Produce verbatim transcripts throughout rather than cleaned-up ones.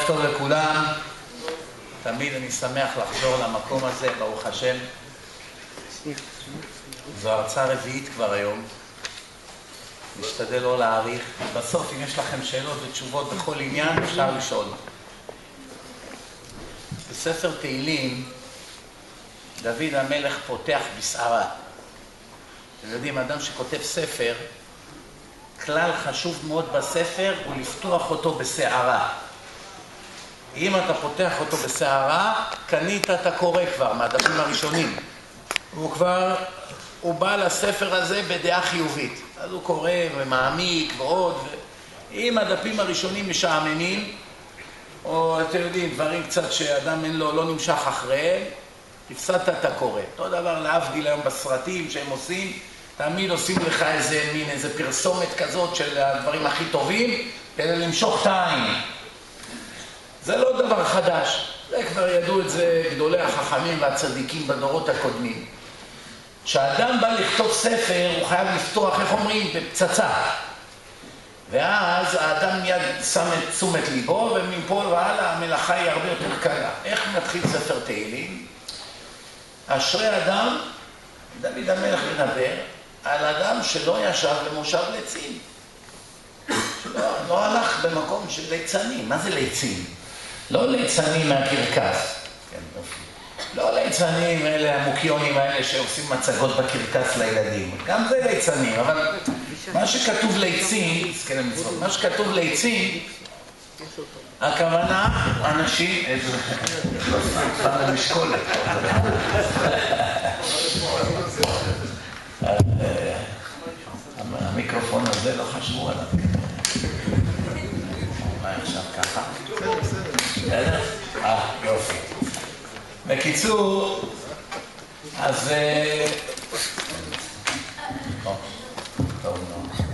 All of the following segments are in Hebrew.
ערב טוב לכולם. תמיד אני שמח לחזור למקום הזה, ברוך השם. זו הרצאה רביעית כבר היום. נשתדל לא להאריך. בסוף, אם יש לכם שאלות ותשובות בכל עניין, אפשר לשאול. בספר תהילים, דוד המלך פותח בסערה. אתם יודעים, אדם שכותב ספר, כלל חשוב מאוד בספר הוא לפתוח אותו בסערה. אם אתה פותח אותו בסערה, קנית את הקורא כבר מהדפים הראשונים. הוא כבר, הוא בא לספר הזה בדעה חיובית. אז הוא קורא ומעמיק ועוד. אם הדפים הראשונים משעממים, או אתם יודעים, דברים קצת שאדם אין לו, לא נמשך אחריהם, הפסדת את הקורא. אותו דבר להבדיל היום בסרטים שהם עושים, תמיד עושים לך איזה מין, איזה פרסומת כזאת של הדברים הכי טובים, כדי למשוך את העין. זה לא דבר חדש. זה כבר ידעו את זה גדולי החכמים והצדיקים בדורות הקודמים. כשאדם בא לכתוב ספר, הוא חייב לפתוח, איך אומרים, בפצצה. ואז האדם מיד שם את תשומת ליבו, ומפה והלאה המלאכה היא הרבה יותר קלה. איך מתחיל ספר תהילים? אשרי אדם, דוד המלך מדבר, על אדם שלא ישב במושב ליצים. לא, לא הלך במקום של ליצנים. מה זה ליצים? לא ליצנים מהקרקס. לא ליצנים, אלה המוקיונים האלה שעושים מצגות בקרקס לילדים. גם זה ליצנים, אבל מה שכתוב ליצים, מה שכתוב ליצים, הכוונה, אנשים, איזה, פעם המשקולת. המיקרופון הזה לא חשבו עליו. מה עכשיו ככה? בסדר? אה, יופי. בקיצור, אז... טוב מאוד.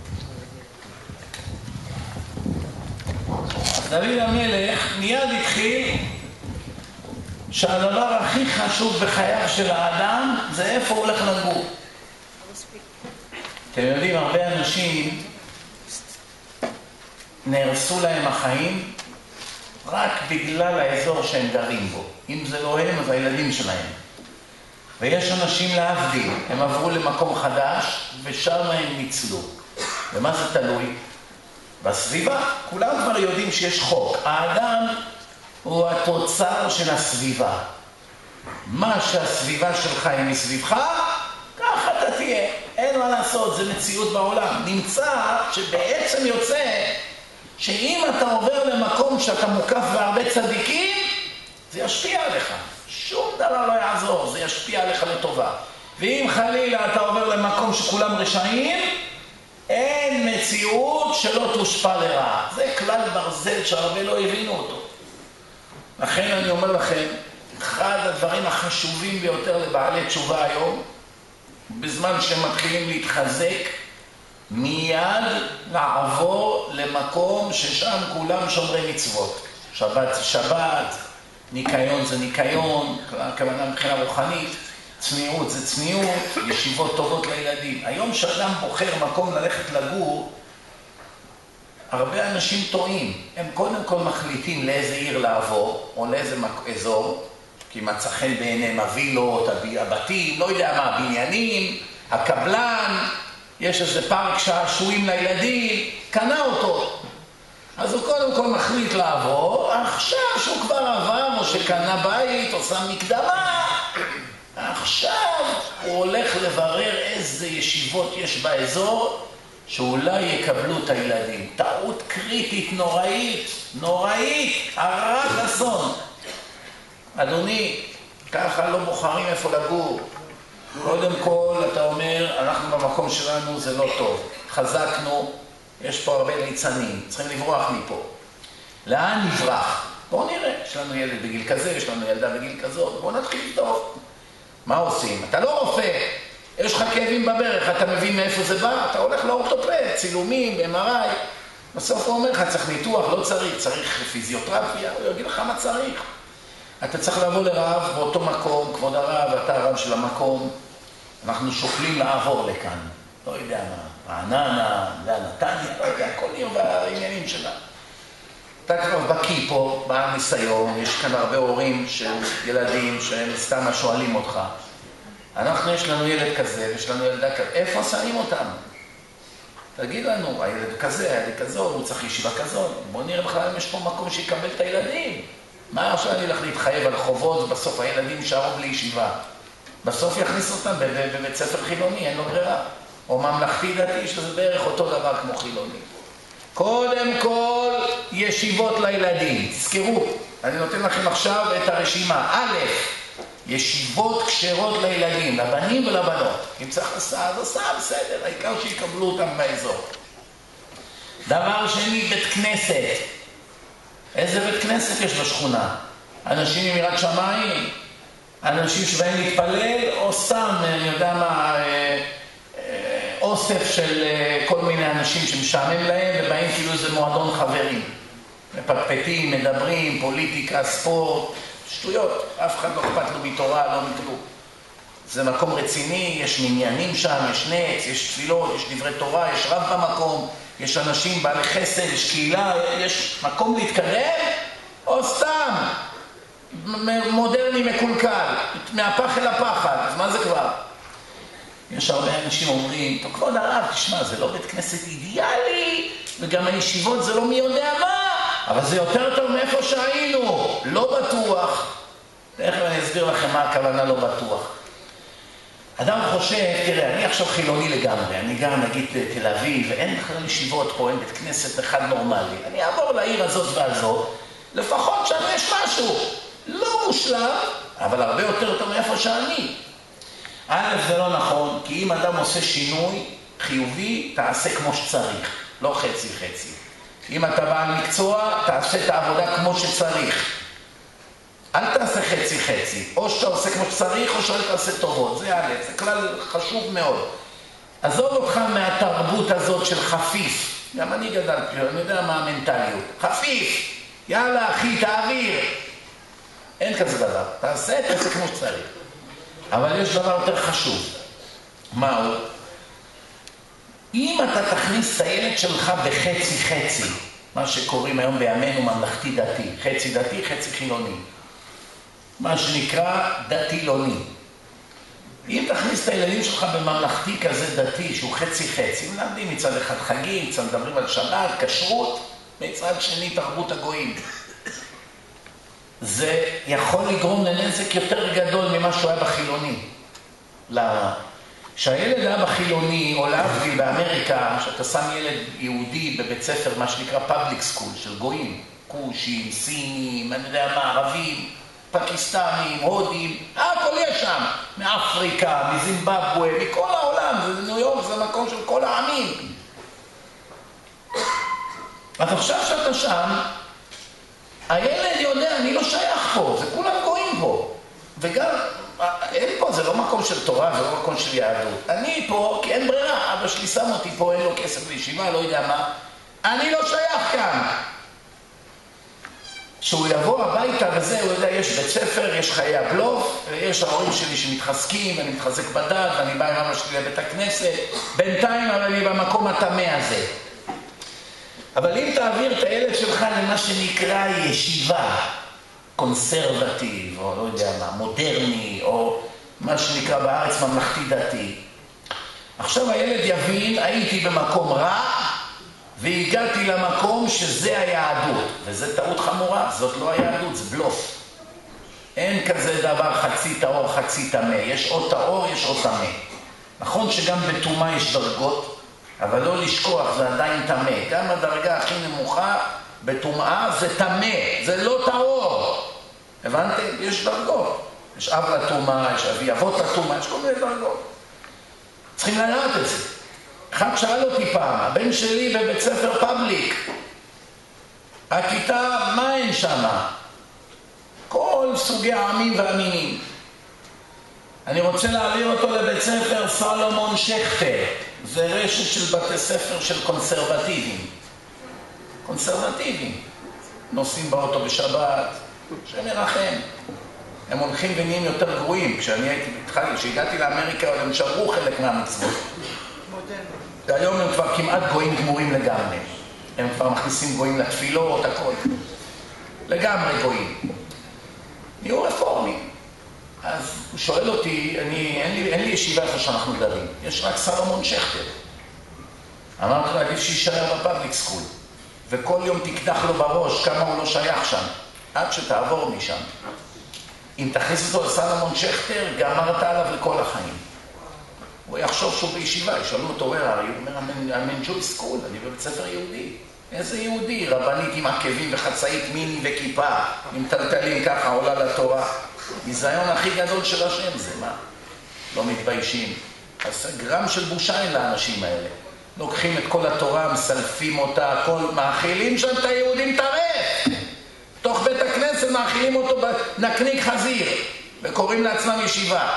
אז דוד המלך מיד התחיל שהדבר הכי חשוב בחייו של האדם זה איפה הוא הולך לגור. אתם יודעים, הרבה אנשים נהרסו להם החיים רק בגלל האזור שהם גרים בו. אם זה לא הם, אז הילדים שלהם. ויש אנשים להבדיל, הם עברו למקום חדש ושם הם ניצלו. ומה זה תלוי? בסביבה. כולם כבר יודעים שיש חוק. האדם הוא התוצר של הסביבה. מה שהסביבה שלך היא מסביבך, ככה אתה תהיה. אין מה לעשות, זה מציאות בעולם. נמצא שבעצם יוצא שאם אתה עובר למקום שאתה מוקף בהרבה צדיקים, זה ישפיע עליך. שום דבר לא יעזור, זה ישפיע עליך לטובה. ואם חלילה אתה עובר למקום שכולם רשעים, אין מציאות שלא תושפע לרעה. זה כלל ברזל שהרבה לא הבינו אותו. לכן אני אומר לכם, אחד הדברים החשובים ביותר לבעלי תשובה היום, בזמן שהם מתחילים להתחזק, מיד לעבור למקום ששם כולם שומרי מצוות. שבת זה שבת, ניקיון זה ניקיון, כוונה מבחינה רוחנית, צניעות זה צניעות, ישיבות טובות לילדים. היום שאדם בוחר מקום ללכת לגור, הרבה אנשים טועים. הם קודם כל מחליטים לאיזה עיר לעבור, או לאיזה אזור, כי מצא חן בעיניהם הווילות, הבתים, לא יודע מה, הבניינים, הקבלן, יש איזה פארק שעשועים לילדים, קנה אותו. אז הוא קודם כל מחליט לעבור, עכשיו שהוא כבר עבר, או שקנה בית, או שם מקדמה, עכשיו הוא הולך לברר איזה ישיבות יש באזור, שאולי יקבלו את הילדים. טעות קריטית, נוראית, נוראית, הרת אסון. אדוני, ככה לא בוחרים איפה לגור. קודם כל, אתה אומר, אנחנו במקום שלנו זה לא טוב. חזקנו, יש פה הרבה ליצנים, צריכים לברוח מפה. לאן נברח? בואו נראה, יש לנו ילד בגיל כזה, יש לנו ילדה בגיל כזאת, בואו נתחיל לבדוק. מה עושים? אתה לא רופא, יש לך כאבים בברך, אתה מבין מאיפה זה בא? אתה הולך לאורתופד, צילומים, אם אר איי. בסוף הוא אומר לך, צריך ניתוח, לא צריך, צריך פיזיותרפיה, הוא יגיד לך מה צריך. אתה צריך לבוא לרב באותו מקום, כבוד הרב, אתה הרב של המקום. אנחנו שוקלים לעבור לכאן, לא יודע מה, רעננה, נתניה, לא יודע, כל עיר והעניינים שלה. אתה כבר בקיא פה, בניסיון, יש כאן הרבה הורים של ילדים שהם סתם שואלים אותך. אנחנו, יש לנו ילד כזה, יש לנו ילדה כזה, איפה שמים אותם? תגיד לנו, הילד כזה, הילד כזו, הוא צריך ישיבה כזו, בוא נראה בכלל אם יש פה מקום שיקבל את הילדים. מה עכשיו אני הולך להתחייב על חובות, ובסוף הילדים שערו בלי ישיבה? בסוף יכניס אותם בבית ספר חילוני, אין לו ברירה. או ממלכתי דתי, שזה בערך אותו דבר כמו חילוני. קודם כל, ישיבות לילדים. תזכרו, אני נותן לכם עכשיו את הרשימה. א', ישיבות כשרות לילדים, לבנים ולבנות. אם צריך עשה, אז עשה, בסדר, העיקר שיקבלו אותם באזור. דבר שני, בית כנסת. איזה בית כנסת יש בשכונה? אנשים עם יראת שמיים? אנשים שבאים להתפלל? או סתם, אני יודע מה, אוסף של כל מיני אנשים שמשעמם להם ובאים כאילו איזה מועדון חברים. מפטפטים, מדברים, פוליטיקה, ספורט, שטויות. אף אחד לא אכפת לו מתורה, לא מכלום. זה מקום רציני, יש מניינים שם, יש נץ, יש תפילות, יש דברי תורה, יש רב במקום, יש אנשים בעלי חסד, יש קהילה, יש מקום להתקרב, או סתם מודרני מקולקל, מהפח אל הפחד, אז מה זה כבר? יש הרבה אנשים אומרים, טוב, כבוד הרב, תשמע, זה לא בית כנסת אידיאלי, וגם הישיבות זה לא מי יודע מה, אבל זה יותר טוב מאיפה שהיינו, לא בטוח. תכף אני אסביר לכם מה הכוונה לא בטוח. אדם חושב, תראה, אני עכשיו חילוני לגמרי, אני גר נגיד תל אביב, ואין בכלל ישיבות פה, אין בית כנסת אחד נורמלי. אני אעבור לעיר הזאת והזאת, לפחות שם יש משהו. לא מושלם, אבל הרבה יותר טוב מאיפה שאני. א', זה לא נכון, כי אם אדם עושה שינוי חיובי, תעשה כמו שצריך, לא חצי חצי. אם אתה בעל מקצוע, תעשה את העבודה כמו שצריך. אל תעשה חצי חצי, או שאתה עושה כמו שצריך, או שאתה עושה טובות, זה א', זה כלל חשוב מאוד. עזוב אותך מהתרבות הזאת של חפיף, גם אני גדלתי, אני יודע מה המנטליות, חפיף, יאללה אחי, תעביר. אין כזה דבר, תעשה, תעשה כמו שצריך. אבל יש דבר יותר חשוב. מהו? אם אתה תכניס את הילד שלך בחצי חצי, מה שקוראים היום בימינו ממלכתי דתי, חצי דתי, חצי חילוני, מה שנקרא דתי-לוני. אם תכניס את הילדים שלך בממלכתי כזה דתי, שהוא חצי חצי, מלמדים מצד אחד חגים, מצד מדברים על שבת, כשרות, מצד שני תרבות הגויים. זה יכול לגרום לנזק יותר גדול ממה שהוא היה בחילוני. למה? כשהילד היה בחילוני, או להבדיל באמריקה, שאתה שם ילד יהודי בבית ספר, מה שנקרא פאבליק סקול, של גויים, כושים, סינים, אני יודע מה, ערבים, פקיסטנים, הודים, הכל יש שם, מאפריקה, מזימבבואה, מכל העולם, זה ניו יורק, זה מקום של כל העמים. אז עכשיו שאתה שם, הילד יודע, אני לא שייך פה, זה כולם גויים פה. וגם, אין פה, זה לא מקום של תורה, זה לא מקום של יהדות. אני פה, כי אין ברירה, אבא שלי שם אותי פה, אין לו כסף לישיבה, לא יודע מה. אני לא שייך כאן. כשהוא יבוא הביתה וזה, הוא יודע, יש בית ספר, יש חיי הבלוף, יש ההורים שלי שמתחזקים, אני מתחזק בדת, ואני בא עם אבא שלי לבית הכנסת, בינתיים, אבל אני במקום הטמא הזה. אבל אם תעביר את הילד שלך למה שנקרא ישיבה, קונסרבטיב, או לא יודע מה, מודרני, או מה שנקרא בארץ ממלכתי דתי, עכשיו הילד יבין, הייתי במקום רע, והגעתי למקום שזה היהדות, וזה טעות חמורה, זאת לא היהדות, זה בלוף. אין כזה דבר חצי טהור, חצי טמא, יש או טהור, יש או טמא. נכון שגם בטומאה יש דרגות, אבל לא לשכוח, זה עדיין טמא. גם הדרגה הכי נמוכה בטומאה זה טמא, זה לא טהור. הבנתם? יש דרגות. יש אב לטומאה, יש אבי אבות לטומאה, יש כל מיני דרגות. צריכים לדעת את זה. אחד שאל אותי פעם, הבן שלי בבית ספר פאבליק, הכיתה, מה אין שמה? כל סוגי העמים והמינים. אני רוצה להעביר אותו לבית ספר סלומון שכטר. זה רשת של בתי ספר של קונסרבטיבים. קונסרבטיבים. נוסעים באוטו בשבת, שמרחם. הם הולכים ונהיים יותר גרועים. כשאני הייתי בתחילה, כשהגעתי לאמריקה, הם שברו חלק מהמצוות. והיום הם כבר כמעט גויים גמורים לגמרי. הם כבר מכניסים גויים לתפילות, הכל. לגמרי גויים. נהיו רפורמים. אז הוא שואל אותי, אני, אין לי, אין לי ישיבה איפה שאנחנו גרים, יש רק סלומון שכטר. אמרתי לו, עדיף שישאר בפאבליק סקול, וכל יום תקדח לו בראש כמה הוא לא שייך שם, עד שתעבור משם. אם תכניס אותו לסלומון שכטר, גמרת עליו לכל החיים. הוא יחשוב שהוא בישיבה, ישאלו אותו, הוא אומר, I'm in Jewish school, אני בבית ספר יהודי. איזה יהודי? רבנית עם עקבים וחצאית מיני וכיפה, עם טלטלים ככה, עולה לתורה. ניזיון הכי גדול של השם זה, מה? לא מתביישים. אז גרם של בושה אין לאנשים האלה. לוקחים את כל התורה, מסלפים אותה, הכל, מאכילים שם את היהודים טרף. תוך בית הכנסת מאכילים אותו בנקניק חזיר, וקוראים לעצמם ישיבה.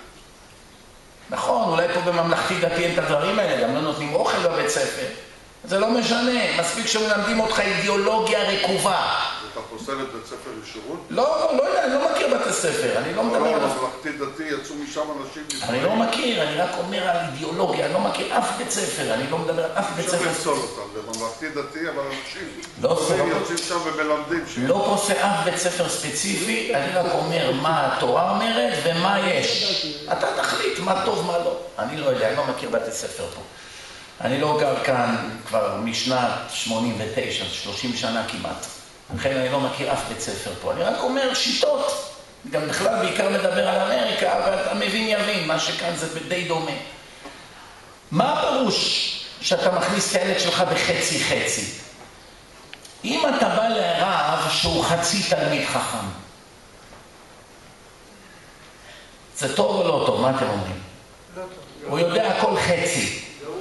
נכון, אולי פה בממלכתי דתי אין את הדברים האלה, גם לא נותנים אוכל בבית ספר. זה לא משנה, מספיק שמלמדים אותך אידיאולוגיה רקובה. אתה פוסל את בית ספר לשירות? לא, לא יודע, אני לא מכיר בתי ספר, אני לא מדבר על... לא, ממלכתי דתי, יצאו משם אנשים... אני לא מכיר, אני רק אומר על אידיאולוגיה, אני לא מכיר אף בית ספר, אני לא מדבר על אף בית ספר. אפשר לפסול אותם, זה ממלכתי דתי, אבל אנשים... לא פוסל. יוצאים שם ומלמדים שם. לא פוסל אף בית ספר ספציפי, אני רק אומר מה התורה אומרת ומה יש. אתה תחליט מה טוב, מה לא. אני לא יודע, אני לא מכיר בתי ספר פה. אני לא גר כאן כבר משנת שמונים ותשע, שלושים שנה כמעט. לכן אני לא מכיר אף בית ספר פה. אני רק אומר שיטות. גם בכלל בעיקר מדבר על אמריקה, אבל אתה מבין יבין, מה שכאן זה די דומה. מה הפירוש שאתה מכניס את הילד שלך בחצי חצי? אם אתה בא לרב שהוא חצי תלמיד חכם, זה טוב או לא טוב? מה אתם אומרים? לא טוב. הוא יודע הכל חצי.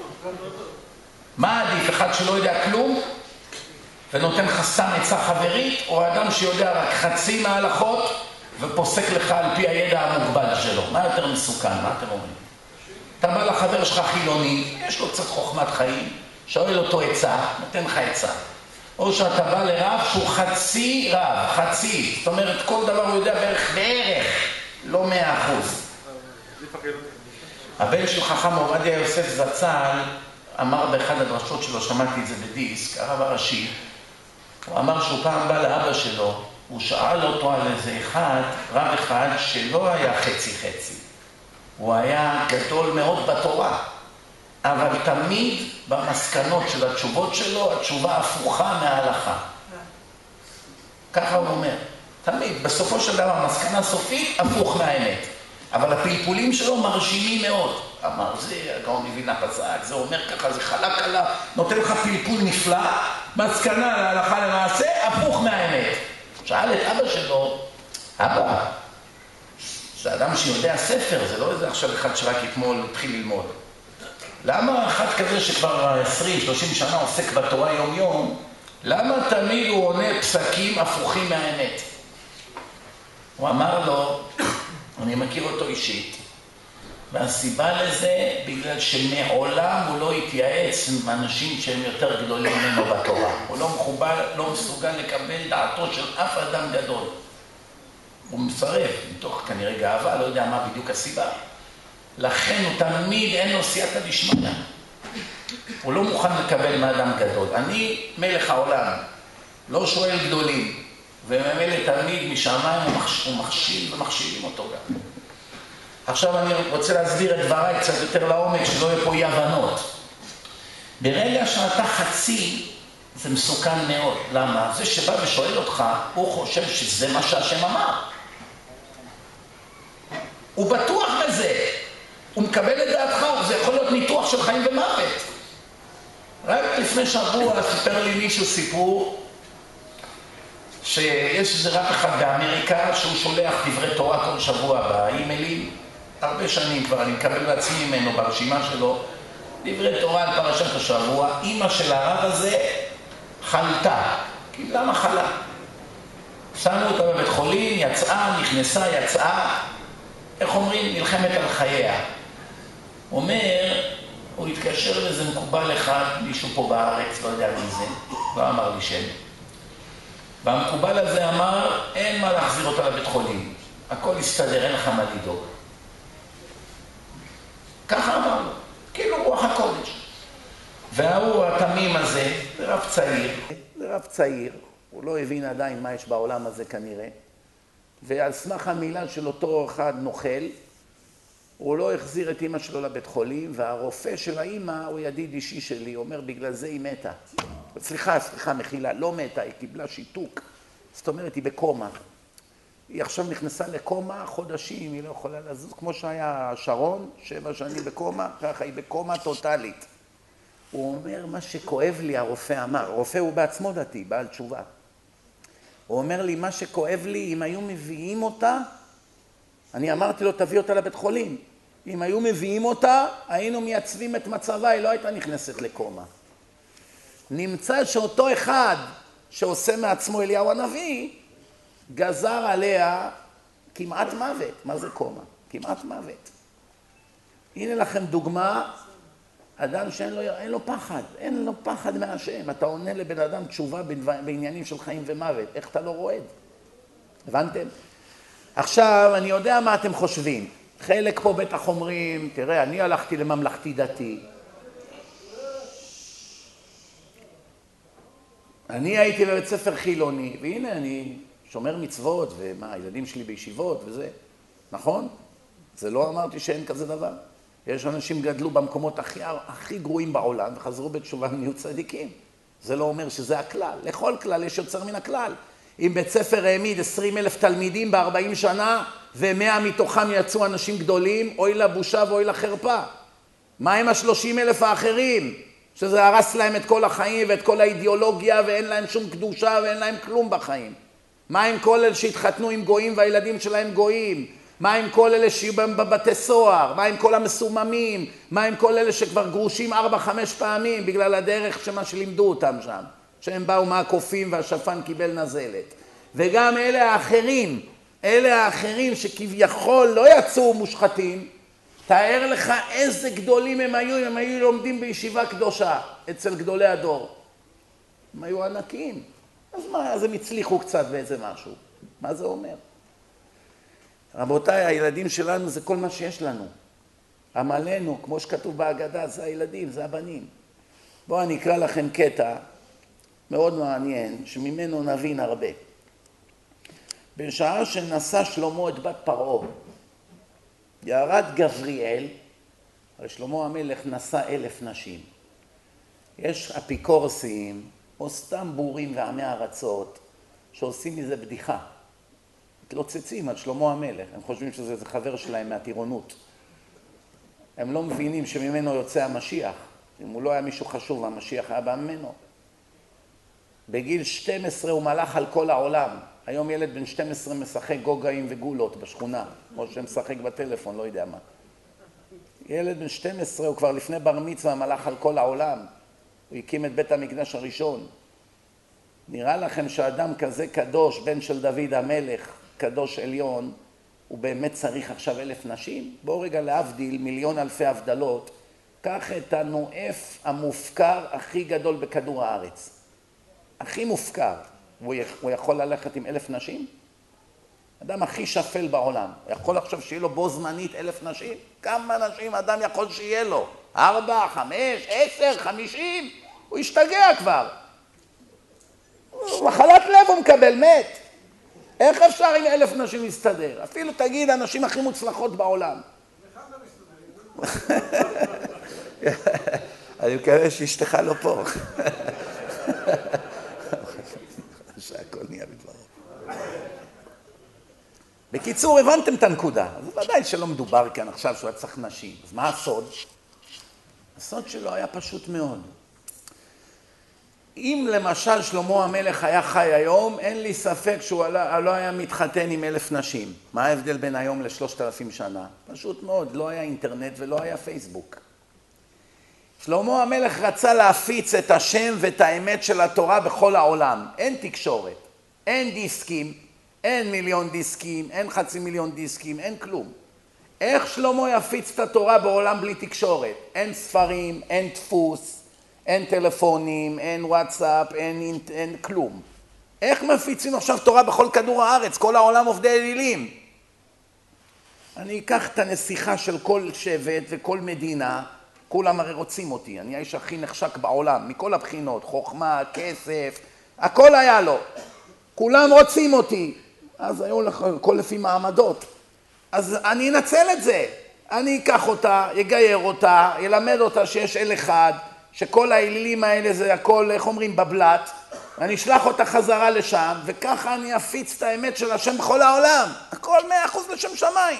מה עדיף? אחד שלא יודע כלום ונותן לך סתם עצה חברית, או אדם שיודע רק חצי מההלכות ופוסק לך על פי הידע המוגבל שלו? מה יותר מסוכן? מה אתם אומרים? אתה בא לחבר שלך חילוני, יש לו קצת חוכמת חיים, שואל אותו עצה, נותן לך עצה. או שאתה בא לרב שהוא חצי רב, חצי, זאת אומרת כל דבר הוא יודע בערך, בערך, לא מאה אחוז. הבן של חכם עובדיה יוסף זצ"ל אמר באחד הדרשות שלו, שמעתי את זה בדיסק, הרב הראשי, הוא אמר שהוא פעם בא לאבא שלו, הוא שאל אותו על איזה אחד, רב אחד שלא היה חצי חצי. הוא היה גדול מאוד בתורה, אבל תמיד במסקנות של התשובות שלו, התשובה הפוכה מההלכה. ככה הוא אומר. תמיד, בסופו של דבר, המסקנה סופית, הפוך מהאמת. אבל הפלפולים שלו מרשימים מאוד. אמר זה, הגאון מבין הפסק, זה אומר ככה, זה חלק עליו, נותן לך פלפול נפלא, מסקנה להלכה למעשה, הפוך מהאמת. שאל את אבא שלו, אבא, זה אדם שיודע ספר, זה לא איזה עכשיו אחד שרק אתמול התחיל ללמוד. למה אחד כזה שכבר עשרים שלושים שנה עוסק בתורה יום יום, למה תמיד הוא עונה פסקים הפוכים מהאמת? הוא אמר לו, אני מכיר אותו אישית, והסיבה לזה בגלל שמעולם הוא לא התייעץ עם אנשים שהם יותר גדולים ממנו בתורה. הוא לא מחובר, לא מסוגל לקבל דעתו של אף אדם גדול. הוא מסרב, מתוך כנראה גאווה, לא יודע מה בדיוק הסיבה. לכן הוא תמיד אין לו סייעתא דשמיא. הוא לא מוכן לקבל מאדם גדול. אני מלך העולם, לא שואל גדולים, וממילא תמיד משמיים הוא מכשיל ומכשילים אותו גם. עכשיו אני רוצה להסביר את דבריי קצת יותר לעומק, שלא יהיה פה אי הבנות. ברגע שאתה חצי, זה מסוכן מאוד. למה? זה שבא ושואל אותך, הוא חושב שזה מה שהשם אמר. הוא בטוח בזה. הוא מקבל את דעתך, זה יכול להיות ניתוח של חיים ומוות. רק לפני שבוע סיפר לי מישהו סיפור, שיש איזה רב אחד באמריקה שהוא שולח דברי תורה כל שבוע באימיילים, הרבה שנים כבר, אני מקבל בעצמי ממנו ברשימה שלו, דברי תורה על פרשת השבוע. אמא של הרב הזה חלתה, קיבלה מחלה. שמו אותה בבית חולים, יצאה, נכנסה, יצאה, איך אומרים? נלחמת על חייה. אומר, הוא התקשר לאיזה מקובל אחד, מישהו פה בארץ, לא יודע מי זה, לא אמר לי שם. והמקובל הזה אמר, אין מה להחזיר אותה לבית חולים, הכל יסתדר, אין לך מה לדאוג. ככה אמר לו, כאילו רוח הקודש. והוא התמים הזה, רב צעיר, זה רב צעיר, הוא לא הבין עדיין מה יש בעולם הזה כנראה, ועל סמך המילה של אותו אחד נוכל, הוא לא החזיר את אמא שלו לבית חולים, והרופא של האמא הוא ידיד אישי שלי, הוא אומר, בגלל זה היא מתה. סליחה, סליחה, מחילה, לא מתה, היא קיבלה שיתוק. זאת אומרת, היא בקומה. היא עכשיו נכנסה לקומה חודשים, היא לא יכולה לזוז, כמו שהיה שרון, שבע שנים בקומה, ככה היא בקומה טוטלית. הוא אומר, מה שכואב לי, הרופא אמר, הרופא הוא בעצמו דתי, בעל תשובה. הוא אומר לי, מה שכואב לי, אם היו מביאים אותה, אני אמרתי לו, תביא אותה לבית חולים. אם היו מביאים אותה, היינו מייצבים את מצבה, היא לא הייתה נכנסת לקומה. נמצא שאותו אחד שעושה מעצמו אליהו הנביא, גזר עליה כמעט מוות. מה זה קומה? כמעט מוות. הנה לכם דוגמה, אדם שאין לו, אין לו פחד, אין לו פחד מהשם. אתה עונה לבן אדם תשובה בעניינים של חיים ומוות. איך אתה לא רועד? הבנתם? עכשיו, אני יודע מה אתם חושבים. חלק פה בטח אומרים, תראה, אני הלכתי לממלכתי דתי. אני הייתי בבית ספר חילוני, והנה אני שומר מצוות, ומה, הילדים שלי בישיבות וזה. נכון? זה לא אמרתי שאין כזה דבר. יש אנשים גדלו במקומות הכי, הכי גרועים בעולם, וחזרו בתשובה ונהיו צדיקים. זה לא אומר שזה הכלל. לכל כלל יש יוצר מן הכלל. אם בית ספר העמיד עשרים אלף תלמידים ב-ארבעים שנה, ומאה מתוכם יצאו אנשים גדולים, אוי לבושה ואוי לחרפה. מה עם השלושים אלף האחרים? שזה הרס להם את כל החיים ואת כל האידיאולוגיה, ואין להם שום קדושה ואין להם כלום בחיים. מה עם כל אלה שהתחתנו עם גויים והילדים שלהם גויים? מה עם כל אלה שיהיו בבתי סוהר? מה עם כל המסוממים? מה עם כל אלה שכבר גרושים ארבע, חמש פעמים בגלל הדרך שמה שלימדו אותם שם? שהם באו מהקופים והשפן קיבל נזלת. וגם אלה האחרים, אלה האחרים שכביכול לא יצאו מושחתים, תאר לך איזה גדולים הם היו, אם הם היו לומדים בישיבה קדושה אצל גדולי הדור. הם היו ענקים. אז מה, אז הם הצליחו קצת באיזה משהו. מה זה אומר? רבותיי, הילדים שלנו זה כל מה שיש לנו. עמלנו, כמו שכתוב בהגדה, זה הילדים, זה הבנים. בואו אני אקרא לכם קטע מאוד מעניין, שממנו נבין הרבה. בשעה שנשא שלמה את בת פרעה, ירד גבריאל, הרי שלמה המלך נשא אלף נשים. יש אפיקורסים, או סתם בורים ועמי ארצות, שעושים מזה בדיחה. מתלוצצים על שלמה המלך, הם חושבים שזה חבר שלהם מהטירונות. הם לא מבינים שממנו יוצא המשיח. אם הוא לא היה מישהו חשוב, המשיח היה בא ממנו. בגיל שתים עשרה הוא מלך על כל העולם. היום ילד בן שתים עשרה משחק גוגאים וגולות בשכונה, כמו שמשחק בטלפון, לא יודע מה. ילד בן שתים עשרה הוא כבר לפני בר מצווה מלך על כל העולם. הוא הקים את בית המקדש הראשון. נראה לכם שאדם כזה קדוש, בן של דוד המלך, קדוש עליון, הוא באמת צריך עכשיו אלף נשים? בואו רגע להבדיל מיליון אלפי הבדלות, קח את הנואף המופקר הכי גדול בכדור הארץ. הכי מופקר. הוא יכול ללכת עם אלף נשים? אדם הכי שפל בעולם. הוא יכול עכשיו שיהיה לו בו זמנית אלף נשים? כמה נשים אדם יכול שיהיה לו? ארבע, חמש, עשר, חמישים? הוא ישתגע כבר. מחלת לב הוא מקבל, מת. איך אפשר עם אלף נשים להסתדר? אפילו תגיד, הנשים הכי מוצלחות בעולם. אני מקווה שאשתך לא פה. שהכל נהיה בדברו. בקיצור, הבנתם את הנקודה. אז ודאי שלא מדובר כאן עכשיו שהוא היה צריך נשים. אז מה הסוד? הסוד שלו היה פשוט מאוד. אם למשל שלמה המלך היה חי היום, אין לי ספק שהוא לא היה מתחתן עם אלף נשים. מה ההבדל בין היום לשלושת אלפים שנה? פשוט מאוד, לא היה אינטרנט ולא היה פייסבוק. שלמה המלך רצה להפיץ את השם ואת האמת של התורה בכל העולם. אין תקשורת, אין דיסקים, אין מיליון דיסקים, אין חצי מיליון דיסקים, אין כלום. איך שלמה יפיץ את התורה בעולם בלי תקשורת? אין ספרים, אין דפוס, אין טלפונים, אין וואטסאפ, אין, אין כלום. איך מפיצים עכשיו תורה בכל כדור הארץ? כל העולם עובדי אלילים. אני אקח את הנסיכה של כל שבט וכל מדינה, כולם הרי רוצים אותי, אני האיש הכי נחשק בעולם, מכל הבחינות, חוכמה, כסף, הכל היה לו. כולם רוצים אותי, אז היו לך, כל לפי מעמדות. אז אני אנצל את זה, אני אקח אותה, יגייר אותה, ילמד אותה שיש אל אחד, שכל האלילים האלה זה הכל, איך אומרים, בבלת, ואני אשלח אותה חזרה לשם, וככה אני אפיץ את האמת של השם בכל העולם. הכל מאה אחוז לשם שמיים.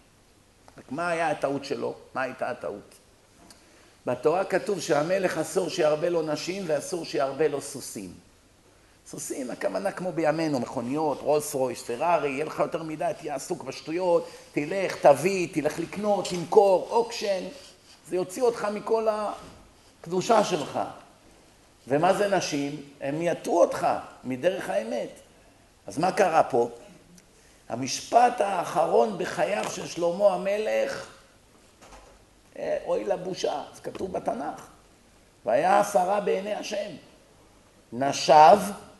מה היה הטעות שלו? מה הייתה הטעות? בתורה כתוב שהמלך אסור שירבה לו נשים ואסור שירבה לו סוסים. סוסים, הכוונה כמו בימינו, מכוניות, רולס רויס, פרארי, יהיה לך יותר מדי, תהיה עסוק בשטויות, תלך, תביא, תלך לקנות, תמכור, אוקשן, זה יוציא אותך מכל הקדושה שלך. ומה זה נשים? הם יטעו אותך מדרך האמת. אז מה קרה פה? המשפט האחרון בחייו של שלמה המלך, אוי לבושה, זה כתוב בתנ"ך. והיה שרה בעיני השם. נשב,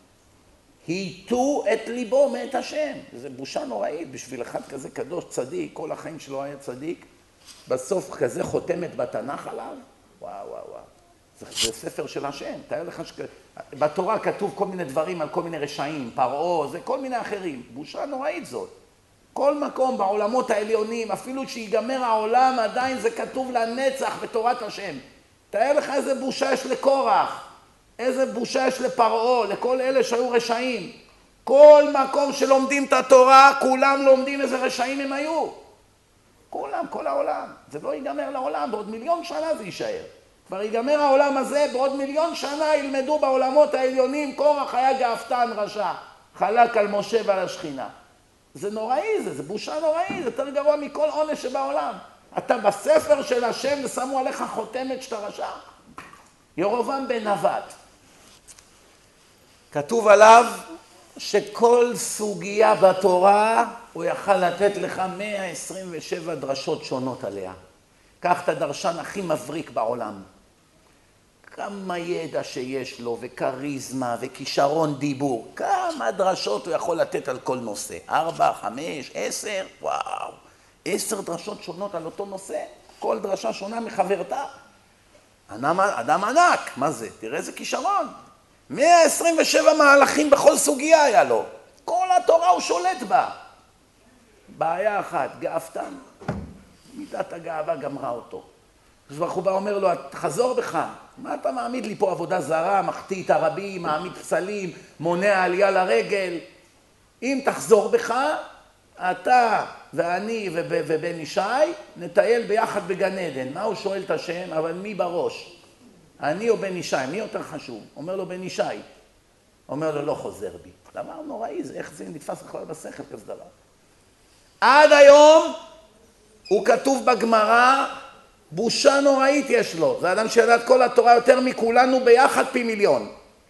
היטו את ליבו מאת השם. זו בושה נוראית בשביל אחד כזה קדוש, צדיק, כל החיים שלו היה צדיק. בסוף כזה חותמת בתנ"ך עליו, וואו וואו וואו. זה, זה ספר של השם, תאר לך ש... בתורה כתוב כל מיני דברים על כל מיני רשעים, פרעה, זה כל מיני אחרים. בושה נוראית זאת. כל מקום בעולמות העליונים, אפילו שיגמר העולם, עדיין זה כתוב לנצח בתורת השם. תאר לך איזה בושה יש לקורח, איזה בושה יש לפרעה, לכל אלה שהיו רשעים. כל מקום שלומדים את התורה, כולם לומדים איזה רשעים הם היו. כולם, כל העולם. זה לא ייגמר לעולם, בעוד מיליון שנה זה יישאר. כבר ייגמר העולם הזה, בעוד מיליון שנה ילמדו בעולמות העליונים, קורח היה גאוותן רשע, חלק על משה ועל השכינה. זה נוראי, זה, זה בושה נוראי, זה יותר גרוע מכל עונש שבעולם. אתה בספר של השם ושמו עליך חותמת שאתה רשע. ירובעם בן נבט. כתוב עליו שכל סוגיה בתורה הוא יכל לתת לך מאה עשרים ושבע דרשות שונות עליה. קח את הדרשן הכי מבריק בעולם. כמה ידע שיש לו, וכריזמה, וכישרון דיבור. כמה דרשות הוא יכול לתת על כל נושא. ארבע, חמש, עשר, וואו. עשר דרשות שונות על אותו נושא. כל דרשה שונה מחברתה. אדם, אדם ענק, מה זה? תראה איזה כישרון. מאה עשרים ושבע מהלכים בכל סוגיה היה לו. כל התורה הוא שולט בה. בעיה אחת, גאוותן. מידת הגאווה גמרה אותו. אז ברוך הוא בא אומר לו, חזור בך. מה אתה מעמיד לי פה עבודה זרה, מחטיא את הרבים, מעמיד פסלים, מונע עלייה לרגל? אם תחזור בך, אתה ואני ובן ישי נטייל ביחד בגן עדן. מה הוא שואל את השם? אבל מי בראש? אני או בן ישי? מי יותר חשוב? אומר לו בן ישי. אומר לו לא חוזר בי. דבר נוראי, זה איך זה נתפס בכלל בשכל כזה דבר. עד היום הוא כתוב בגמרא, בושה נוראית יש לו. זה אדם שידע את כל התורה יותר מכולנו ביחד פי מיליון.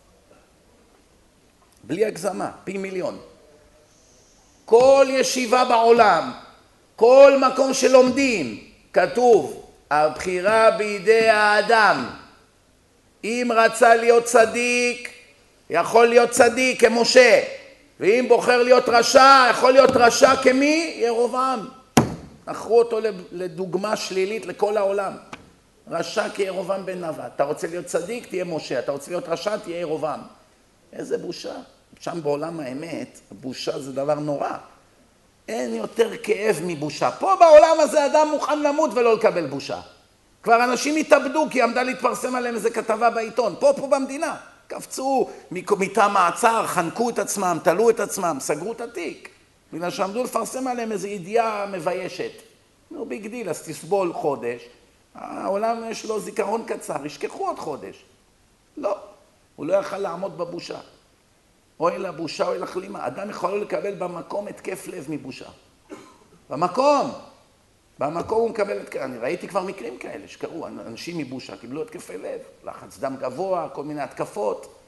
בלי הגזמה, פי מיליון. כל ישיבה בעולם, כל מקום שלומדים, כתוב, הבחירה בידי האדם. אם רצה להיות צדיק, יכול להיות צדיק כמשה. ואם בוחר להיות רשע, יכול להיות רשע כמי? ירובעם. אחרו אותו לדוגמה שלילית לכל העולם. רשע כירובעם בן נבט. אתה רוצה להיות צדיק, תהיה משה. אתה רוצה להיות רשע, תהיה ירובעם. איזה בושה. שם בעולם האמת, בושה זה דבר נורא. אין יותר כאב מבושה. פה בעולם הזה אדם מוכן למות ולא לקבל בושה. כבר אנשים התאבדו כי עמדה להתפרסם עליהם איזה כתבה בעיתון. פה, פה במדינה. קפצו מתא מעצר, חנקו את עצמם, תלו את עצמם, סגרו את התיק. בגלל שעמדו לפרסם עליהם איזו ידיעה מביישת. נו, ביג דיל, אז תסבול חודש. העולם יש לו זיכרון קצר, ישכחו עוד חודש. לא, הוא לא יכל לעמוד בבושה. אוי לבושה, אוי לכלימה. אדם יכול לקבל במקום התקף לב מבושה. במקום. במקום הוא מקבל את... אני ראיתי כבר מקרים כאלה שקרו, אנשים מבושה קיבלו התקפי לב, לחץ דם גבוה, כל מיני התקפות.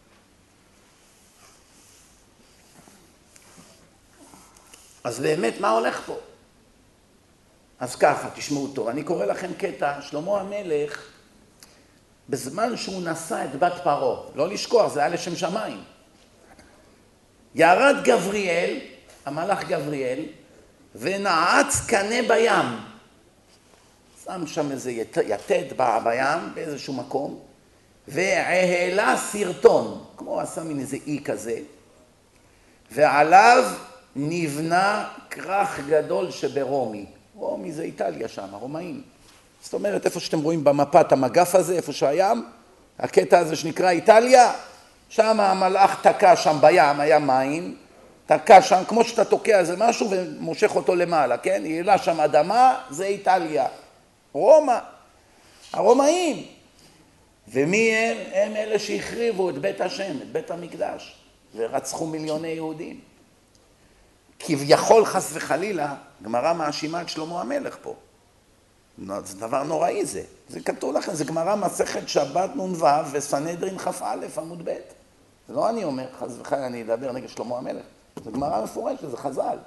אז באמת, מה הולך פה? אז ככה, תשמעו טוב, אני קורא לכם קטע, שלמה המלך, בזמן שהוא נשא את בת פרעה, לא לשכוח, זה היה לשם שמיים. ירד גבריאל, המלאך גבריאל, ונעץ קנה בים. שם שם איזה יתד בים באיזשהו מקום, והעלה סרטון, כמו עשה מין איזה אי כזה, ועליו נבנה כרך גדול שברומי. רומי זה איטליה שם, הרומאים. זאת אומרת, איפה שאתם רואים במפת המגף הזה, איפה שהים, הקטע הזה שנקרא איטליה, שם המלאך תקע שם בים, היה מים, תקע שם, כמו שאתה תוקע איזה משהו ומושך אותו למעלה, כן? העלה שם אדמה, זה איטליה. רומא, הרומאים. ומי הם? הם אלה שהחריבו את בית השם, את בית המקדש, ורצחו מיליוני יהודים. כביכול חס וחלילה, גמרא מאשימה את שלמה המלך פה. זה דבר נוראי זה. זה כתוב לכם, זה גמרא מסכת שבת נ"ו וסנהדרין כ"א עמוד ב'. זה לא אני אומר, חס וחלילה אני אדבר נגד שלמה המלך. זה גמרא מפורשת, זה חז"ל.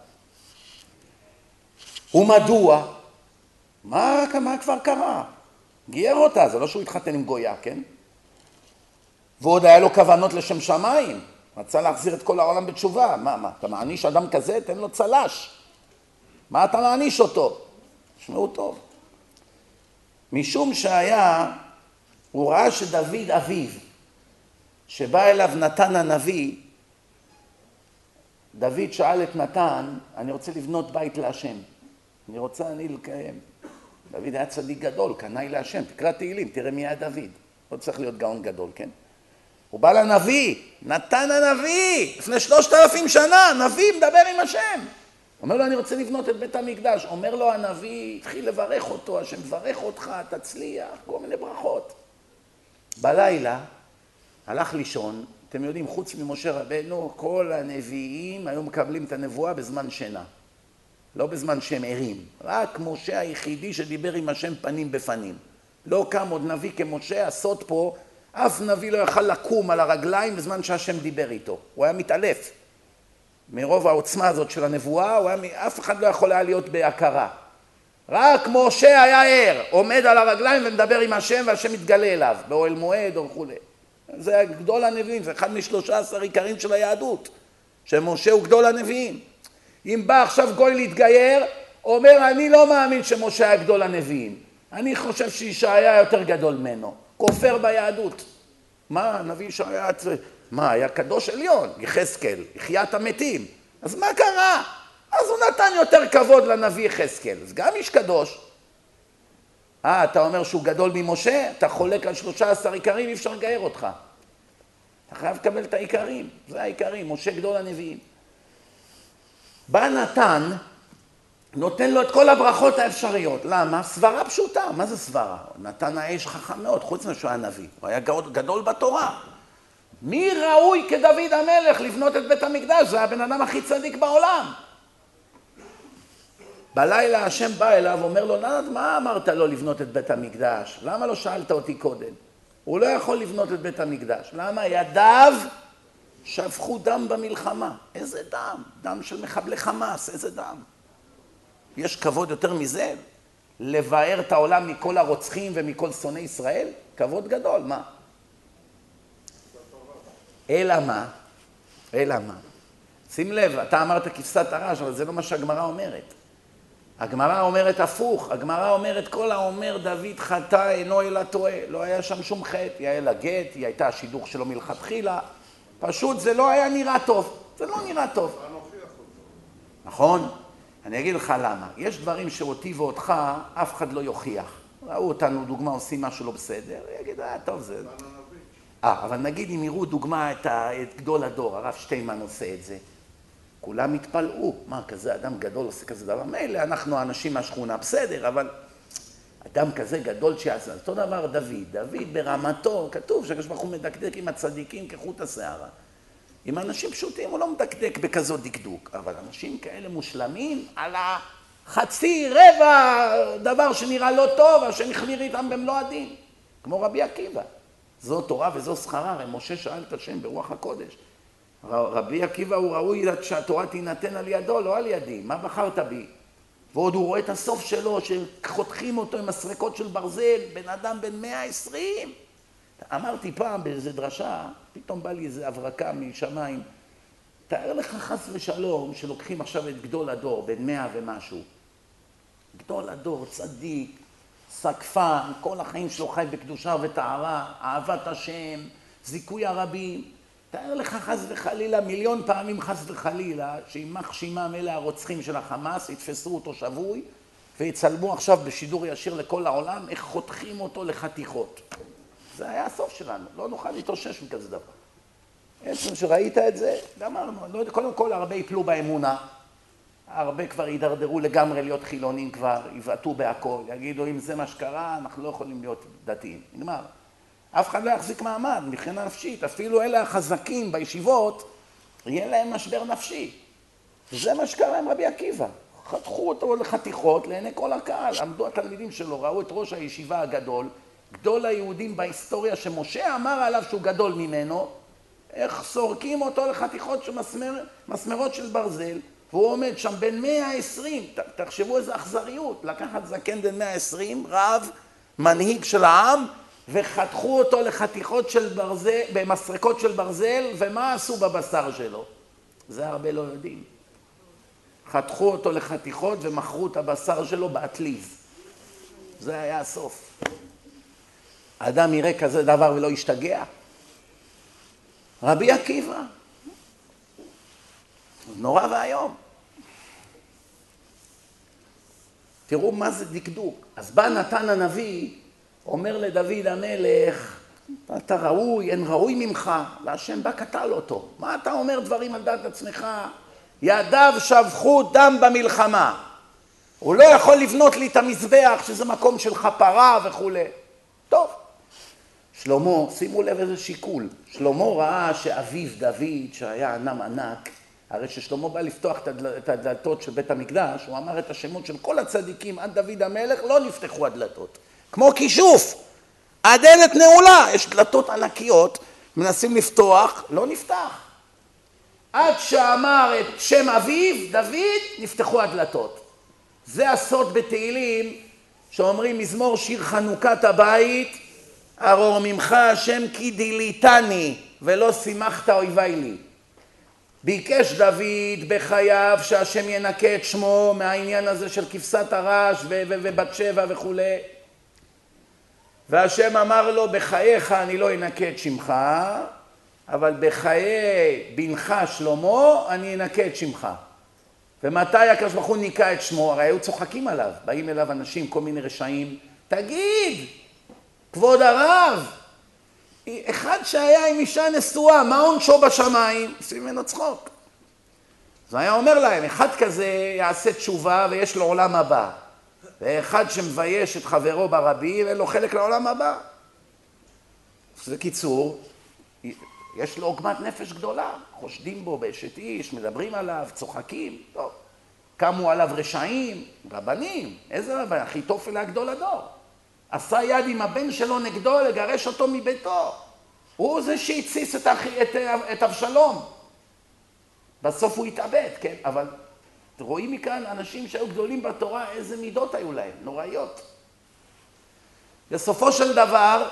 ומדוע? מה, מה כבר קרה? גייר אותה, זה לא שהוא התחתן עם גויה, כן? ועוד היה לו כוונות לשם שמיים. רצה להחזיר את כל העולם בתשובה. מה, מה, אתה מעניש אדם כזה? תן לו צלש. מה אתה מעניש אותו? תשמעו טוב. משום שהיה, הוא ראה שדוד אביו, שבא אליו נתן הנביא, דוד שאל את נתן, אני רוצה לבנות בית להשם. אני רוצה אני לקיים. דוד היה צדיק גדול, קנאי להשם. תקרא תהילים, תראה מי היה דוד. לא צריך להיות גאון גדול, כן? הוא בא לנביא, נתן הנביא, לפני שלושת אלפים שנה, נביא מדבר עם השם. אומר לו, אני רוצה לבנות את בית המקדש. אומר לו הנביא, התחיל לברך אותו, השם מברך אותך, תצליח, כל מיני ברכות. בלילה, הלך לישון, אתם יודעים, חוץ ממשה רבנו, כל הנביאים היו מקבלים את הנבואה בזמן שינה. לא בזמן שהם ערים. רק משה היחידי שדיבר עם השם פנים בפנים. לא קם עוד נביא כמשה, הסוד פה, אף נביא לא יכל לקום על הרגליים בזמן שהשם דיבר איתו. הוא היה מתעלף. מרוב העוצמה הזאת של הנבואה, הוא היה, אף אחד לא יכול היה להיות בהכרה. רק משה היה ער, עומד על הרגליים ומדבר עם השם, והשם מתגלה אליו, באוהל מועד או וכו'. זה גדול הנביאים, זה אחד משלושה עשר עיקרים של היהדות, שמשה הוא גדול הנביאים. אם בא עכשיו גוי להתגייר, אומר, אני לא מאמין שמשה היה גדול הנביאים. אני חושב שישעיה יותר גדול ממנו. כופר ביהדות. מה, הנביא ישעיה, מה, היה קדוש עליון, יחזקאל, יחיית המתים. אז מה קרה? אז הוא נתן יותר כבוד לנביא יחזקאל. אז גם איש קדוש. אה, אתה אומר שהוא גדול ממשה? אתה חולק על שלושה עשר עיקרים, אי אפשר לגייר אותך. אתה חייב לקבל את העיקרים. זה העיקרים, משה גדול הנביאים. בא נתן, נותן לו את כל הברכות האפשריות. למה? סברה פשוטה. מה זה סברה? נתן האש חכם מאוד, חוץ משהו הנביא. הוא היה גדול בתורה. מי ראוי כדוד המלך לבנות את בית המקדש? זה הבן אדם הכי צדיק בעולם. בלילה השם בא אליו ואומר לו, נתן, מה אמרת לו לבנות את בית המקדש? למה לא שאלת אותי קודם? הוא לא יכול לבנות את בית המקדש. למה? ידיו שפכו דם במלחמה. איזה דם? דם של מחבלי חמאס, איזה דם? יש כבוד יותר מזה? לבאר את העולם מכל הרוצחים ומכל שונאי ישראל? כבוד גדול, מה? אלא מה? אלא מה? שים לב, אתה אמרת כבשת הרש, אבל זה לא מה שהגמרא אומרת. הגמרא אומרת הפוך, הגמרא אומרת כל האומר דוד חטא אינו אלא טועה. לא היה שם שום חטא, היא היה לה גט, היא הייתה השידוך שלו מלכתחילה. פשוט זה לא היה נראה טוב, זה לא נראה טוב. נכון? אני אגיד לך למה. יש דברים שאותי ואותך אף אחד לא יוכיח. ראו אותנו דוגמה עושים משהו לא בסדר, יגיד, אה, טוב זה... אה, אבל נגיד אם יראו דוגמה את, ה... את גדול הדור, הרב שטיינמן עושה את זה. כולם התפלאו, מה, כזה אדם גדול עושה כזה דבר? מילא, אנחנו האנשים מהשכונה, בסדר, אבל אדם כזה גדול שעשה, אותו דבר דוד, דוד ברמתו, כתוב שהקדוש ברוך הוא מדקדק עם הצדיקים כחוט השערה. עם אנשים פשוטים הוא לא מדקדק בכזאת דקדוק, אבל אנשים כאלה מושלמים על החצי רבע דבר שנראה לא טוב, השם החמיר איתם במלוא הדין, כמו רבי עקיבא. זו תורה וזו שכרה, הרי משה שאל את השם ברוח הקודש. רבי עקיבא הוא ראוי שהתורה תינתן על ידו, לא על ידי. מה בחרת בי? ועוד הוא רואה את הסוף שלו, שחותכים אותו עם מסרקות של ברזל, בן אדם בן מאה ועשרים. אמרתי פעם באיזו דרשה, פתאום בא לי איזו הברקה משמיים. תאר לך חס ושלום שלוקחים עכשיו את גדול הדור, בן מאה ומשהו. גדול הדור, צדיק, סקפן, כל החיים שלו חי בקדושה וטהרה, אהבת השם, זיכוי הרבים. תאר לך חס וחלילה, מיליון פעמים חס וחלילה, שימח שימם אלה הרוצחים של החמאס, יתפסו אותו שבוי, ויצלמו עכשיו בשידור ישיר לכל העולם, איך חותכים אותו לחתיכות. זה היה הסוף שלנו, לא נוכל להתאושש מכזה דבר. עצם שראית את זה, גמרנו, לא יודע, קודם כל הרבה יפלו באמונה, הרבה כבר יידרדרו לגמרי להיות חילונים כבר, יבעטו בהכל, יגידו אם זה מה שקרה, אנחנו לא יכולים להיות דתיים, נגמר. אף אחד לא יחזיק מעמד, מבחינה נפשית, אפילו אלה החזקים בישיבות, יהיה להם משבר נפשי. וזה מה שקרה עם רבי עקיבא. חתכו אותו לחתיכות לעיני כל הקהל. עמדו התלמידים שלו, ראו את ראש הישיבה הגדול, גדול היהודים בהיסטוריה שמשה אמר עליו שהוא גדול ממנו, איך סורקים אותו לחתיכות שמסמרות של ברזל, והוא עומד שם בין מאה ועשרים, תחשבו איזה אכזריות, לקחת זקן בין מאה ועשרים, רב, מנהיג של העם, וחתכו אותו לחתיכות של ברזל, במסרקות של ברזל, ומה עשו בבשר שלו? זה הרבה לא יודעים. חתכו אותו לחתיכות ומכרו את הבשר שלו באטליז. זה היה הסוף. האדם יראה כזה דבר ולא ישתגע. רבי עקיבא. נורא והיום. תראו מה זה דקדוק. אז בא נתן הנביא, אומר לדוד המלך, אתה ראוי, אין ראוי ממך, והשם בא קטל אותו. מה אתה אומר דברים על דעת עצמך? ידיו שבחו דם במלחמה. הוא לא יכול לבנות לי את המזבח, שזה מקום של חפרה וכו'. טוב. שלמה, שימו לב איזה שיקול. שלמה ראה שאביו דוד, שהיה ענם ענק, הרי ששלמה בא לפתוח את הדלתות של בית המקדש, הוא אמר את השמות של כל הצדיקים עד דוד המלך, לא נפתחו הדלתות. כמו כישוף. הדלת נעולה, יש דלתות ענקיות, מנסים לפתוח, לא נפתח. עד שאמר את שם אביו, דוד, נפתחו הדלתות. זה הסוד בתהילים, שאומרים מזמור שיר חנוכת הבית, ארור ממך השם כי דיליתני, ולא שימחת אויבי לי. ביקש דוד בחייו שהשם ינקה את שמו מהעניין הזה של כבשת הרש ובת שבע וכו'. והשם אמר לו, בחייך אני לא ינקה את שמך, אבל בחיי בנך שלמה אני ינקה את שמך. ומתי הקדוש ברוך הוא ניקה את שמו? הרי היו צוחקים עליו, באים אליו אנשים, כל מיני רשעים, תגיד, כבוד הרב, אחד שהיה עם אישה נשואה, מה עונשו בשמיים? עושים ממנו צחוק. זה היה אומר להם, אחד כזה יעשה תשובה ויש לו עולם הבא. ואחד שמבייש את חברו ברבי ואין לו חלק לעולם הבא. זה קיצור, יש לו עוגמת נפש גדולה. חושדים בו באשת איש, מדברים עליו, צוחקים. טוב, קמו עליו רשעים, רבנים. איזה רבן? אחיתופל הגדול הדור. עשה יד עם הבן שלו נגדו לגרש אותו מביתו. הוא זה שהציס את, את, את אבשלום. בסוף הוא התאבד, כן? אבל רואים מכאן אנשים שהיו גדולים בתורה, איזה מידות היו להם, נוראיות. בסופו של דבר,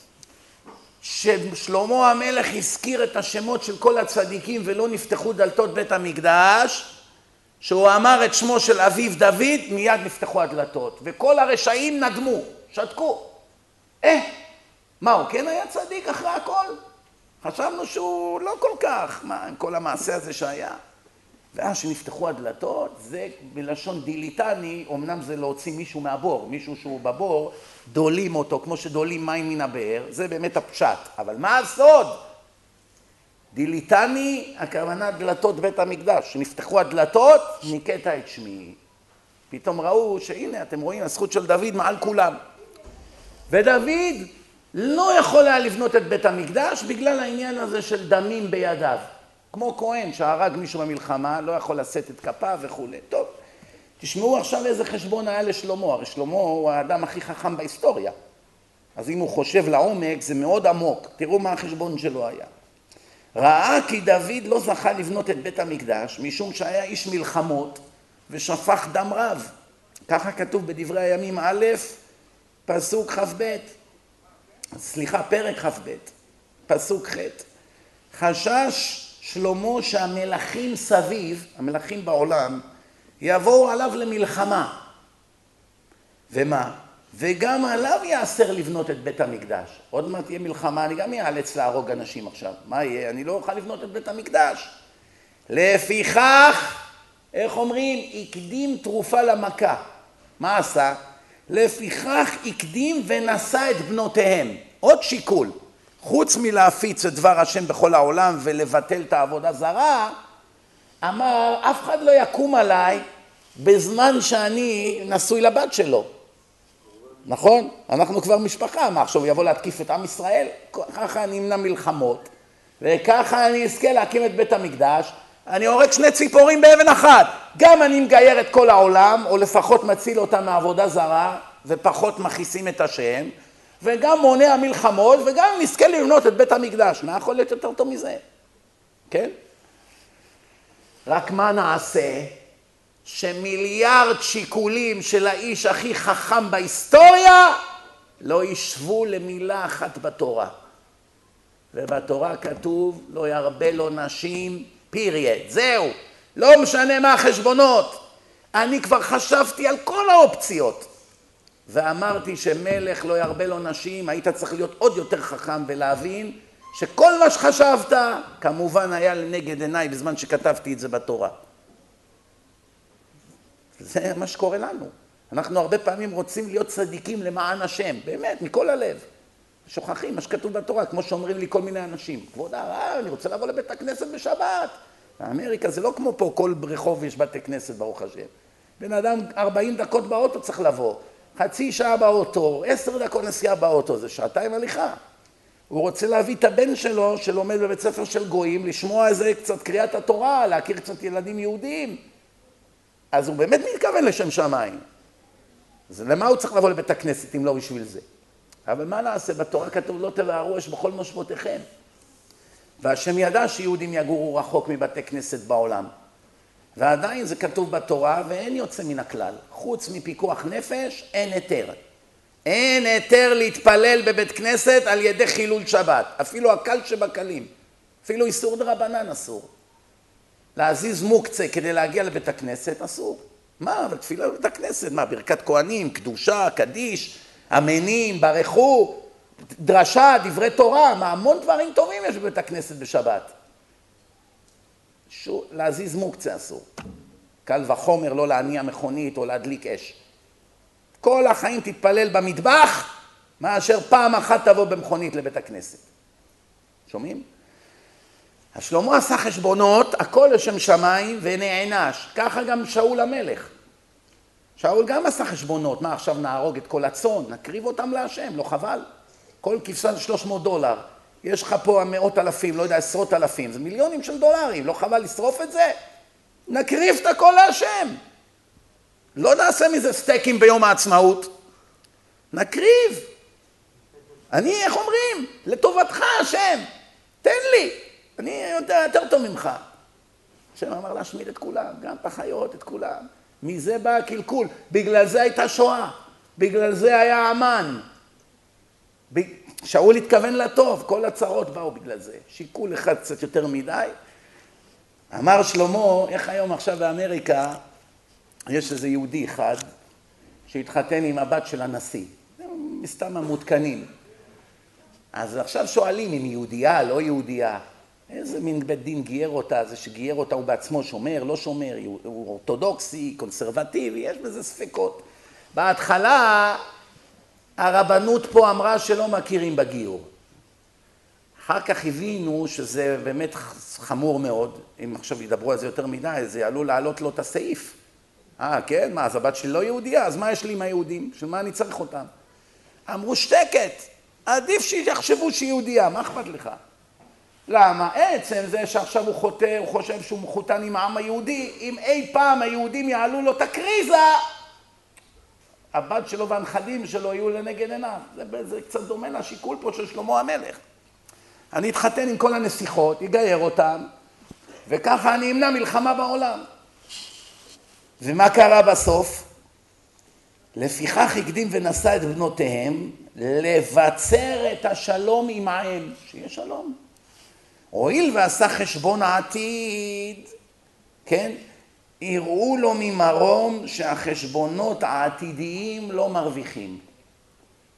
ששלמה המלך הזכיר את השמות של כל הצדיקים ולא נפתחו דלתות בית המקדש, שהוא אמר את שמו של אביו דוד, מיד נפתחו הדלתות. וכל הרשעים נדמו, שתקו. אה, מה, הוא כן היה צדיק אחרי הכל? חשבנו שהוא לא כל כך, מה, עם כל המעשה הזה שהיה. ואז שנפתחו הדלתות, זה בלשון דיליטני, אמנם זה להוציא מישהו מהבור, מישהו שהוא בבור, דולים אותו, כמו שדולים מים מן הבאר, זה באמת הפשט. אבל מה הסוד? דיליטני, הכוונה דלתות בית המקדש. שנפתחו הדלתות, ניקית את שמי. פתאום ראו שהנה, אתם רואים, הזכות של דוד מעל כולם. ודוד לא יכול היה לבנות את בית המקדש בגלל העניין הזה של דמים בידיו. כמו כהן שהרג מישהו במלחמה, לא יכול לשאת את כפיו וכו'. טוב, תשמעו עכשיו איזה חשבון היה לשלמה. הרי שלמה הוא האדם הכי חכם בהיסטוריה. אז אם הוא חושב לעומק, זה מאוד עמוק. תראו מה החשבון שלו היה. ראה כי דוד לא זכה לבנות את בית המקדש, משום שהיה איש מלחמות ושפך דם רב. ככה כתוב בדברי הימים א', פסוק כ"ב. סליחה, פרק כ"ב, פסוק ח'. חשש שלמה שהמלכים סביב, המלכים בעולם, יבואו עליו למלחמה. ומה? וגם עליו יאסר לבנות את בית המקדש. עוד מעט תהיה מלחמה, אני גם יאלץ להרוג אנשים עכשיו. מה יהיה? אני לא אוכל לבנות את בית המקדש. לפיכך, איך אומרים? הקדים תרופה למכה. מה עשה? לפיכך הקדים ונשא את בנותיהם. עוד שיקול. חוץ מלהפיץ את דבר השם בכל העולם ולבטל את העבודה זרה, אמר, אף אחד לא יקום עליי בזמן שאני נשוי לבת שלו. נכון? אנחנו כבר משפחה, מה עכשיו יבוא להתקיף את עם ישראל? ככה אני אמנע מלחמות, וככה אני אזכה להקים את בית המקדש, אני הורג שני ציפורים באבן אחת, גם אני מגייר את כל העולם, או לפחות מציל אותם מעבודה זרה, ופחות מכיסים את השם, וגם מונע מלחמות, וגם נזכה לבנות את בית המקדש. מה יכול להיות יותר טוב מזה? כן? רק מה נעשה? שמיליארד שיקולים של האיש הכי חכם בהיסטוריה לא ישבו למילה אחת בתורה. ובתורה כתוב לא ירבה לו נשים, פיריד. זהו, לא משנה מה החשבונות. אני כבר חשבתי על כל האופציות. ואמרתי שמלך לא ירבה לו נשים, היית צריך להיות עוד יותר חכם ולהבין שכל מה שחשבת כמובן היה לנגד עיניי בזמן שכתבתי את זה בתורה. זה מה שקורה לנו. אנחנו הרבה פעמים רוצים להיות צדיקים למען השם, באמת, מכל הלב. שוכחים מה שכתוב בתורה, כמו שאומרים לי כל מיני אנשים. כבוד הרב, אני רוצה לבוא לבית הכנסת בשבת. באמריקה זה לא כמו פה, כל רחוב יש בתי כנסת, ברוך השם. בן אדם ארבעים דקות באוטו צריך לבוא, חצי שעה באוטו, עשר דקות נסיעה באוטו, זה שעתיים הליכה. הוא רוצה להביא את הבן שלו, שלומד בבית ספר של גויים, לשמוע איזה קצת קריאת התורה, להכיר קצת ילדים יהודים. אז הוא באמת מתכוון לשם שמיים. אז למה הוא צריך לבוא לבית הכנסת אם לא בשביל זה? אבל מה נעשה? בתורה כתוב לא תבערו אש בכל מושבותיכם. והשם ידע שיהודים יגורו רחוק מבתי כנסת בעולם. ועדיין זה כתוב בתורה ואין יוצא מן הכלל. חוץ מפיקוח נפש אין היתר. אין היתר להתפלל בבית כנסת על ידי חילול שבת. אפילו הקל שבקלים. אפילו איסור דרבנן אסור. להזיז מוקצה כדי להגיע לבית הכנסת אסור. מה? אבל תפילה בבית הכנסת. מה? ברכת כהנים, קדושה, קדיש, אמנים, ברכו, דרשה, דברי תורה. מה? המון דברים טובים יש בבית הכנסת בשבת. שו, להזיז מוקצה אסור. קל וחומר לא להניע מכונית או להדליק אש. כל החיים תתפלל במטבח, מאשר פעם אחת תבוא במכונית לבית הכנסת. שומעים? השלמה עשה חשבונות, הכל לשם שמיים ונענש. ככה גם שאול המלך. שאול גם עשה חשבונות. מה, עכשיו נהרוג את כל הצאן? נקריב אותם להשם, לא חבל. כל כבשה שלוש מאות דולר. יש לך פה מאות אלפים, לא יודע, עשרות אלפים. זה מיליונים של דולרים, לא חבל לשרוף את זה? נקריב את הכל להשם. לא נעשה מזה סטייקים ביום העצמאות. נקריב. אני, איך אומרים? לטובתך, השם. תן לי. אני יודע יותר טוב ממך. השם אמר להשמיד את כולם, גם את החיות, את כולם. מזה בא הקלקול. בגלל זה הייתה שואה. בגלל זה היה המן. שאול התכוון לטוב, כל הצרות באו בגלל זה. שיקול אחד קצת יותר מדי. אמר שלמה, איך היום עכשיו באמריקה, יש איזה יהודי אחד שהתחתן עם הבת של הנשיא. מסתם המותקנים. אז עכשיו שואלים אם יהודייה, לא יהודייה. איזה מין בית דין גייר אותה, זה שגייר אותה הוא בעצמו שומר, לא שומר, הוא אורתודוקסי, קונסרבטיבי, יש בזה ספקות. בהתחלה הרבנות פה אמרה שלא מכירים בגיור. אחר כך הבינו שזה באמת חמור מאוד, אם עכשיו ידברו על זה יותר מדי, זה עלול לעלות לו את הסעיף. אה, כן? מה, אז הבת שלי לא יהודייה? אז מה יש לי עם היהודים? של מה אני צריך אותם? אמרו שתקת, עדיף שיחשבו שהיא יהודייה, מה אכפת לך? למה? עצם זה שעכשיו הוא חוטא, הוא חושב שהוא מחותן עם העם היהודי, אם אי פעם היהודים יעלו לו את הקריזה, הבת שלו והנכדים שלו יהיו לנגד עיניו. זה, זה קצת דומה לשיקול פה של שלמה המלך. אני אתחתן עם כל הנסיכות, יגייר אותם, וככה אני אמנע מלחמה בעולם. ומה קרה בסוף? לפיכך הקדים ונשא את בנותיהם, לבצר את השלום עמהם, שיהיה שלום. הואיל ועשה חשבון העתיד, כן? יראו לו ממרום שהחשבונות העתידיים לא מרוויחים.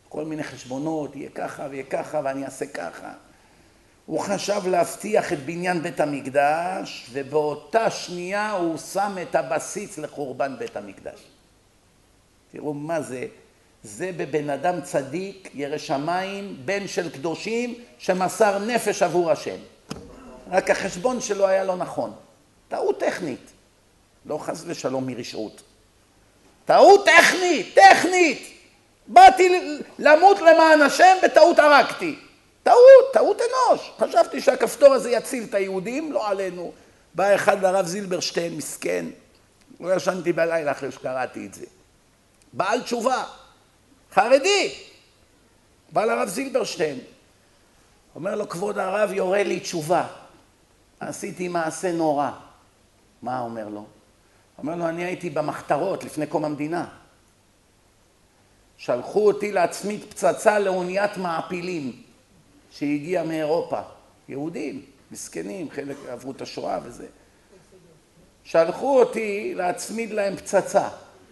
כל מיני חשבונות, יהיה ככה ויהיה ככה ואני אעשה ככה. הוא חשב להבטיח את בניין בית המקדש, ובאותה שנייה הוא שם את הבסיס לחורבן בית המקדש. תראו מה זה, זה בבן אדם צדיק, ירא שמיים, בן של קדושים, שמסר נפש עבור השם. רק החשבון שלו היה לא נכון. טעות טכנית, לא חס ושלום מרשעות. טעות טכנית, טכנית. באתי למות למען השם, בטעות הרגתי. טעות, טעות אנוש. חשבתי שהכפתור הזה יציל את היהודים, לא עלינו. בא אחד לרב זילברשטיין, מסכן. לא ישנתי בלילה אחרי שקראתי את זה. בעל תשובה, חרדי. בא לרב זילברשטיין. אומר לו, כבוד הרב יורה לי תשובה. עשיתי מעשה נורא. מה אומר לו? אומר לו, אני הייתי במחתרות לפני קום המדינה. שלחו אותי להצמיד פצצה לאוניית מעפילים שהגיעה מאירופה. יהודים, מסכנים, חלק עברו את השואה וזה. שלחו אותי להצמיד להם פצצה.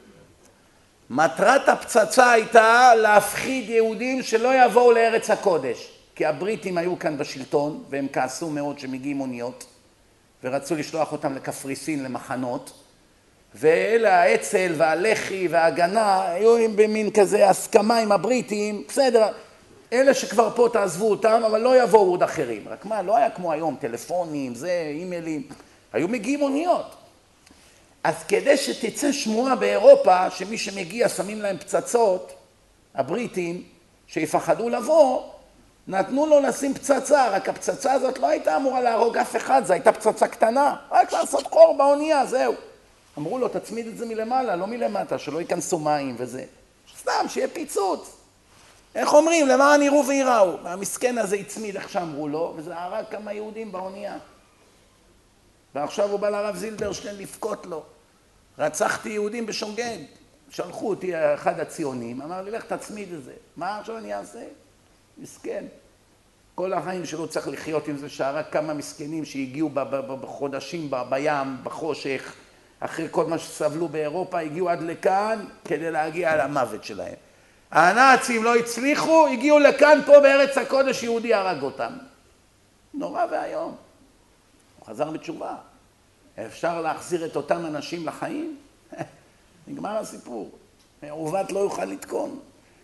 מטרת הפצצה הייתה להפחיד יהודים שלא יבואו לארץ הקודש. כי הבריטים היו כאן בשלטון והם כעסו מאוד שמגיעים אוניות ורצו לשלוח אותם לקפריסין למחנות. ואלה האצ"ל והלח"י וההגנה היו במין כזה הסכמה עם הבריטים, בסדר, אלה שכבר פה תעזבו אותם, אבל לא יבואו עוד אחרים. רק מה, לא היה כמו היום, טלפונים, זה, אימיילים, היו מגיעים אוניות. אז כדי שתצא שמועה באירופה, שמי שמגיע שמים להם פצצות, הבריטים, שיפחדו לבוא, נתנו לו לשים פצצה, רק הפצצה הזאת לא הייתה אמורה להרוג אף אחד, זו הייתה פצצה קטנה, רק לעשות חור באונייה, זהו. אמרו לו, תצמיד את זה מלמעלה, לא מלמטה, שלא ייכנסו מים וזה. סתם, שיהיה פיצוץ. איך אומרים? למען יראו ויראו. המסכן הזה הצמיד, איך שאמרו לו, וזה הרג כמה יהודים באונייה. ועכשיו הוא בא לרב זילברשטיין לפקות לו. רצחתי יהודים בשוגג. שלחו אותי אחד הציונים, אמר לי, לך תצמיד את זה. מה עכשיו אני אעשה? מסכן. כל החיים שלו צריך לחיות עם זה, שהרג כמה מסכנים שהגיעו בחודשים בים, בחושך, אחרי כל מה שסבלו באירופה, הגיעו עד לכאן כדי להגיע למוות שלהם. הנאצים לא הצליחו, הגיעו לכאן, פה בארץ הקודש, יהודי הרג אותם. נורא והיום. הוא חזר בתשובה. אפשר להחזיר את אותם אנשים לחיים? נגמר הסיפור. מעוות לא יוכל לתקון.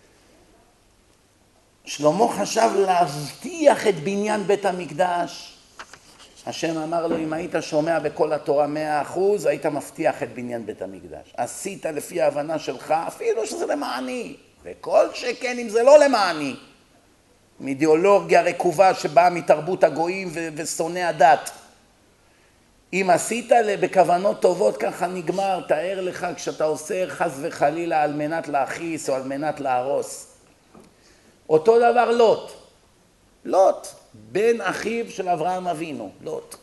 שלמה חשב להבטיח את בניין בית המקדש. השם אמר לו, אם היית שומע בכל התורה מאה אחוז, היית מבטיח את בניין בית המקדש. עשית לפי ההבנה שלך, אפילו שזה למעני. וכל שכן אם זה לא למעני. מאידיאולוגיה רקובה שבאה מתרבות הגויים ו- ושונא הדת. אם עשית בכוונות טובות, ככה נגמר, תאר לך כשאתה עושה חס וחלילה על מנת להכיס או על מנת להרוס. אותו דבר לוט. לוט, בן אחיו של אברהם אבינו, לוט.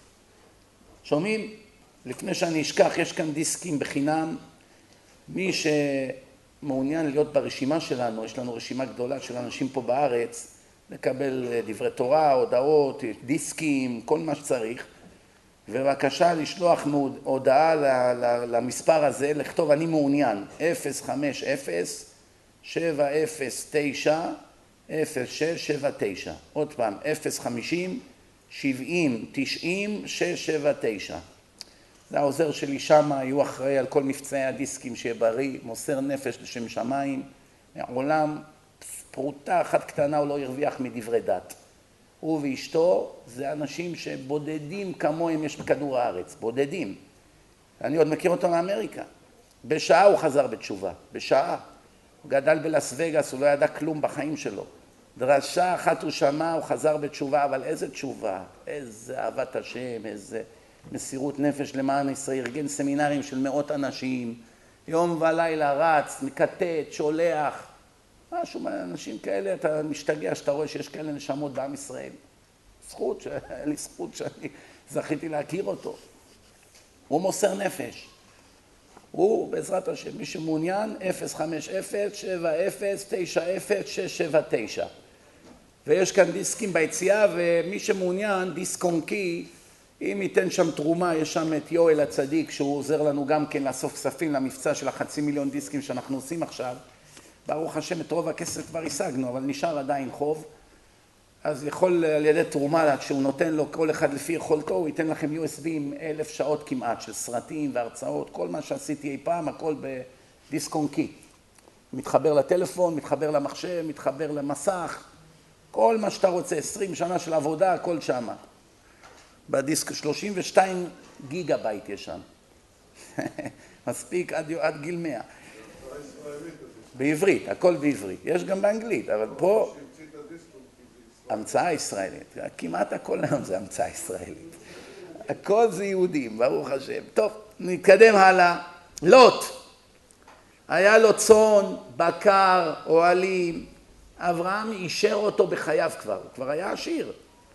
שומעים? לפני שאני אשכח, יש כאן דיסקים בחינם. מי שמעוניין להיות ברשימה שלנו, יש לנו רשימה גדולה של אנשים פה בארץ, לקבל דברי תורה, הודעות, דיסקים, כל מה שצריך. ובבקשה לשלוח הודעה למספר הזה, לכתוב אני מעוניין, אפס חמש אפס שבע אפס תשע אפס שש שבע תשע. עוד פעם, אפס חמישים שבעים תשעים שש שבע תשע. זה העוזר שלי שם, היו אחראי על כל מבצעי הדיסקים שיהיה בריא, מוסר נפש לשם שמיים. עולם, פרוטה אחת קטנה הוא לא ירוויח מדברי דת. הוא ואשתו זה אנשים שבודדים כמוהם יש בכדור הארץ, בודדים. אני עוד מכיר אותו מאמריקה. בשעה הוא חזר בתשובה, בשעה. הוא גדל בלאס וגאס, הוא לא ידע כלום בחיים שלו. דרשה אחת הוא שמע, הוא חזר בתשובה, אבל איזה תשובה, איזה אהבת השם, איזה מסירות נפש למען ישראל, ארגן סמינרים של מאות אנשים, יום ולילה רץ, מקטט, שולח, משהו, אנשים כאלה, אתה משתגע שאתה רואה שיש כאלה נשמות בעם ישראל. זכות, אין לי זכות שאני זכיתי להכיר אותו. הוא מוסר נפש. הוא, בעזרת השם, מי שמעוניין, אפס חמש אפס שבע אפס תשע אפס שש שבע תשע. ויש כאן דיסקים ביציאה, ומי שמעוניין, דיסק אונקי, אם ייתן שם תרומה, יש שם את יואל הצדיק, שהוא עוזר לנו גם כן לאסוף כספים למבצע של החצי מיליון דיסקים שאנחנו עושים עכשיו. ברוך השם את רוב הכסף כבר השגנו, אבל נשאר עדיין חוב. אז יכול על ידי תרומה, כשהוא נותן לו כל אחד לפי יכולתו, הוא ייתן לכם יו אס בי עם אלף שעות כמעט של סרטים והרצאות, כל מה שעשיתי אי פעם, הכל בדיסק און קי. מתחבר לטלפון, מתחבר למחשב, מתחבר למסך, כל מה שאתה רוצה, עשרים שנה של עבודה, הכל שמה. בדיסק שלושים ושתיים גיגה בייט יש שם. מספיק עד, עד גיל מאה. בעברית, הכל בעברית. יש גם באנגלית, אבל פה המצאה ישראלית. כמעט הכל היום זה המצאה ישראלית. הכל זה יהודים, ברוך השם. טוב, נתקדם הלאה. לוט. היה לו צאן, בקר, אוהלים. אברהם אישר אותו בחייו כבר, הוא כבר היה עשיר.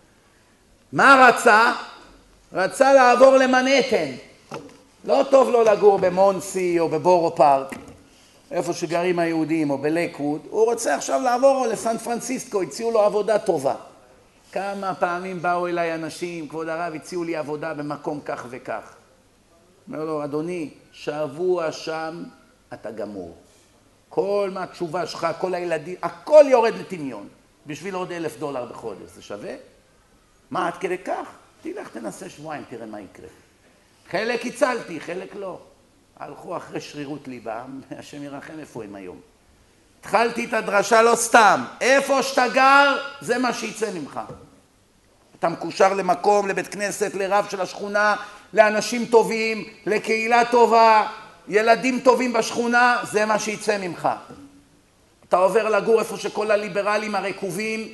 מה רצה? רצה לעבור למנהטן. לא טוב לו לגור במונסי או בבורו פארק, איפה שגרים היהודים, או בלקווד. הוא רוצה עכשיו לעבור לסן פרנסיסקו, הציעו לו עבודה טובה. כמה פעמים באו אליי אנשים, כבוד הרב, הציעו לי עבודה במקום כך וכך. אומר לו, אדוני, שבוע שם אתה גמור. כל מה התשובה שלך, כל הילדים, הכל יורד לטמיון. בשביל עוד אלף דולר בחודש. זה שווה? מה, עד כדי כך? תלך תנסה שבועיים, תראה מה יקרה. חלק הצלתי, חלק לא. הלכו אחרי שרירות ליבם, השם ירחם איפה הם היום. התחלתי את הדרשה לא סתם. איפה שאתה גר, זה מה שיצא ממך. אתה מקושר למקום, לבית כנסת, לרב של השכונה, לאנשים טובים, לקהילה טובה, ילדים טובים בשכונה, זה מה שיצא ממך. אתה עובר לגור איפה שכל הליברלים הרקובים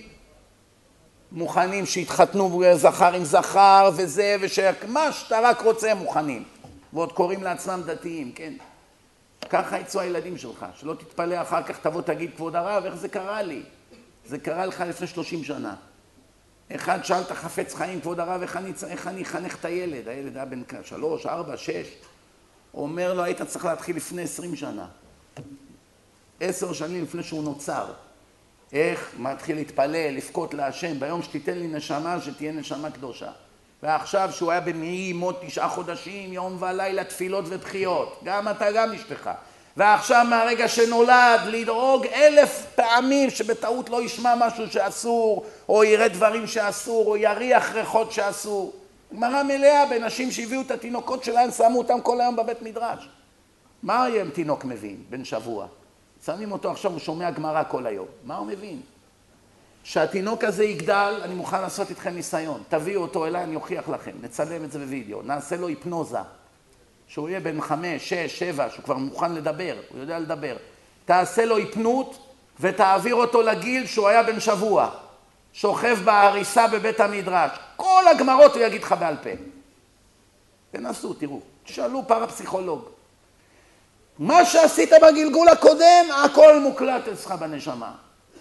מוכנים שיתחתנו זכר עם זכר וזה ושמה שאתה רק רוצה מוכנים. ועוד קוראים לעצמם דתיים, כן? ככה יצאו הילדים שלך, שלא תתפלא אחר כך תבוא תגיד כבוד הרב, איך זה קרה לי? זה קרה לך לפני שלושים שנה. אחד שאל את החפץ חיים, כבוד הרב, איך אני, איך אני אחנך את הילד? הילד היה בן שלוש, ארבע, שש. הוא אומר לו, היית צריך להתחיל לפני עשרים שנה. עשר שנים לפני שהוא נוצר. איך? מתחיל להתפלל, לפקות להשם, ביום שתיתן לי נשמה, שתהיה נשמה קדושה. ועכשיו שהוא היה במעי מות תשעה חודשים, יום ולילה תפילות ובחיות. גם אתה, גם אשתך. ועכשיו מהרגע שנולד, לדאוג אלף פעמים שבטעות לא ישמע משהו שאסור, או יראה דברים שאסור, או יריח ריחות שאסור. גמרא מלאה בנשים שהביאו את התינוקות שלהם, שמו אותם כל היום בבית מדרש. מה יהיה תינוק מבין בן שבוע? שמים אותו עכשיו, הוא שומע גמרא כל היום. מה הוא מבין? שהתינוק הזה יגדל, אני מוכן לעשות איתכם ניסיון. תביאו אותו אליי, אני אוכיח לכם. נצלם את זה בווידאו. נעשה לו היפנוזה. שהוא יהיה בן חמש, שש, שבע, שהוא כבר מוכן לדבר. הוא יודע לדבר. תעשה לו היפנות ותעביר אותו לגיל שהוא היה בן שבוע. שוכב בהריסה בבית המדרש. כל הגמרות הוא יגיד לך בעל פה. תנסו, תראו. תשאלו פרפסיכולוג. מה שעשית בגלגול הקודם, הכל מוקלט אצלך בנשמה.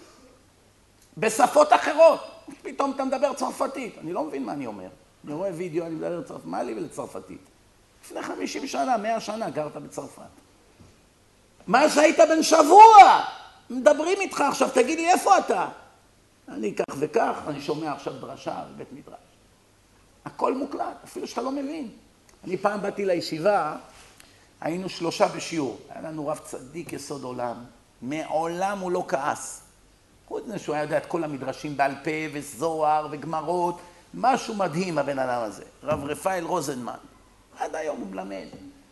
בשפות אחרות. פתאום אתה מדבר צרפתית. אני לא מבין מה אני אומר. אני רואה וידאו, אני מדבר צרפתית. מה לי ולצרפתית? לפני חמישים שנה, מאה שנה גרת בצרפת. מה שהיית בן שבוע? מדברים איתך עכשיו, תגיד לי איפה אתה? אני כך וכך, אני שומע עכשיו דרשה בבית מדרש. הכל מוקלט, אפילו שאתה לא מבין. אני פעם באתי לישיבה, היינו שלושה בשיעור. היה לנו רב צדיק יסוד עולם. מעולם הוא לא כעס. חוץ מזה שהוא היה יודע את כל המדרשים בעל פה וזוהר וגמרות. משהו מדהים הבן אדם הזה. רב רפאל רוזנמן. עד היום הוא מלמד.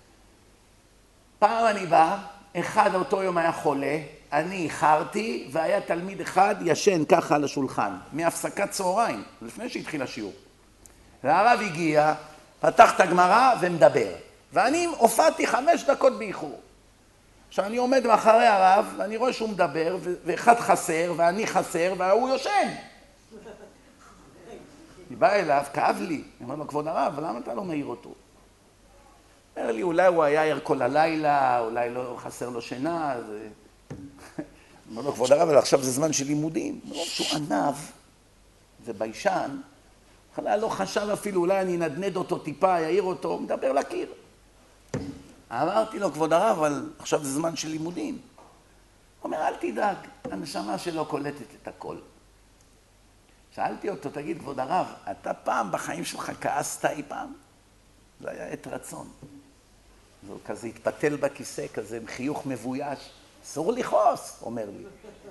פעם אני בא, אחד אותו יום היה חולה, אני איחרתי, והיה תלמיד אחד ישן ככה על השולחן, מהפסקת צהריים, לפני שהתחיל השיעור. והרב הגיע, פתח את הגמרא ומדבר. ואני הופעתי חמש דקות באיחור. עכשיו אני עומד מאחורי הרב, ואני רואה שהוא מדבר, ואחד חסר, ואני חסר, והוא יושן. אני בא אליו, כאב לי. אני אומר לו, כבוד הרב, למה אתה לא מעיר אותו? אומר לי, אולי הוא היה ער כל הלילה, אולי לא חסר לו שינה. אז... אומר לו, כבוד הרב, אבל עכשיו זה זמן של לימודים. הוא אומר שהוא ענב וביישן, בכלל לא חשב אפילו, אולי אני נדנד אותו טיפה, יעיר אותו, הוא מדבר לקיר. אמרתי לו, כבוד הרב, אבל עכשיו זה זמן של לימודים. הוא אומר, אל תדאג, הנשמה שלו קולטת את הכל. שאלתי אותו, תגיד, כבוד הרב, אתה פעם בחיים שלך כעסת אי פעם? זה היה עת רצון. והוא כזה התפתל בכיסא, כזה עם חיוך מבויש. אסור לכעוס, אומר לי.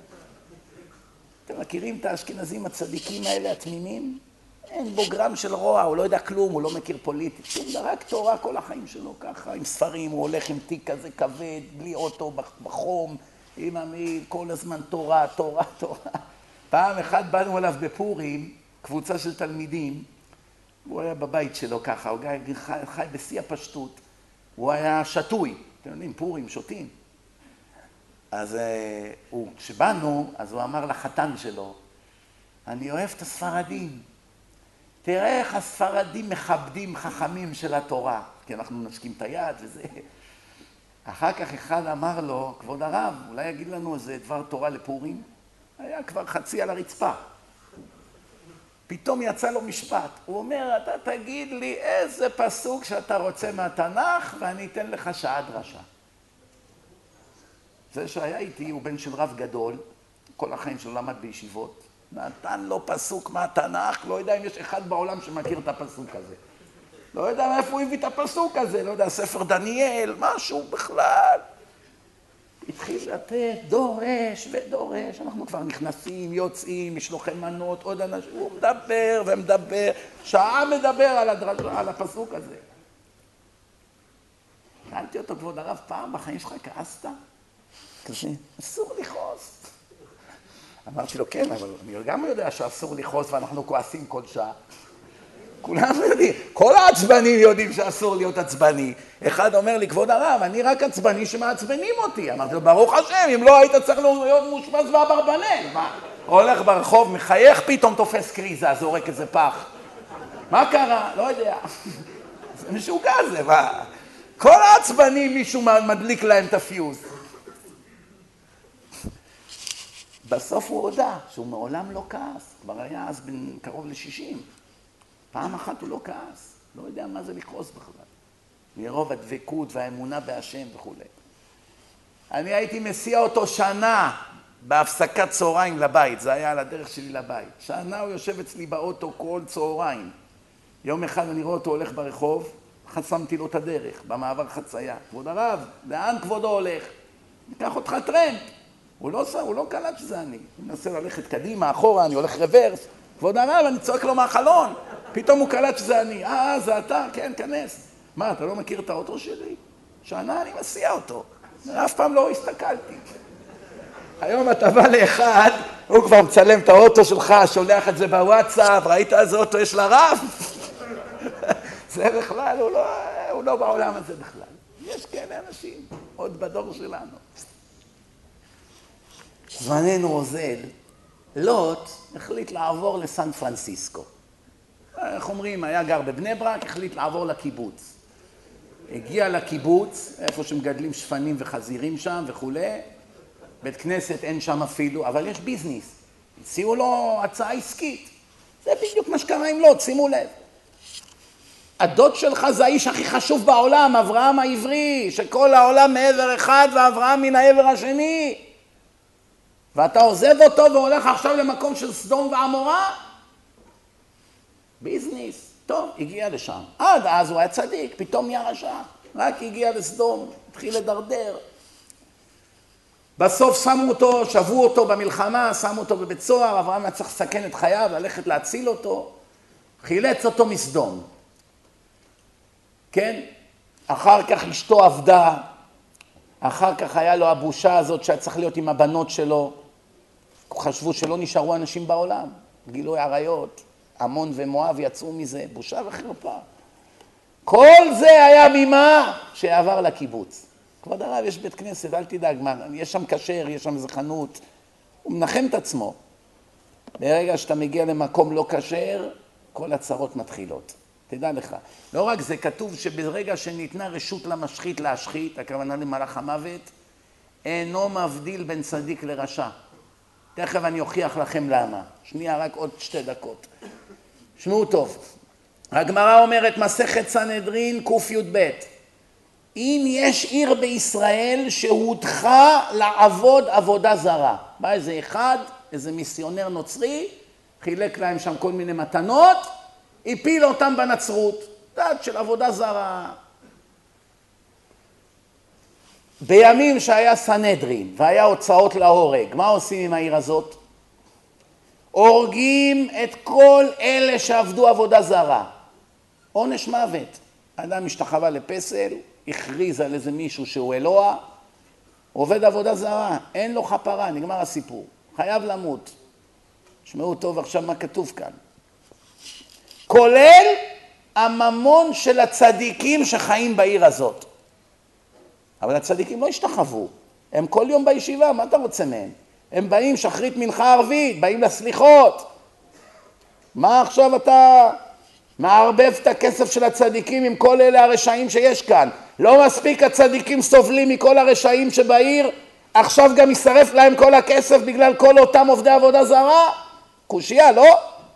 אתם מכירים את האשכנזים הצדיקים האלה, התמימים? אין בו גרם של רוע, הוא לא יודע כלום, הוא לא מכיר פוליטית, שום דבר, רק תורה כל החיים שלו ככה, עם ספרים, הוא הולך עם תיק כזה כבד, בלי אוטו בחום, עם עמי, כל הזמן תורה, תורה, תורה. פעם אחת באנו אליו בפורים, קבוצה של תלמידים, הוא היה בבית שלו ככה, הוא חי, חי בשיא הפשטות, הוא היה שטוי, אתם יודעים, פורים, שותים. אז הוא, כשבאנו, אז הוא אמר לחתן שלו, אני אוהב את הספרדים. תראה איך הספרדים מכבדים חכמים של התורה, כי אנחנו נשקים את היד וזה. אחר כך אחד אמר לו, כבוד הרב, אולי יגיד לנו איזה דבר תורה לפורים? היה כבר חצי על הרצפה. פתאום יצא לו משפט. הוא אומר, אתה תגיד לי איזה פסוק שאתה רוצה מהתנ"ך, ואני אתן לך שעה דרשה. זה שהיה איתי, הוא בן של רב גדול, כל החיים שלו למד בישיבות, נתן לו פסוק מהתנ"ך, לא יודע אם יש אחד בעולם שמכיר את הפסוק הזה. לא יודע מאיפה הוא הביא את הפסוק הזה, לא יודע, ספר דניאל, משהו בכלל. התחיל לתת דורש ודורש, אנחנו כבר נכנסים, יוצאים, משלוחי מנות, עוד אנשים, הוא מדבר ומדבר, שעה מדבר על, הדרש, על הפסוק הזה. שאלתי אותו, כבוד הרב, פעם בחיים שלך כעסת? כזה, אסור לכעוס. אמרתי לו, כן, אבל אני גם יודע שאסור לכעוס ואנחנו כועסים כל שעה. כולם יודעים, כל העצבנים יודעים שאסור להיות עצבני. אחד אומר לי, כבוד הרב, אני רק עצבני שמעצבנים אותי. אמרתי לו, ברוך השם, אם לא היית צריך להיות מושפז באברבנל. מה? הולך ברחוב, מחייך, פתאום תופס קריזה, זורק איזה פח. מה קרה? לא יודע. זה משוגע זה, מה? כל העצבנים מישהו מדליק להם את הפיוז. בסוף הוא הודע שהוא מעולם לא כעס. כבר היה אז בין קרוב ל-שישים. פעם אחת הוא לא כעס, לא יודע מה זה לכעוס בכלל. מרוב הדבקות והאמונה בהשם וכו'. אני הייתי מסיע אותו שנה בהפסקת צהריים לבית, זה היה על הדרך שלי לבית. שנה הוא יושב אצלי באוטו כל צהריים. יום אחד אני רואה אותו הולך ברחוב, חסמתי לו את הדרך, במעבר חצייה. כבוד הרב, לאן כבודו הולך? ניקח אותך טרמפ. הוא לא, הוא לא קלט שזה אני. הוא מנסה ללכת קדימה, אחורה, אני הולך רוורס. כבוד הרב, אני צועק לו מהחלון. פתאום הוא קלט שזה אני. אה, זה אתה? כן, כנס. מה, אתה לא מכיר את האוטו שלי? שנה אני מסיע אותו. אף פעם לא הסתכלתי. היום אתה בא לאחד, הוא כבר מצלם את האוטו שלך, שולח את זה בוואטסאפ, ראית איזה אוטו יש לרב? זה בכלל, הוא לא, הוא לא בעולם הזה בכלל. יש כאלה אנשים, עוד בדור שלנו. זמננו אוזל, לוט החליט לעבור לסן פרנסיסקו. איך אומרים, היה גר בבני ברק, החליט לעבור לקיבוץ. הגיע לקיבוץ, איפה שמגדלים שפנים וחזירים שם וכו'. בית כנסת אין שם אפילו, אבל יש ביזניס. הציעו לו הצעה עסקית. זה בדיוק מה שקרה עם לוט, שימו לב. הדוד שלך זה האיש הכי חשוב בעולם, אברהם העברי, שכל העולם מעבר אחד ואברהם מן העבר השני. ואתה עוזב אותו והולך עכשיו למקום של סדום ועמורה? ביזניס. טוב, הגיע לשם. עד אז הוא היה צדיק, פתאום נהיה רשע. רק הגיע לסדום, התחיל לדרדר. בסוף שמו אותו, שבו אותו במלחמה, שמו אותו בבית סוהר, אברהם היה צריך לסכן את חייו, ללכת להציל אותו. חילץ אותו מסדום. כן? אחר כך אשתו עבדה, אחר כך היה לו הבושה הזאת שהיה צריך להיות עם הבנות שלו. חשבו שלא נשארו אנשים בעולם, גילוי עריות, עמון ומואב יצאו מזה, בושה וחרפה. כל זה היה ממה שעבר לקיבוץ. כבוד הרב, יש בית כנסת, אל תדאג, מה, יש שם כשר, יש שם איזה חנות, הוא מנחם את עצמו. ברגע שאתה מגיע למקום לא כשר, כל הצרות מתחילות. תדע לך. לא רק זה, כתוב שברגע שניתנה רשות למשחית להשחית, הכוונה למלאך המוות, אינו מבדיל בין צדיק לרשע. תכף אני אוכיח לכם למה. שנייה, רק עוד שתי דקות. שמעו טוב. הגמרא אומרת, מסכת סנהדרין ק"י"ב. אם יש עיר בישראל שהודחה לעבוד עבודה זרה. בא איזה אחד, איזה מיסיונר נוצרי, חילק להם שם כל מיני מתנות, הפיל אותם בנצרות. דת של עבודה זרה. בימים שהיה סנהדרין והיה הוצאות להורג, מה עושים עם העיר הזאת? הורגים את כל אלה שעבדו עבודה זרה. עונש מוות. האדם השתחווה לפסל, הכריז על איזה מישהו שהוא אלוה, עובד עבודה זרה, אין לו כפרה, נגמר הסיפור. חייב למות. שמעו טוב עכשיו מה כתוב כאן. כולל הממון של הצדיקים שחיים בעיר הזאת. אבל הצדיקים לא השתחוו. הם כל יום בישיבה, מה אתה רוצה מהם? הם באים שחרית מנחה ערבית, באים לסליחות. מה עכשיו אתה מערבב את הכסף של הצדיקים עם כל אלה הרשעים שיש כאן? לא מספיק הצדיקים סובלים מכל הרשעים שבעיר, עכשיו גם ישרף להם כל הכסף בגלל כל אותם עובדי עבודה זרה? קושיה, לא?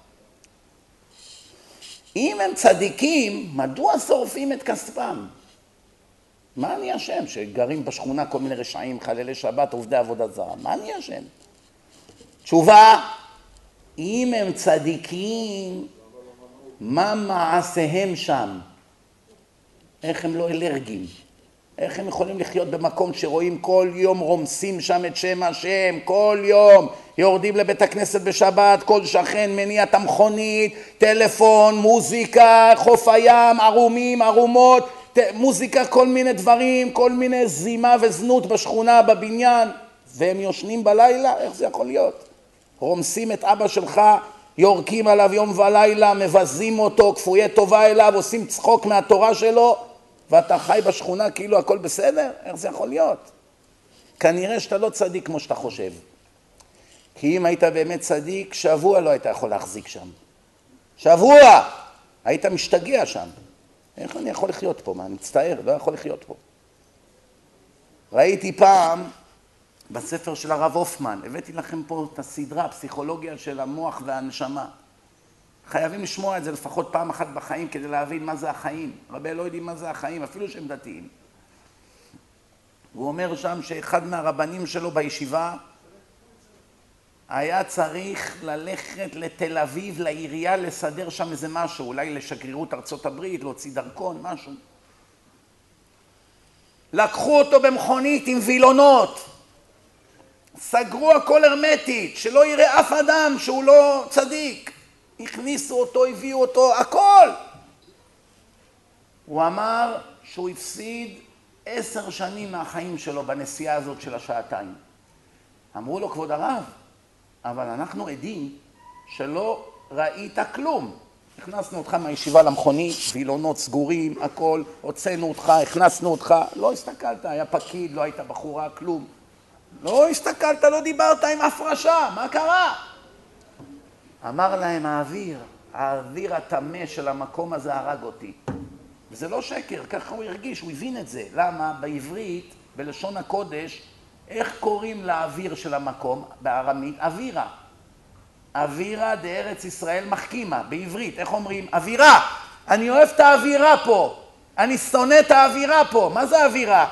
אם הם צדיקים, מדוע שורפים את כספם? מה אני אשם? שגרים בשכונה כל מיני רשעים, חללי שבת, עובדי עבודה זרה. מה אני אשם? תשובה, אם הם צדיקים, מה מעשיהם שם? איך הם לא אלרגיים? איך הם יכולים לחיות במקום שרואים כל יום רומסים שם את שם השם, כל יום יורדים לבית הכנסת בשבת, כל שכן מניע את המכונית, טלפון, מוזיקה, חוף הים, ערומים, ערומות, מוזיקה, כל מיני דברים, כל מיני זימה וזנות בשכונה, בבניין, והם יושנים בלילה? איך זה יכול להיות? רומסים את אבא שלך, יורקים עליו יום ולילה, מבזים אותו, כפויי טובה אליו, עושים צחוק מהתורה שלו, ואתה חי בשכונה כאילו הכל בסדר? איך זה יכול להיות? כנראה שאתה לא צדיק כמו שאתה חושב. כי אם היית באמת צדיק, שבוע לא היית יכול להחזיק שם. שבוע! היית משתגע שם. איך אני יכול לחיות פה? מה, אני מצטער, לא יכול לחיות פה. ראיתי פעם בספר של הרב הופמן, הבאתי לכם פה את הסדרה, הפסיכולוגיה של המוח והנשמה. חייבים לשמוע את זה לפחות פעם אחת בחיים כדי להבין מה זה החיים. רבי לא יודעים מה זה החיים, אפילו שהם דתיים. הוא אומר שם שאחד מהרבנים שלו בישיבה היה צריך ללכת לתל אביב, לעירייה, לסדר שם איזה משהו, אולי לשגרירות ארצות הברית, להוציא דרכון, משהו. לקחו אותו במכונית עם וילונות, סגרו הכל הרמטית, שלא יראה אף אדם שהוא לא צדיק. הכניסו אותו, הביאו אותו, הכל. הוא אמר שהוא הפסיד עשר שנים מהחיים שלו בנסיעה הזאת של השעתיים. אמרו לו, כבוד הרב, אבל אנחנו עדים שלא ראית כלום. הכנסנו אותך מהישיבה למכונית, וילונות סגורים, הכל, הוצאנו אותך, הכנסנו אותך, לא הסתכלת, היה פקיד, לא היית בחורה, כלום. לא הסתכלת, לא דיברת עם הפרשה, מה קרה? אמר להם, האוויר, האוויר הטמא של המקום הזה הרג אותי. וזה לא שקר, ככה הוא הרגיש, הוא הבין את זה. למה? בעברית, בלשון הקודש, איך קוראים לאוויר של המקום? בארמית, אווירה. אווירה דארץ ישראל מחכימה, בעברית, איך אומרים? אווירה. אני אוהב את האווירה פה. אני שונא את האווירה פה. מה זה אווירה?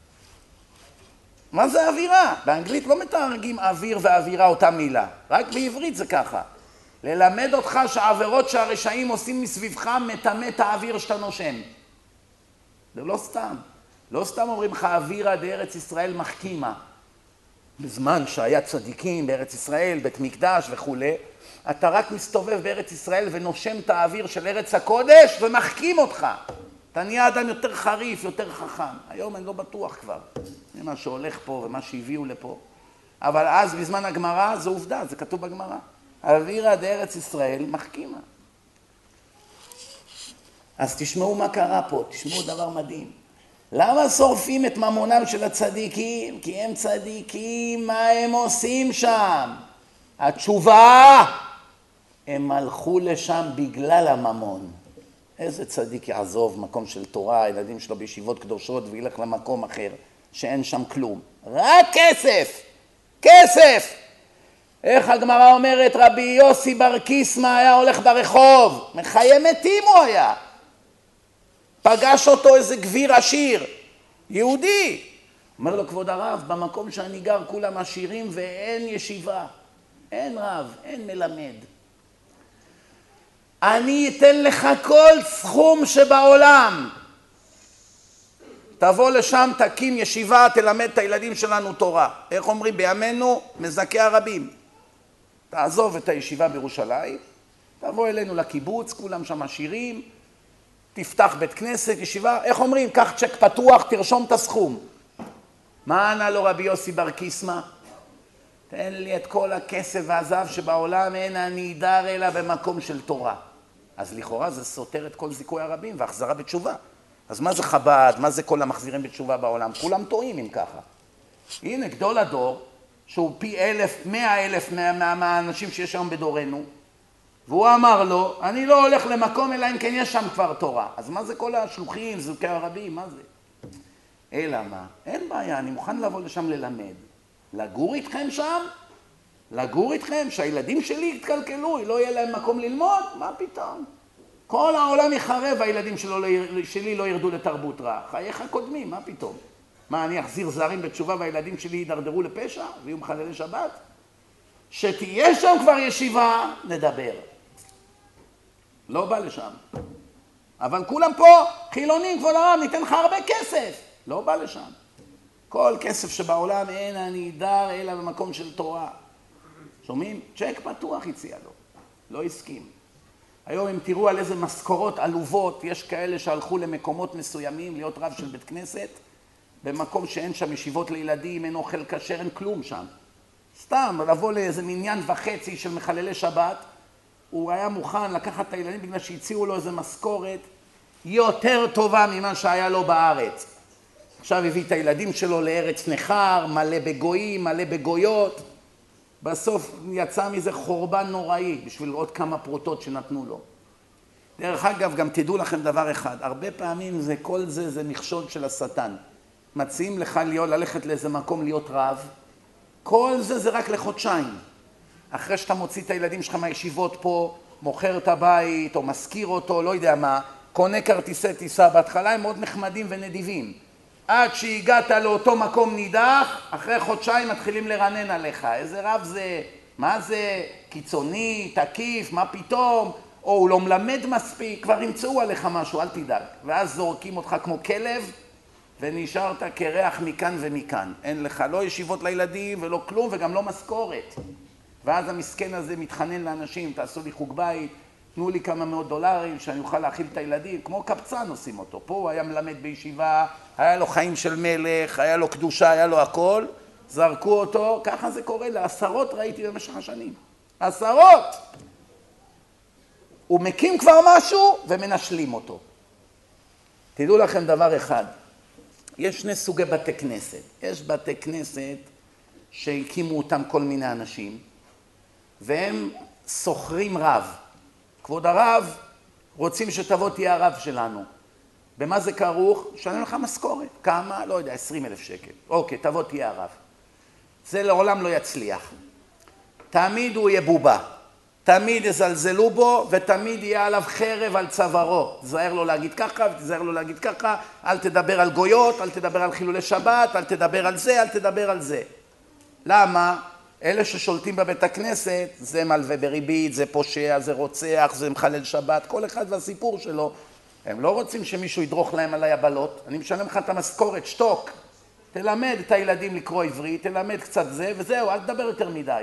מה זה אווירה? באנגלית לא מתרגמים אוויר ואווירה אותה מילה. רק בעברית זה ככה. ללמד אותך שהעבירות שהרשעים עושים מסביבך מטמא את האוויר שאתה נושם. זה לא סתם. לא סתם אומרים לך אווירה דארץ ישראל מחכימה. בזמן שהיה צדיקים בארץ ישראל, בית מקדש וכו', אתה רק מסתובב בארץ ישראל ונושם את האוויר של ארץ הקודש ומחכים אותך. אתה נהיה אדם יותר חריף, יותר חכם. היום אני לא בטוח כבר. זה מה שהולך פה ומה שהביאו לפה. אבל אז בזמן הגמרא, זו עובדה, זה כתוב בגמרא. האווירה דארץ ישראל מחכימה. אז תשמעו מה קרה פה, תשמעו דבר מדהים. למה שורפים את ממונם של הצדיקים? כי הם צדיקים, מה הם עושים שם? התשובה, הם הלכו לשם בגלל הממון. איזה צדיק יעזוב מקום של תורה, הילדים שלו בישיבות קדושות, וילך למקום אחר, שאין שם כלום. רק כסף, כסף. איך הגמרא אומרת, רבי יוסי בר קיסמא היה הולך ברחוב, מחיי מתים הוא היה. פגש אותו איזה גביר עשיר, יהודי. אומר לו, כבוד הרב, במקום שאני גר כולם עשירים ואין ישיבה. אין רב, אין מלמד. אני אתן לך כל סכום שבעולם. תבוא לשם, תקים ישיבה, תלמד את הילדים שלנו תורה. איך אומרים בימינו? מזכה הרבים. תעזוב את הישיבה בירושלים, תבוא אלינו לקיבוץ, כולם שם עשירים, תפתח בית כנסת, ישיבה, איך אומרים? קח צ'ק פתוח, תרשום את הסכום. מה ענה לו רבי יוסי בר קיסמא? תן לי את כל הכסף והזהב שבעולם, אין אני דר אלא במקום של תורה. אז לכאורה זה סותר את כל זיכוי הרבים והחזרה בתשובה. אז מה זה חב"ד? מה זה כל המחזירים בתשובה בעולם? כולם טועים אם ככה. הנה, גדול הדור, שהוא פי אלף, מאה אלף מהאנשים שיש היום בדורנו, והוא אמר לו, אני לא הולך למקום אלא אם כן יש שם כבר תורה. אז מה זה כל השלוחים, זיכוי הרבים, מה זה? אלא מה? אין בעיה, אני מוכן לבוא לשם ללמד. לגור איתכם שם? לגור איתכם? שהילדים שלי יתקלקלו, לא יהיה להם מקום ללמוד? מה פתאום? כל העולם יחרב, הילדים שלו, שלי לא ירדו לתרבות רע. חייך קודמים, מה פתאום? מה, אני אחזיר זרים בתשובה והילדים שלי יידרדרו לפשע ויהיו מחללי שבת? שתהיה שם כבר ישיבה, נדבר. לא בא לשם. אבל כולם פה חילונים, כבוד הרב, ניתן לך הרבה כסף. לא בא לשם. כל כסף שבעולם אין אני דר אלא במקום של תורה. שומעים? צ'ק פתוח הציע לו. לא הסכים. היום אם תראו על איזה משכורות עלובות, יש כאלה שהלכו למקומות מסוימים, להיות רב של בית כנסת, במקום שאין שם ישיבות לילדים, אין אוכל כשר, אין כלום שם. סתם, לבוא לאיזה מניין וחצי של מחללי שבת, הוא היה מוכן לקחת את הילדים בגלל שהציעו לו איזה משכורת יותר טובה ממה שהיה לו בארץ. עכשיו הביא את הילדים שלו לארץ נחר, מלא בגויים, מלא בגויות. בסוף יצא מזה חורבן נוראי בשביל עוד כמה פרוטות שנתנו לו. דרך אגב, גם תדעו לכם דבר אחד, הרבה פעמים זה, כל זה זה מכשול של השטן. מציעים לך להיות, ללכת לאיזה מקום להיות רב, כל זה זה רק לחודשיים. אחרי שאתה מוציא את הילדים שלך מהישיבות פה, מוכר את הבית או מזכיר אותו, לא יודע מה, קונה כרטיסי טיסה, בהתחלה הם מאוד נחמדים ונדיבים. עד שהגעת לאותו מקום נידח, אחרי חודשיים מתחילים לרנן עליך. איזה רב זה? מה זה? קיצוני, תקיף, מה פתאום? או הוא לא מלמד מספיק, כבר ימצאו עליך משהו, אל תדאג. ואז זורקים אותך כמו כלב, ונשארת קרח מכאן ומכאן. אין לך לא ישיבות לילדים ולא כלום וגם לא משכורת. ואז המסכן הזה מתחנן לאנשים, תעשו לי חוג בית, תנו לי כמה מאות דולרים שאני אוכל להאכיל את הילדים, כמו קבצן עושים אותו. פה הוא היה מלמד בישיבה, היה לו חיים של מלך, היה לו קדושה, היה לו הכל, זרקו אותו, ככה זה קורה, לעשרות ראיתי במשך השנים. עשרות! הוא מקים כבר משהו ומנשלים אותו. תדעו לכם דבר אחד, יש שני סוגי בתי כנסת. יש בתי כנסת שהקימו אותם כל מיני אנשים, והם סוחרים רב. כבוד הרב, רוצים שתבוא תהיה הרב שלנו. במה זה כרוך? שלנו לך משכורת. כמה? לא יודע, עשרים אלף שקל. אוקיי, תבוא תהיה הרב. זה לעולם לא יצליח. תמיד הוא יהיה בובה. תמיד יזלזלו בו, ותמיד יהיה עליו חרב על צווארו. תזהר לו להגיד ככה, ותזהר לו להגיד ככה, אל תדבר על גויות, אל תדבר על חילולי שבת, אל תדבר על זה, אל תדבר על זה. למה? אלה ששולטים בבית הכנסת, זה מלווה בריבית, זה פושע, זה רוצח, זה מחלל שבת, כל אחד והסיפור שלו. הם לא רוצים שמישהו ידרוך להם על היבלות. אני משלם לך את המשכורת, שתוק. תלמד את הילדים לקרוא עברית, תלמד קצת זה, וזהו, אל תדבר יותר מדי.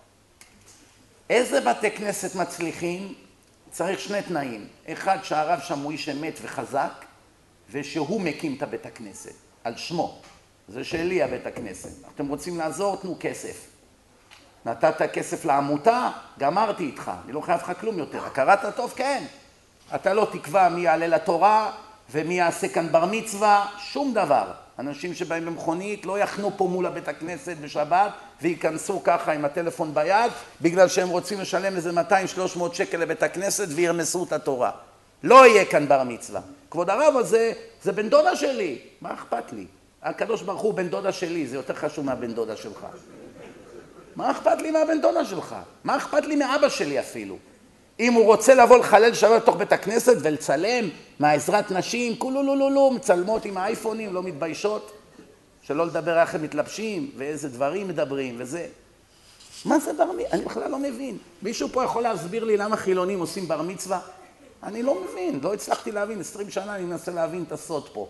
איזה בתי כנסת מצליחים? צריך שני תנאים. אחד, שהרב שם הוא איש אמת וחזק, ושהוא מקים את הבית הכנסת, על שמו. זה שלי הבית הכנסת. אתם רוצים לעזור? תנו כסף. נתת כסף לעמותה? גמרתי איתך. אני לא חייב לך כלום יותר. הכרת טוב? כן. אתה לא תקבע מי יעלה לתורה, ומי יעשה כאן בר מצווה, שום דבר. אנשים שבאים במכונית לא יחנו פה מול הבית הכנסת בשבת, וייכנסו ככה עם הטלפון ביד, בגלל שהם רוצים לשלם איזה מאתיים שלוש מאות שקל לבית הכנסת, וירמסו את התורה. לא יהיה כאן בר מצווה. כבוד הרב הזה, זה בן דודה שלי. מה אכפת לי? הקדוש ברוך הוא בן דודה שלי, זה יותר חשוב מהבן דודה שלך. מה אכפת לי מהבן דודה שלך? מה אכפת לי מאבא שלי אפילו? אם הוא רוצה לבוא לחלל שבת בתוך בית הכנסת ולצלם מהעזרת נשים, כולו לא לא לא, מצלמות עם האייפונים, לא מתביישות, שלא לדבר איך הם מתלבשים ואיזה דברים מדברים וזה. מה זה בר מצווה? אני בכלל לא מבין. מישהו פה יכול להסביר לי למה חילונים עושים בר מצווה? אני לא מבין, לא הצלחתי להבין, עשרים שנה אני מנסה להבין את הסוד פה.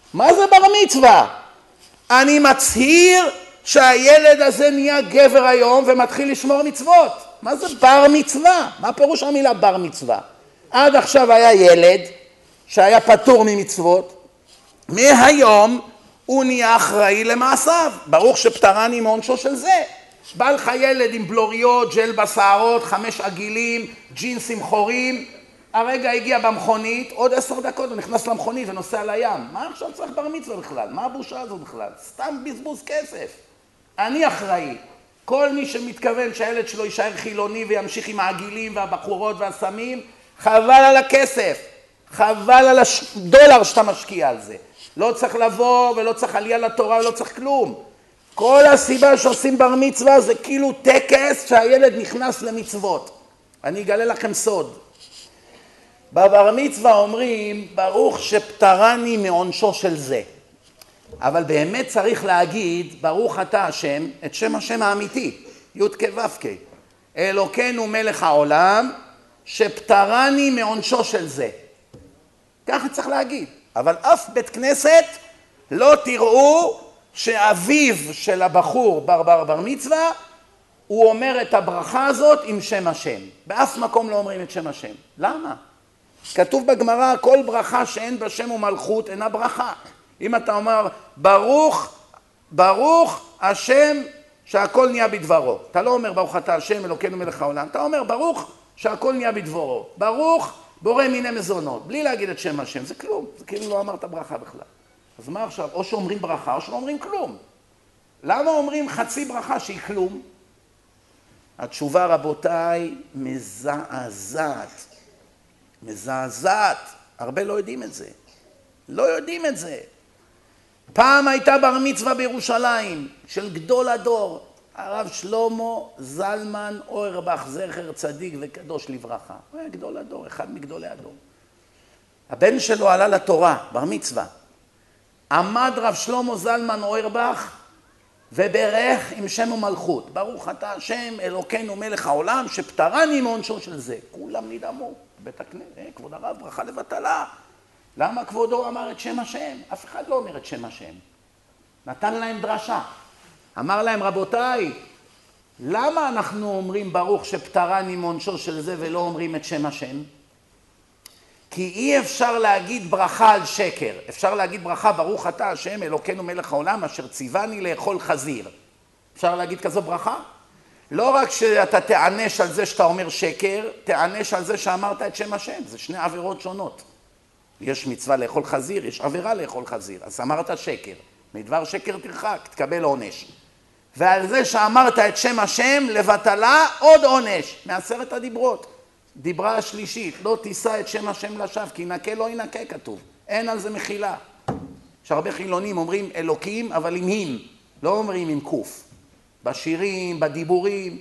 מה זה בר מצווה? אני מצהיר שהילד הזה נהיה גבר היום ומתחיל לשמור מצוות. מה זה בר מצווה? מה פירוש המילה בר מצווה? עד עכשיו היה ילד שהיה פטור ממצוות, מהיום הוא נהיה אחראי למעשיו. ברוך שפטרני מעונשו של זה. בא לך ילד עם בלוריות, ג'ל בשערות, חמש עגילים, ג'ינסים חורים, הרגע הגיע במכונית, עוד עשר דקות הוא נכנס למכונית ונוסע לים. מה עכשיו צריך בר מצווה בכלל? מה הבושה הזו בכלל? סתם בזבוז כסף. אני אחראי. כל מי שמתכוון שהילד שלו יישאר חילוני וימשיך עם העגילים והבחורות והסמים, חבל על הכסף. חבל על הדולר שאתה משקיע על זה. לא צריך לבוא ולא צריך עלייה לתורה ולא צריך כלום. כל הסיבה שעושים בר מצווה זה כאילו טקס שהילד נכנס למצוות. אני אגלה לכם סוד. בבר מצווה אומרים, ברוך שפטרני מעונשו של זה. אבל באמת צריך להגיד, ברוך אתה השם, את שם השם האמיתי, י' כ' ו' כ'. אלוקינו מלך העולם, שפטרני מעונשו של זה. ככה צריך להגיד. אבל אף בית כנסת לא תראו שאביו של הבחור בר בר בר מצווה, הוא אומר את הברכה הזאת עם שם השם. באף מקום לא אומרים את שם השם. למה? כתוב בגמרא, כל ברכה שאין בה שם ומלכות אינה ברכה. אם אתה אומר, ברוך, ברוך השם שהכל נהיה בדברו. אתה לא אומר ברוך אתה השם אלוקינו מלך העולם. אתה אומר ברוך שהכל נהיה בדברו. ברוך בורא מיני מזונות. בלי להגיד את שם השם. זה כלום. זה כאילו לא אמרת ברכה בכלל. אז מה עכשיו? או שאומרים ברכה או שלא אומרים כלום. למה אומרים חצי ברכה שהיא כלום? התשובה רבותיי מזעזעת. מזעזעת. הרבה לא יודעים את זה. לא יודעים את זה. פעם הייתה בר מצווה בירושלים של גדול הדור, הרב שלמה זלמן אוירבך, זכר צדיק וקדוש לברכה. הוא היה גדול הדור, אחד מגדולי הדור. הבן שלו עלה לתורה, בר מצווה. עמד רב שלמה זלמן אוירבך וברך עם שם ומלכות. ברוך אתה השם אלוקינו מלך העולם שפטרני מעונשו של זה. כולם נדהמו. בית הכנסת, כבוד הרב, ברכה לבטלה. למה כבודו אמר את שם השם? אף אחד לא אומר את שם השם. נתן להם דרשה. אמר להם, רבותיי, למה אנחנו אומרים ברוך שפטרני מעונשו של זה ולא אומרים את שם השם? כי אי אפשר להגיד ברכה על שקר. אפשר להגיד ברכה, ברוך אתה השם אלוקינו מלך העולם אשר ציווני לאכול חזיר. אפשר להגיד כזו ברכה? לא רק שאתה תענש על זה שאתה אומר שקר, תענש על זה שאמרת את שם השם. זה שני עבירות שונות. יש מצווה לאכול חזיר, יש עבירה לאכול חזיר. אז אמרת שקר. מדבר שקר תרחק, תקבל עונש. ועל זה שאמרת את שם השם, לבטלה עוד עונש. מעשרת הדיברות. דיברה השלישית, לא תישא את שם השם לשווא, כי ינקה לא ינקה כתוב. אין על זה מחילה. יש הרבה חילונים אומרים אלוקים, אבל עם הים. לא אומרים עם קוף. בשירים, בדיבורים.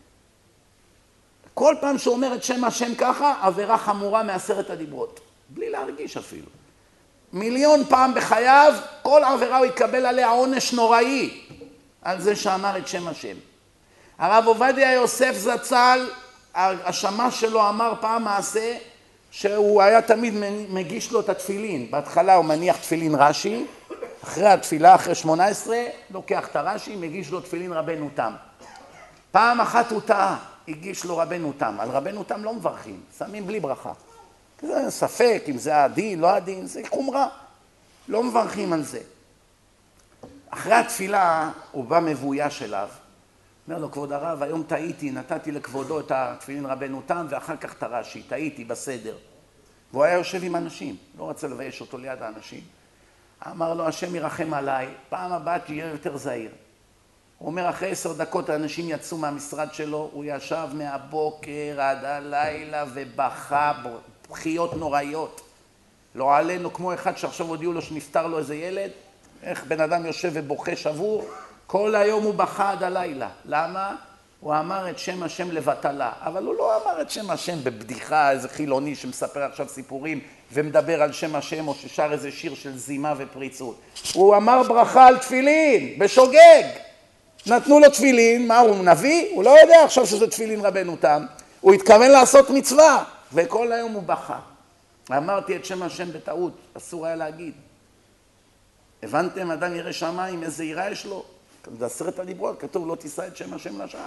כל פעם שאומר את שם השם ככה, עבירה חמורה מעשרת הדיברות. בלי להרגיש אפילו. מיליון פעם בחייו, כל עבירה הוא יקבל עליה עונש נוראי על זה שאמר את שם השם. הרב עובדיה יוסף זצ"ל, השמש שלו אמר פעם מעשה שהוא היה תמיד מגיש לו את התפילין. בהתחלה הוא מניח תפילין רש"י, אחרי התפילה, אחרי שמונה עשרה, לוקח את הרש"י, מגיש לו תפילין רבנו תם. פעם אחת הוא טעה, הגיש לו רבנו תם. על רבנו תם לא מברכים, שמים בלי ברכה. זה ספק אם זה הדין, לא הדין, זה חומרה. לא מברכים על זה. אחרי התפילה הוא בא מבויש אליו. אומר לו, כבוד הרב, היום טעיתי, נתתי לכבודו את התפילין רבנו תם, ואחר כך את הרש"י, טעיתי בסדר. והוא היה יושב עם אנשים, לא רצה לבייש אותו ליד האנשים. אמר לו, השם ירחם עליי, פעם הבאה תהיה יותר זהיר. הוא אומר, אחרי עשר דקות האנשים יצאו מהמשרד שלו, הוא ישב מהבוקר עד הלילה ובכה בחיות נוראיות. לא עלינו כמו אחד שעכשיו הודיעו לו שנפטר לו איזה ילד, איך בן אדם יושב ובוכה שבור, כל היום הוא בכה עד הלילה. למה? הוא אמר את שם השם לבטלה, אבל הוא לא אמר את שם השם בבדיחה, איזה חילוני שמספר עכשיו סיפורים ומדבר על שם השם או ששר איזה שיר של זימה ופריצות. הוא אמר ברכה על תפילין, בשוגג. נתנו לו תפילין, מה הוא נביא? הוא לא יודע עכשיו שזה תפילין רבנו תם. הוא התכוון לעשות מצווה, וכל היום הוא בכה. אמרתי את שם השם בטעות, אסור היה להגיד. הבנתם? אדם ירא שמיים, איזה יראה יש לו? זה עשרת הדיברות, כתוב לא תישא את שם השם לשווא.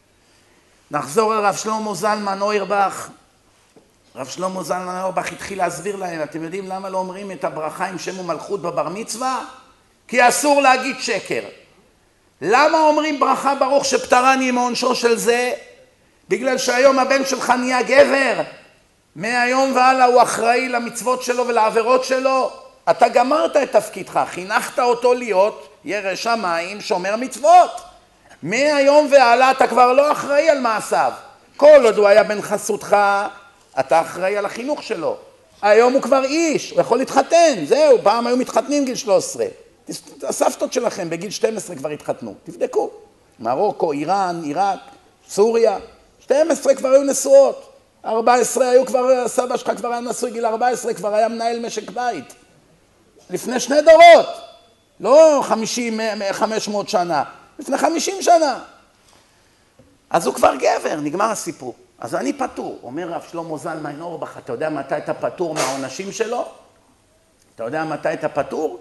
נחזור על רב שלמה זלמן אוירבך. רב שלמה זלמן אוירבך התחיל להסביר להם, אתם יודעים למה לא אומרים את הברכה עם שם ומלכות בבר מצווה? כי אסור להגיד שקר. למה אומרים ברכה ברוך שפטרני מעונשו של זה? בגלל שהיום הבן שלך נהיה גבר. מהיום והלאה הוא אחראי למצוות שלו ולעבירות שלו. אתה גמרת את תפקידך, חינכת אותו להיות ירא שמיים, שומר מצוות. מהיום והלאה אתה כבר לא אחראי על מעשיו. כל עוד הוא היה בן חסותך, אתה אחראי על החינוך שלו. היום הוא כבר איש, הוא יכול להתחתן, זהו, פעם היו מתחתנים גיל שלוש עשרה. הסבתות שלכם בגיל שתים עשרה כבר התחתנו, תבדקו. מרוקו, איראן, עיראק, סוריה, שתים עשרה כבר היו נשואות. ארבע עשרה היו כבר, הסבא שלך כבר היה נשוי, גיל ארבע עשרה כבר היה מנהל משק בית. לפני שני דורות, לא חמישים, חמש מאות שנה, לפני חמישים שנה. אז הוא כבר גבר, נגמר הסיפור. אז אני פטור, אומר רב שלמה זלמן אוירבך, אתה יודע מתי אתה פטור מהעונשים שלו? אתה יודע מתי אתה פטור?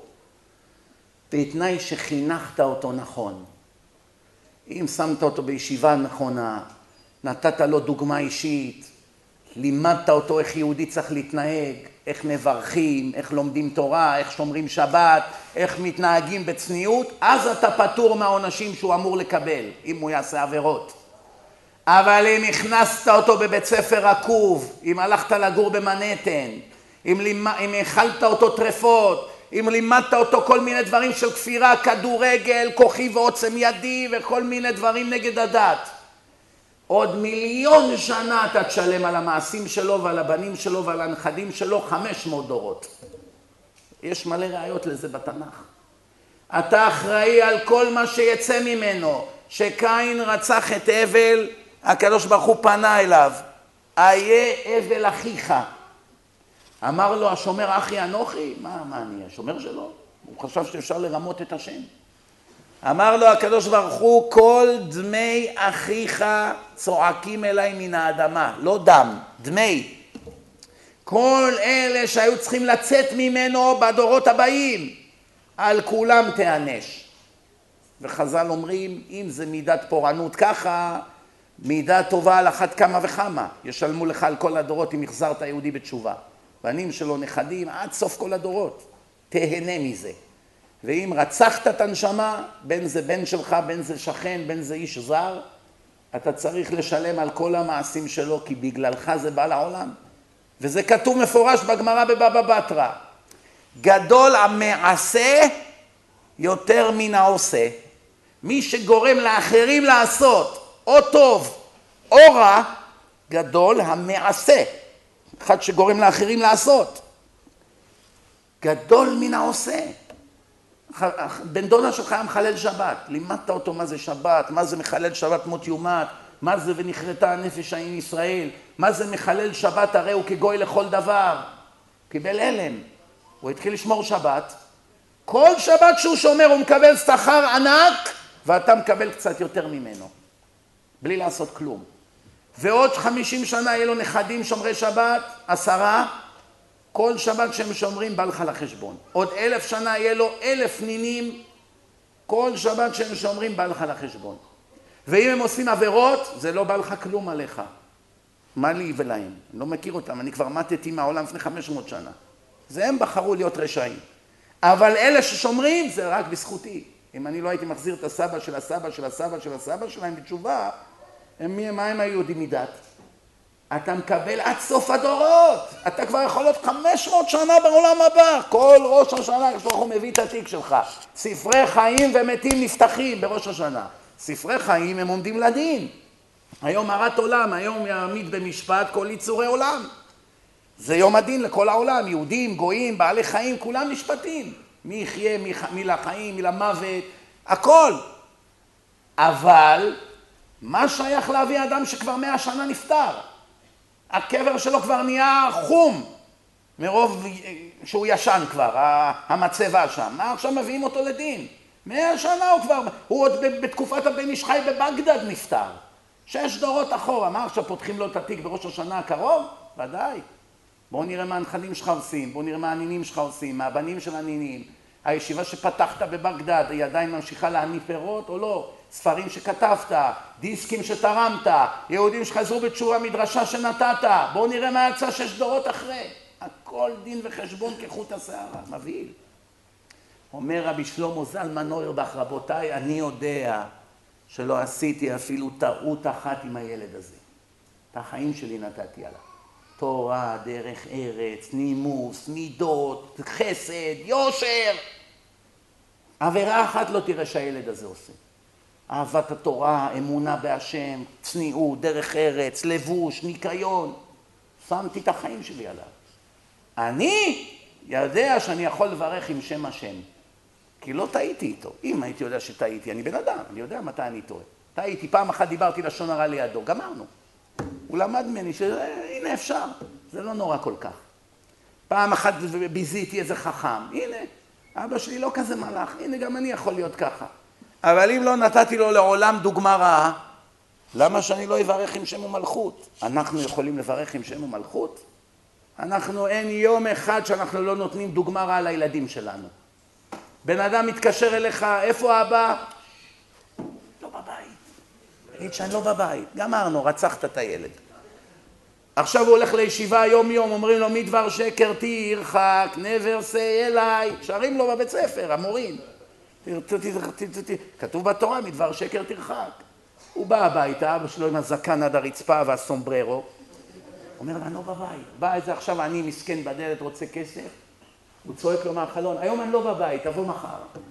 בתנאי שחינכת אותו נכון. אם שמת אותו בישיבה נכונה, נתת לו דוגמה אישית, לימדת אותו איך יהודי צריך להתנהג, איך מברכים, איך לומדים תורה, איך שומרים שבת, איך מתנהגים בצניעות, אז אתה פטור מהעונשים שהוא אמור לקבל, אם הוא יעשה עבירות. אבל אם הכנסת אותו בבית ספר עקוב, אם הלכת לגור במנהטן, אם, לימ... אם אכלת אותו טרפות, אם לימדת אותו כל מיני דברים של כפירה, כדורגל, כוחי ועוצם ידי וכל מיני דברים נגד הדת, עוד מיליון שנה אתה תשלם על המעשים שלו ועל הבנים שלו ועל הנכדים שלו חמש מאות דורות. יש מלא ראיות לזה בתנ"ך. אתה אחראי על כל מה שיצא ממנו. שקין רצח את הבל, הקדוש ברוך הוא פנה אליו, איה הבל אחיך. אמר לו השומר אחי אנוכי, מה, מה אני השומר שלו? הוא חשב שאפשר לרמות את השם. אמר לו הקדוש ברוך הוא, כל דמי אחיך צועקים אליי מן האדמה, לא דם, דמי. כל אלה שהיו צריכים לצאת ממנו בדורות הבאים, על כולם תענש. וחז"ל אומרים, אם זה מידת פורענות ככה, מידה טובה על אחת כמה וכמה. ישלמו לך על כל הדורות אם החזרת יהודי בתשובה. בנים שלו נכדים עד סוף כל הדורות. תהנה מזה. ואם רצחת את הנשמה, בין זה בן שלך, בין זה שכן, בין זה איש זר, אתה צריך לשלם על כל המעשים שלו, כי בגללך זה בא לעולם. וזה כתוב מפורש בגמרא בבבא בתרא. גדול המעשה יותר מן העושה. מי שגורם לאחרים לעשות או טוב או רע, גדול המעשה. אחד שגורם לאחרים לעשות. גדול מן העושה. בן דודה שלך היה מחלל שבת, לימדת אותו מה זה שבת, מה זה מחלל שבת מות יומת, מה זה ונחרטה הנפש העין ישראל, מה זה מחלל שבת הרי הוא כגוי לכל דבר. קיבל הלם, הוא התחיל לשמור שבת, כל שבת שהוא שומר הוא מקבל שכר ענק, ואתה מקבל קצת יותר ממנו, בלי לעשות כלום. ועוד חמישים שנה יהיה לו נכדים שומרי שבת, עשרה, כל שבת שהם שומרים בא לך לחשבון. עוד אלף שנה יהיה לו אלף נינים, כל שבת שהם שומרים בא לך לחשבון. ואם הם עושים עבירות, זה לא בא לך כלום עליך. מה לי ולהם? אני לא מכיר אותם, אני כבר מתתי מהעולם לפני חמש מאות שנה. זה הם בחרו להיות רשעים. אבל אלה ששומרים זה רק בזכותי. אם אני לא הייתי מחזיר את הסבא של הסבא של הסבא של הסבא שלהם בתשובה, הם, מה הם היו יודעים מדת? אתה מקבל עד סוף הדורות. אתה כבר יכול להיות חמש מאות שנה בעולם הבא. כל ראש השנה, כשברוך הוא מביא את התיק שלך. ספרי חיים ומתים נפתחים בראש השנה. ספרי חיים הם עומדים לדין. היום הרת עולם, היום יעמיד במשפט כל יצורי עולם. זה יום הדין לכל העולם, יהודים, גויים, בעלי חיים, כולם משפטים. מי יחיה, מי, מי לחיים, מי למוות, הכל. אבל מה שייך להביא אדם שכבר מאה שנה נפטר? הקבר שלו כבר נהיה חום, מרוב שהוא ישן כבר, המצבה שם. מה עכשיו מביאים אותו לדין? מאה שנה הוא כבר, הוא עוד בתקופת הבן איש חי בבגדד נפטר. שש דורות אחורה, מה עכשיו פותחים לו את התיק בראש השנה הקרוב? ודאי. בואו נראה מה הנכדים שלך עושים, בואו נראה מה הנינים שלך עושים, מה הבנים של הנינים. הישיבה שפתחת בבגדד היא עדיין ממשיכה להניב פירות או לא? ספרים שכתבת, דיסקים שתרמת, יהודים שחזרו בתשובה, מדרשה שנתת, בואו נראה מה יצא שש דורות אחרי. הכל דין וחשבון כחוט השערה, מבהיל. אומר רבי שלמה זלמן אוירבך, רבותיי, אני יודע שלא עשיתי אפילו טעות אחת עם הילד הזה. את החיים שלי נתתי עליו. תורה, דרך ארץ, נימוס, מידות, חסד, יושר. עבירה אחת לא תראה שהילד הזה עושה. אהבת התורה, אמונה בהשם, צניעות, דרך ארץ, לבוש, ניקיון. שמתי את החיים שלי עליו. אני יודע שאני יכול לברך עם שם השם. כי לא טעיתי איתו. אם הייתי יודע שטעיתי, אני בן אדם, אני יודע מתי אני טועה. טעיתי, פעם אחת דיברתי לשון הרע לידו, גמרנו. הוא למד ממני שהנה אפשר, זה לא נורא כל כך. פעם אחת ביזיתי איזה חכם, הנה, אבא שלי לא כזה מלאך, הנה גם אני יכול להיות ככה. אבל אם לא נתתי לו לעולם דוגמה רעה, למה שאני לא אברך עם שם ומלכות? אנחנו יכולים לברך עם שם ומלכות? אנחנו אין יום אחד שאנחנו לא נותנים דוגמה רעה לילדים שלנו. בן אדם מתקשר אליך, איפה אבא? לא בבית. תגיד שאני לא בבית. גמרנו, רצחת את הילד. עכשיו הוא הולך לישיבה יום יום, אומרים לו מדבר שקר תרחק, never say אליי. שרים לו בבית ספר, המורים. כתוב בתורה, מדבר שקר תרחק. הוא בא הביתה, אבא שלו עם הזקן עד הרצפה והסומבררו. אומר לה, אני לא בבית. בא איזה עכשיו אני מסכן בדלת, רוצה כסף. הוא צועק לו מהחלון, היום אני לא בבית, תבוא מחר.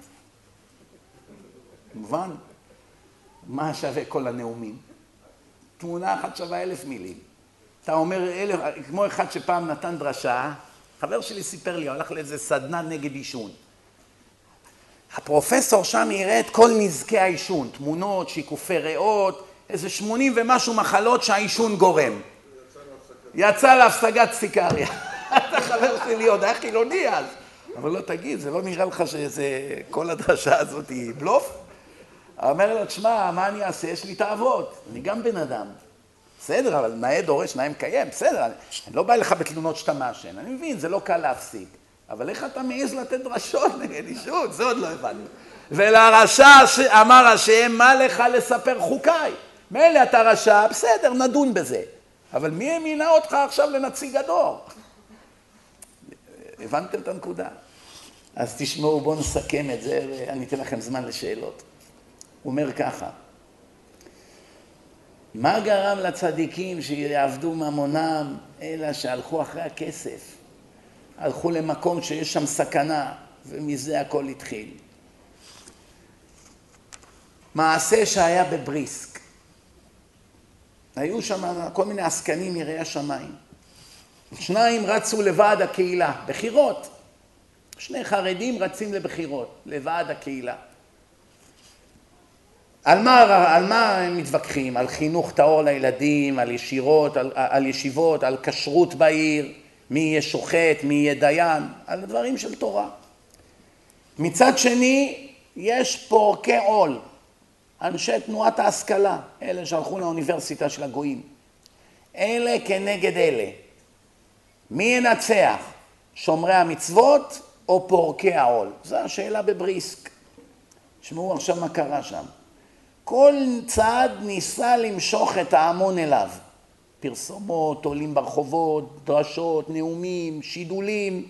מובן? מה שווה כל הנאומים? תמונה אחת שווה אלף מילים. אתה אומר, אלף, כמו אחד שפעם נתן דרשה, חבר שלי סיפר לי, הוא הלך לאיזה סדנה נגד עישון. הפרופסור שם יראה את כל נזקי העישון, תמונות, שיקופי ריאות, איזה שמונים ומשהו מחלות שהעישון גורם. יצא להפסגת סיקריה. אתה חבר שלי עוד היה חילוני אז. אבל לא תגיד, זה לא נראה לך שזה, כל הדרשה הזאת היא בלוף? אומר לו, תשמע, מה אני אעשה? יש לי תאוות, אני גם בן אדם. בסדר, אבל נאה דורש, נאה מקיים, בסדר, אני, אני לא בא לך בתלונות שאתה מעשן, אני מבין, זה לא קל להפסיק. אבל איך אתה מעז לתת דרשות נגד אישות? זה עוד לא הבנו. ולרשע אמר השם, מה לך לספר חוקיי? מילא אתה רשע, בסדר, נדון בזה. אבל מי האמינה אותך עכשיו לנציג הדור? הבנתם את הנקודה? אז תשמעו, בואו נסכם את זה, ואני אתן לכם זמן לשאלות. הוא אומר ככה, מה גרם לצדיקים שיעבדו ממונם, אלא שהלכו אחרי הכסף? הלכו למקום שיש שם סכנה, ומזה הכל התחיל. מעשה שהיה בבריסק. היו שם כל מיני עסקנים יראי השמיים. שניים רצו לוועד הקהילה, בחירות. שני חרדים רצים לבחירות, לוועד הקהילה. על מה, על מה הם מתווכחים? על חינוך טהור לילדים, על ישירות, על, על ישיבות, על כשרות בעיר, מי יהיה שוחט, מי יהיה דיין, על דברים של תורה. מצד שני, יש פורקי עול, אנשי תנועת ההשכלה, אלה שהלכו לאוניברסיטה של הגויים. אלה כנגד אלה. מי ינצח? שומרי המצוות או פורקי העול? זו השאלה בבריסק. שמעו עכשיו מה קרה שם. כל צעד ניסה למשוך את ההמון אליו. פרסומות, עולים ברחובות, דרשות, נאומים, שידולים.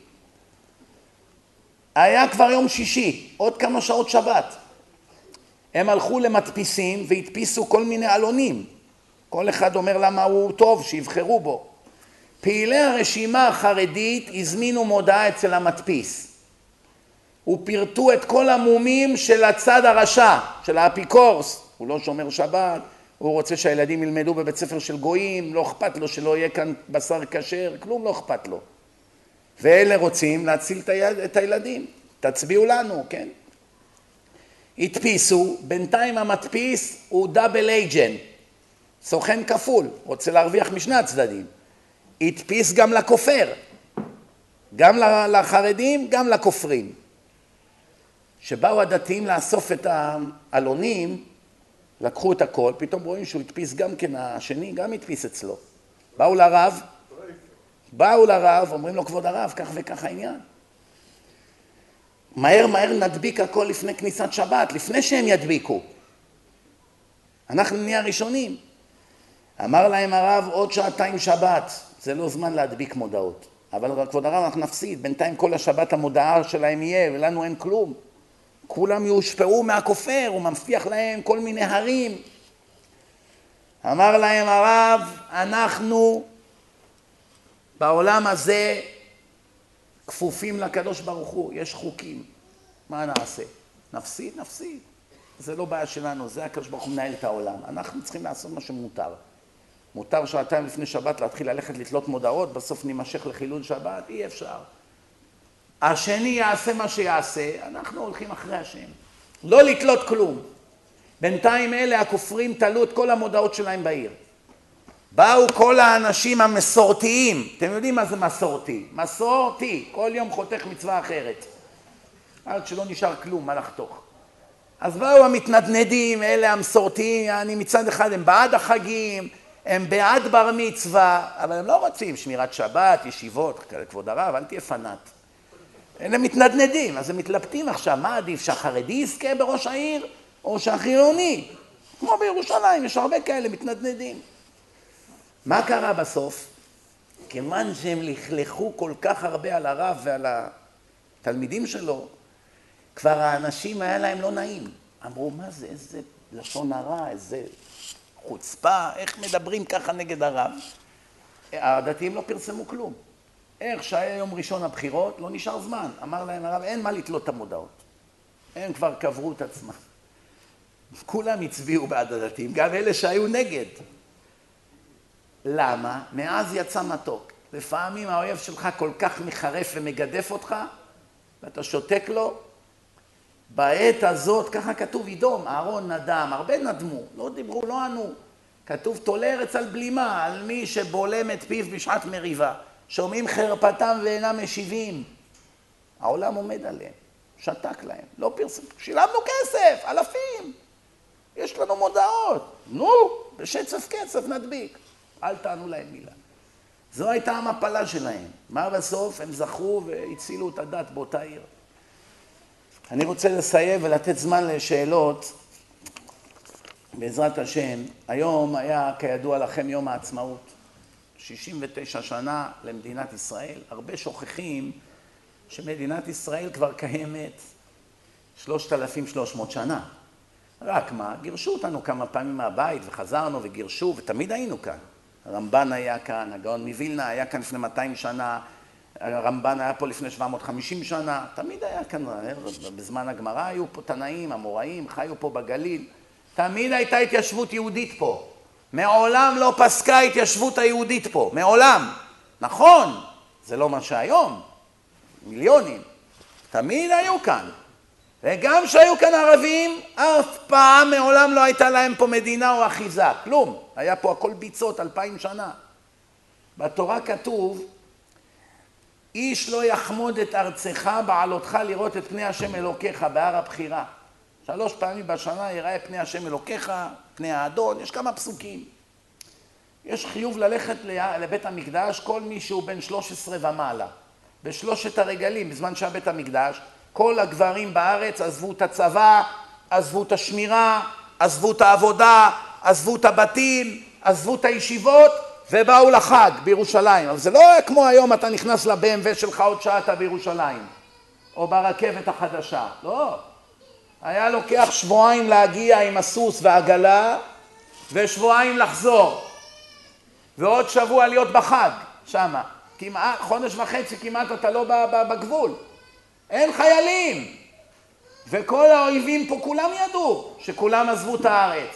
היה כבר יום שישי, עוד כמה שעות שבת. הם הלכו למדפיסים והדפיסו כל מיני עלונים. כל אחד אומר למה הוא טוב, שיבחרו בו. פעילי הרשימה החרדית הזמינו מודעה אצל המדפיס. ופירטו את כל המומים של הצד הרשע, של האפיקורס. הוא לא שומר שבת, הוא רוצה שהילדים ילמדו בבית ספר של גויים, לא אכפת לו שלא יהיה כאן בשר כשר, כלום לא אכפת לו. ואלה רוצים להציל את הילדים. תצביעו לנו, כן? הדפיסו, בינתיים המדפיס הוא דאבל אייג'נט, סוכן כפול, רוצה להרוויח משני הצדדים. הדפיס גם לכופר, גם לחרדים, גם לכופרים. שבאו הדתיים לאסוף את העלונים, לקחו את הכל, פתאום רואים שהוא הדפיס גם כן, השני גם הדפיס אצלו. באו לרב, באו לרב, אומרים לו כבוד הרב, כך וכך העניין. מהר מהר נדביק הכל לפני כניסת שבת, לפני שהם ידביקו. אנחנו נהיה ראשונים. אמר להם הרב, עוד שעתיים שבת, זה לא זמן להדביק מודעות. אבל כבוד הרב, אנחנו נפסיד, בינתיים כל השבת המודעה שלהם יהיה, ולנו אין כלום. כולם יושפעו מהכופר, הוא מבטיח להם כל מיני הרים. אמר להם הרב, אנחנו בעולם הזה כפופים לקדוש ברוך הוא, יש חוקים. מה נעשה? נפסיד, נפסיד. זה לא בעיה שלנו, זה הקדוש ברוך הוא מנהל את העולם. אנחנו צריכים לעשות מה שמותר. מותר שעתיים לפני שבת להתחיל ללכת לתלות מודעות, בסוף נמשך לחילול שבת, אי אפשר. השני יעשה מה שיעשה, אנחנו הולכים אחרי השם. לא לתלות כלום. בינתיים אלה הכופרים תלו את כל המודעות שלהם בעיר. באו כל האנשים המסורתיים, אתם יודעים מה זה מסורתי? מסורתי, כל יום חותך מצווה אחרת. עד שלא נשאר כלום, מה לחתוך. אז באו המתנדנדים, אלה המסורתיים, אני מצד אחד הם בעד החגים, הם בעד בר מצווה, אבל הם לא רוצים שמירת שבת, ישיבות, כבוד הרב, אל תהיה פנאט. אלה מתנדנדים, אז הם מתלבטים עכשיו, מה עדיף, שהחרדי יזכה בראש העיר, או שהחילוני? כמו בירושלים, יש הרבה כאלה מתנדנדים. מה קרה בסוף? כיוון שהם לכלכו כל כך הרבה על הרב ועל התלמידים שלו, כבר האנשים היה להם לא נעים. אמרו, מה זה, איזה לשון הרע, איזה חוצפה, איך מדברים ככה נגד הרב? הדתיים לא פרסמו כלום. איך שהיה יום ראשון הבחירות, לא נשאר זמן. אמר להם הרב, אין מה לתלות את המודעות. הם כבר קברו את עצמם. כולם הצביעו בעד הדתיים, גם אלה שהיו נגד. למה? מאז יצא מתוק. לפעמים האויב שלך כל כך מחרף ומגדף אותך, ואתה שותק לו. בעת הזאת, ככה כתוב ידום, אהרון נדם, הרבה נדמו, לא דיברו, לא ענו. כתוב תולה ארץ על בלימה, על מי שבולם את פיו בשעת מריבה. שומעים חרפתם ואינם משיבים. העולם עומד עליהם, שתק להם, לא פרסם. שילמנו כסף, אלפים. יש לנו מודעות. נו, בשצף קצף נדביק. אל תענו להם מילה. זו הייתה המפלה שלהם. מה בסוף? הם זכו והצילו את הדת באותה עיר. אני רוצה לסיים ולתת זמן לשאלות. בעזרת השם, היום היה כידוע לכם יום העצמאות. שישים ותשע שנה למדינת ישראל. הרבה שוכחים שמדינת ישראל כבר קיימת שלושת אלפים ושלוש מאות שנה. רק מה? גירשו אותנו כמה פעמים מהבית וחזרנו וגירשו ותמיד היינו כאן. הרמב"ן היה כאן, הגאון מווילנה היה כאן לפני מאתיים שנה, הרמב"ן היה פה לפני שבע מאות וחמישים שנה, תמיד היה כאן, בזמן הגמרא היו פה תנאים, אמוראים, חיו פה בגליל, תמיד הייתה התיישבות יהודית פה. מעולם לא פסקה התיישבות היהודית פה, מעולם. נכון, זה לא מה שהיום, מיליונים, תמיד היו כאן. וגם שהיו כאן ערבים, אף פעם מעולם לא הייתה להם פה מדינה או אחיזה, כלום. היה פה הכל ביצות, אלפיים שנה. בתורה כתוב, איש לא יחמוד את ארצך בעלותך לראות את פני השם אלוקיך בהר הבחירה. שלוש פעמים בשנה יראה פני השם אלוקיך, פני האדון, יש כמה פסוקים. יש חיוב ללכת לבית המקדש, כל מי שהוא בן שלוש עשרה ומעלה. בשלושת הרגלים, בזמן שהיה בית המקדש, כל הגברים בארץ עזבו את הצבא, עזבו את השמירה, עזבו את העבודה, עזבו את הבתים, עזבו את הישיבות, ובאו לחג בירושלים. אבל זה לא היה כמו היום, אתה נכנס ל-בי אם דאבליו שלך עוד שעה אתה בירושלים, או ברכבת החדשה. לא. היה לוקח שבועיים להגיע עם הסוס והעגלה, ושבועיים לחזור. ועוד שבוע להיות בחג, שמה. כמעט, חודש וחצי כמעט אתה לא בגבול. אין חיילים. וכל האויבים פה כולם ידעו שכולם עזבו את הארץ.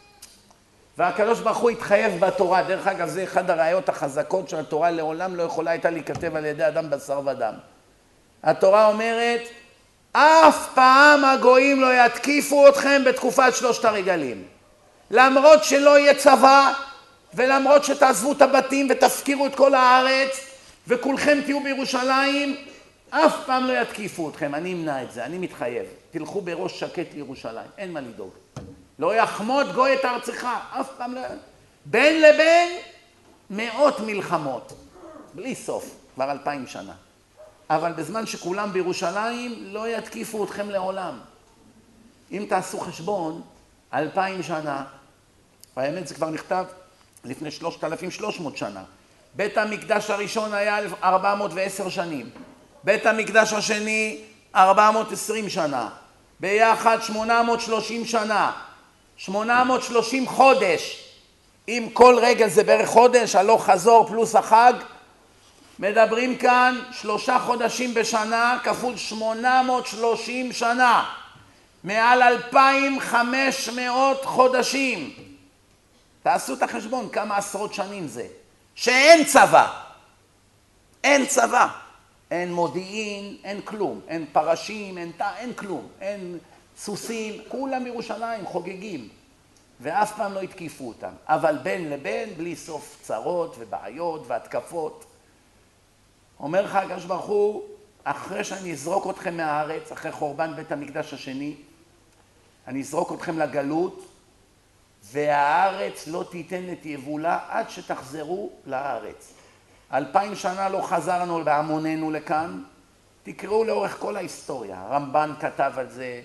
והקדוש ברוך הוא התחייב בתורה. דרך אגב, זה אחד הראיות החזקות שהתורה לעולם לא יכולה הייתה להיכתב על ידי אדם בשר ודם. התורה אומרת, אף פעם הגויים לא יתקיפו אתכם בתקופת שלושת הרגלים. למרות שלא יהיה צבא, ולמרות שתעזבו את הבתים ותפקירו את כל הארץ, וכולכם תהיו בירושלים, אף פעם לא יתקיפו אתכם. אני אמנע את זה, אני מתחייב. תלכו בראש שקט לירושלים, אין מה לדאוג. לא יחמוד גוי את ארצך, אף פעם לא... בין לבין מאות מלחמות, בלי סוף, כבר אלפיים שנה. אבל בזמן שכולם בירושלים לא יתקיפו אתכם לעולם. אם תעשו חשבון, אלפיים שנה, והאמת זה כבר נכתב לפני שלושת אלפים ושלוש מאות שנה. בית המקדש הראשון היה ארבע מאות ועשר שנים. בית המקדש השני ארבע מאות ועשרים שנה. ביחד שמונה מאות ושלושים שנה. שמונה מאות ושלושים חודש. אם כל רגל זה בערך חודש, הלוך חזור פלוס החג, מדברים כאן שלושה חודשים בשנה כפול שמונה מאות ושלושים שנה. מעל אלפיים וחמש מאות חודשים. תעשו את החשבון כמה עשרות שנים זה. שאין צבא. אין צבא. אין מודיעין, אין כלום. אין פרשים, אין, אין כלום. אין סוסים. כולם בירושלים חוגגים. ואף פעם לא התקיפו אותם. אבל בין לבין, בלי סוף צרות ובעיות והתקפות. אומר לך הקדוש ברוך הוא, אחרי שאני אזרוק אתכם מהארץ, אחרי חורבן בית המקדש השני, אני אזרוק אתכם לגלות, והארץ לא תיתן את יבולה עד שתחזרו לארץ. אלפיים שנה לא חזרנו בהמוננו לכאן, תקראו לאורך כל ההיסטוריה. רמב"ן כתב על זה,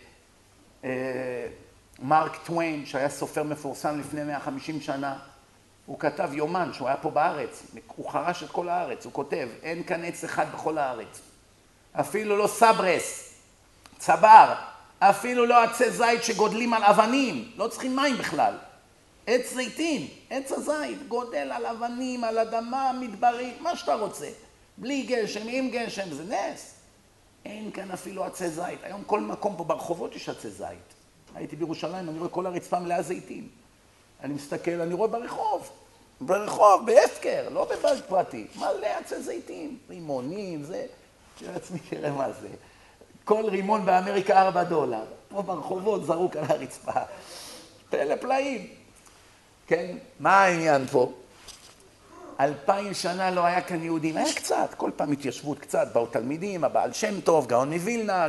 מרק טוויין, שהיה סופר מפורסם לפני מאה וחמישים שנה, הוא כתב יומן שהוא היה פה בארץ, הוא חרש את כל הארץ, הוא כותב, אין כאן עץ אחד בכל הארץ. אפילו לא סברס, צבר, אפילו לא עצי זית שגודלים על אבנים, לא צריכים מים בכלל. עץ זיתים, עץ הזית, גודל על אבנים, על אדמה מדברית, מה שאתה רוצה. בלי גשם, עם גשם, זה נס. אין כאן אפילו עצי זית. היום כל מקום פה ברחובות יש עצי זית. הייתי בירושלים, אני רואה כל הרצפה מלאה זיתים. אני מסתכל, אני רואה ברחוב, ברחוב, בהפקר, לא בבית פרטי. מלא עצי זיתים, רימונים, זה, שעצמי תראה מה זה. כל רימון באמריקה ארבע דולר. פה ברחובות זרוק על הרצפה. פלא פלאים. כן, מה העניין פה? אלפיים שנה לא היה כאן יהודים, היה קצת, כל פעם התיישבות קצת, באו תלמידים, הבעל שם טוב, גאון מווילנה,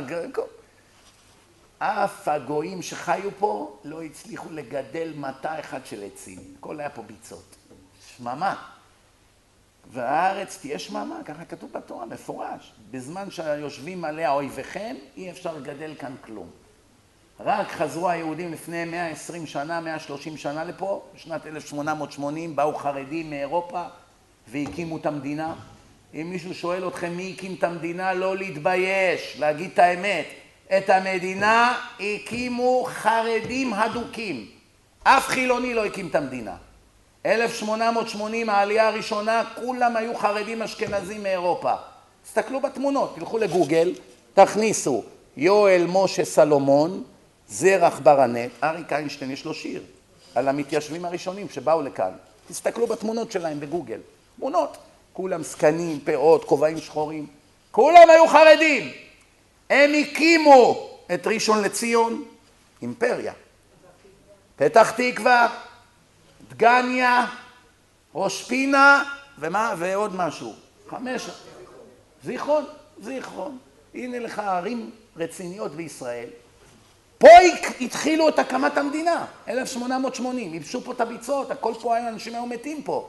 אף הגויים שחיו פה לא הצליחו לגדל מטע אחד של עצים. הכל היה פה ביצות. שממה. והארץ תהיה שממה, ככה כתוב בתורה, מפורש. בזמן שהיושבים עליה אויביכם, אי אפשר לגדל כאן כלום. רק חזרו היהודים לפני מאה ועשרים שנה, מאה ושלושים שנה לפה, בשנת אלף שמונה מאות ושמונים, באו חרדים מאירופה והקימו את המדינה. אם מישהו שואל אתכם מי הקים את המדינה, לא להתבייש, להגיד את האמת. את המדינה הקימו חרדים הדוקים. אף חילוני לא הקים את המדינה. אלף שמונה מאות ושמונים, העלייה הראשונה, כולם היו חרדים אשכנזים מאירופה. תסתכלו בתמונות, תלכו לגוגל, תכניסו יואל משה סלומון, זרח ברנט, אריק איינשטיין, יש לו שיר על המתיישבים הראשונים שבאו לכאן. תסתכלו בתמונות שלהם בגוגל. תמונות, כולם סקנים, פאות, כובעים שחורים. כולם היו חרדים. הם הקימו את ראשון לציון, אימפריה. פתח תקווה, דגניה, ראש פינה, ומה, ועוד משהו. חמש. זיכרון, זיכרון. הנה לך ערים רציניות בישראל. פה התחילו את הקמת המדינה, אלף שמונה מאות ושמונים. ייבשו פה את הביצות, הכל פה היה, אנשים היו מתים פה.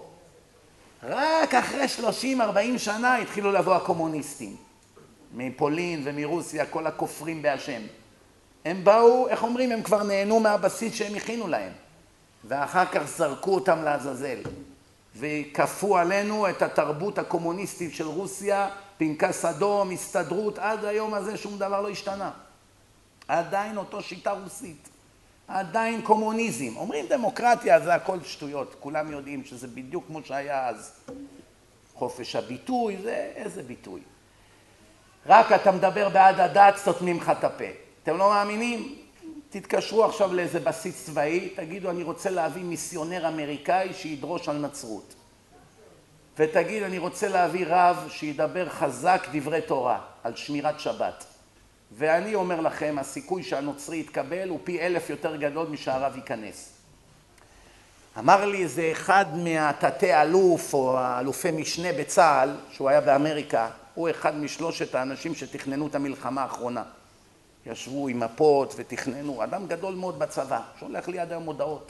רק אחרי שלושים ארבעים שנה התחילו לבוא הקומוניסטים. מפולין ומרוסיה, כל הכופרים בהשם. הם באו, איך אומרים, הם כבר נהנו מהבסיס שהם הכינו להם. ואחר כך זרקו אותם לעזאזל. וכפו עלינו את התרבות הקומוניסטית של רוסיה, פנקס אדום, הסתדרות, עד היום הזה שום דבר לא השתנה. עדיין אותו שיטה רוסית. עדיין קומוניזם. אומרים דמוקרטיה, זה הכל שטויות. כולם יודעים שזה בדיוק כמו שהיה אז. חופש הביטוי, זה איזה ביטוי. רק אתה מדבר בעד הדת, סותמים לך את הפה. אתם לא מאמינים? תתקשרו עכשיו לאיזה בסיס צבאי, תגידו אני רוצה להביא מיסיונר אמריקאי שידרוש על נצרות. ותגיד אני רוצה להביא רב שידבר חזק דברי תורה, על שמירת שבת. ואני אומר לכם, הסיכוי שהנוצרי יתקבל הוא פי אלף יותר גדול משהרב ייכנס. אמר לי איזה אחד מהתתי אלוף או האלופי משנה בצה"ל, שהוא היה באמריקה, הוא אחד משלושת האנשים שתכננו את המלחמה האחרונה. ישבו עם מפות ותכננו, אדם גדול מאוד בצבא, שולח לי עד היום מודעות.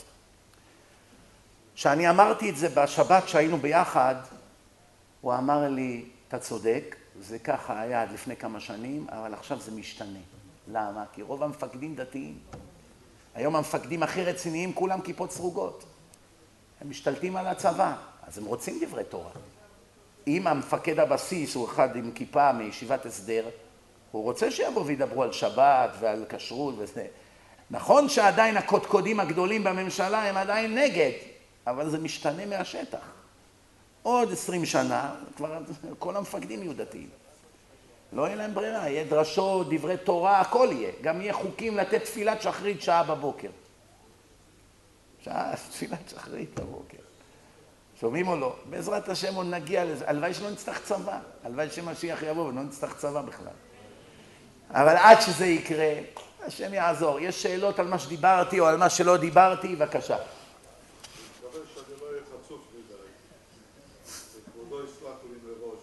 כשאני אמרתי את זה בשבת שהיינו ביחד, הוא אמר לי, אתה צודק, זה ככה היה עד לפני כמה שנים, אבל עכשיו זה משתנה. למה? כי רוב המפקדים דתיים. היום המפקדים הכי רציניים, כולם כיפות סרוגות. הם משתלטים על הצבא, אז הם רוצים דברי תורה. אם המפקד הבסיס הוא אחד עם כיפה מישיבת הסדר, הוא רוצה שיבוא וידברו על שבת ועל כשרות וזה. נכון שעדיין הקודקודים הגדולים בממשלה הם עדיין נגד, אבל זה משתנה מהשטח. עוד עשרים שנה, כבר כל המפקדים יהיו דתיים. לא יהיה להם ברירה, יהיה דרשות, דברי תורה, הכל יהיה. גם יהיה חוקים לתת תפילת שחרית שעה בבוקר. שעה, תפילת שחרית בבוקר. שומעים או לא? בעזרת השם עוד נגיע לזה. הלוואי שלא נצטרך צבא. הלוואי שמשיח יבוא ולא נצטרך צבא בכלל. אבל עד שזה יקרה, השם יעזור. יש שאלות על מה שדיברתי או על מה שלא דיברתי? בבקשה. אני מקווה שאני לא אהיה חצוף מדי. וכבודו יסלח לי מראש.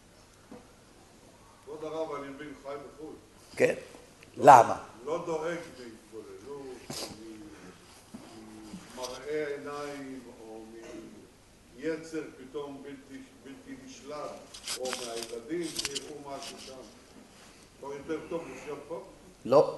כבוד הרב, אני מבין חי בחו"ל. כן? למה? לא דואג מהתבוללות, ממראה עיניים או מיצר פתאום בלתי, בלתי נשלט, או מהילדים שיראו משהו שם. לא יותר טוב לשם פה? לא.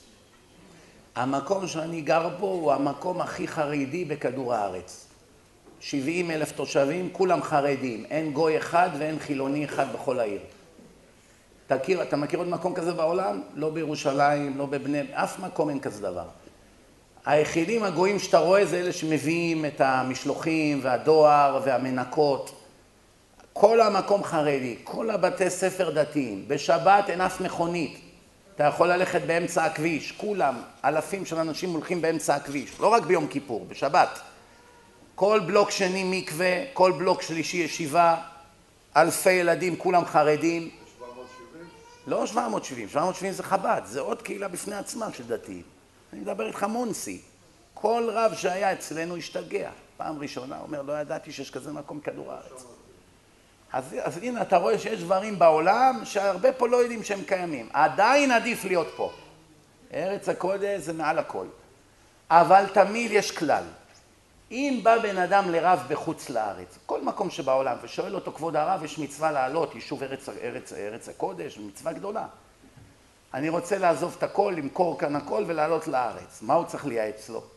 המקום שאני גר בו הוא המקום הכי חרדי בכדור הארץ. שבעים אלף תושבים, כולם חרדים. אין גוי אחד ואין חילוני אחד בכל העיר. תכיר, אתה מכיר עוד מקום כזה בעולם? לא בירושלים, לא בבני... אף מקום אין כזה דבר. היחידים הגויים שאתה רואה זה אלה שמביאים את המשלוחים והדואר והמנקות. כל המקום חרדי, כל הבתי ספר דתיים. בשבת אין אף מכונית. אתה יכול ללכת באמצע הכביש. כולם, אלפים של אנשים הולכים באמצע הכביש. לא רק ביום כיפור, בשבת. כל בלוק שני מקווה, כל בלוק שלישי ישיבה, אלפי ילדים, כולם חרדים. שבע מאות שבעים? לא שבע מאות שבעים, שבע מאות שבעים זה חב"ד, זה עוד קהילה בפני עצמה של דתיים. אני מדבר איתך מונסי. כל רב שהיה אצלנו השתגע. פעם ראשונה, אומר, לא ידעתי שיש כזה מקום כדור הארץ. אז, אז הנה, אתה רואה שיש דברים בעולם שהרבה פה לא יודעים שהם קיימים. עדיין עדיף להיות פה. ארץ הקודש זה מעל הכל. אבל תמיד יש כלל. אם בא בן אדם לרב בחוץ לארץ, כל מקום שבעולם, ושואל אותו כבוד הרב, יש מצווה לעלות, יישוב ארץ, ארץ, ארץ הקודש, מצווה גדולה. אני רוצה לעזוב את הכל, למכור כאן הכל ולעלות לארץ. מה הוא צריך לייעץ לו?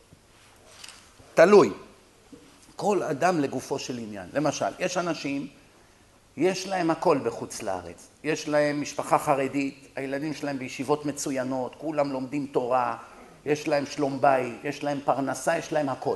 תלוי. כל אדם לגופו של עניין. למשל, יש אנשים, יש להם הכל בחוץ לארץ. יש להם משפחה חרדית, הילדים שלהם בישיבות מצוינות, כולם לומדים תורה, יש להם שלום בית, יש להם פרנסה, יש להם הכל.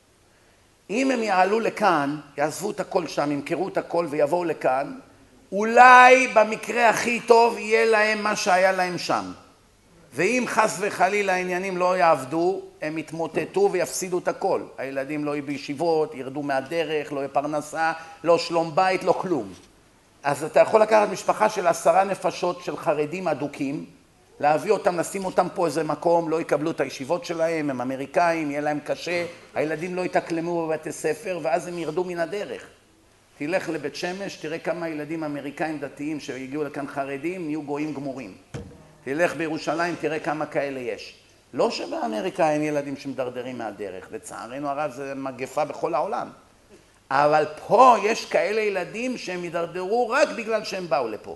אם הם יעלו לכאן, יעזבו את הכל שם, ימכרו את הכל ויבואו לכאן, אולי במקרה הכי טוב יהיה להם מה שהיה להם שם. ואם חס וחלילה העניינים לא יעבדו, הם יתמוטטו ויפסידו את הכל. הילדים לא יהיו בישיבות, ירדו מהדרך, לא יהיה פרנסה, לא שלום בית, לא כלום. אז אתה יכול לקחת משפחה של עשרה נפשות של חרדים אדוקים, להביא אותם, לשים אותם פה איזה מקום, לא יקבלו את הישיבות שלהם, הם אמריקאים, יהיה להם קשה, הילדים לא יתאקלמו בבתי ספר, ואז הם ירדו מן הדרך. תלך לבית שמש, תראה כמה ילדים אמריקאים דתיים שהגיעו לכאן חרדים, נהיו גויים גמורים. תלך בירושלים, תראה כמה כאלה יש. לא שבאמריקה אין ילדים שמדרדרים מהדרך, לצערנו הרב זה מגפה בכל העולם. אבל פה יש כאלה ילדים שהם ידרדרו רק בגלל שהם באו לפה.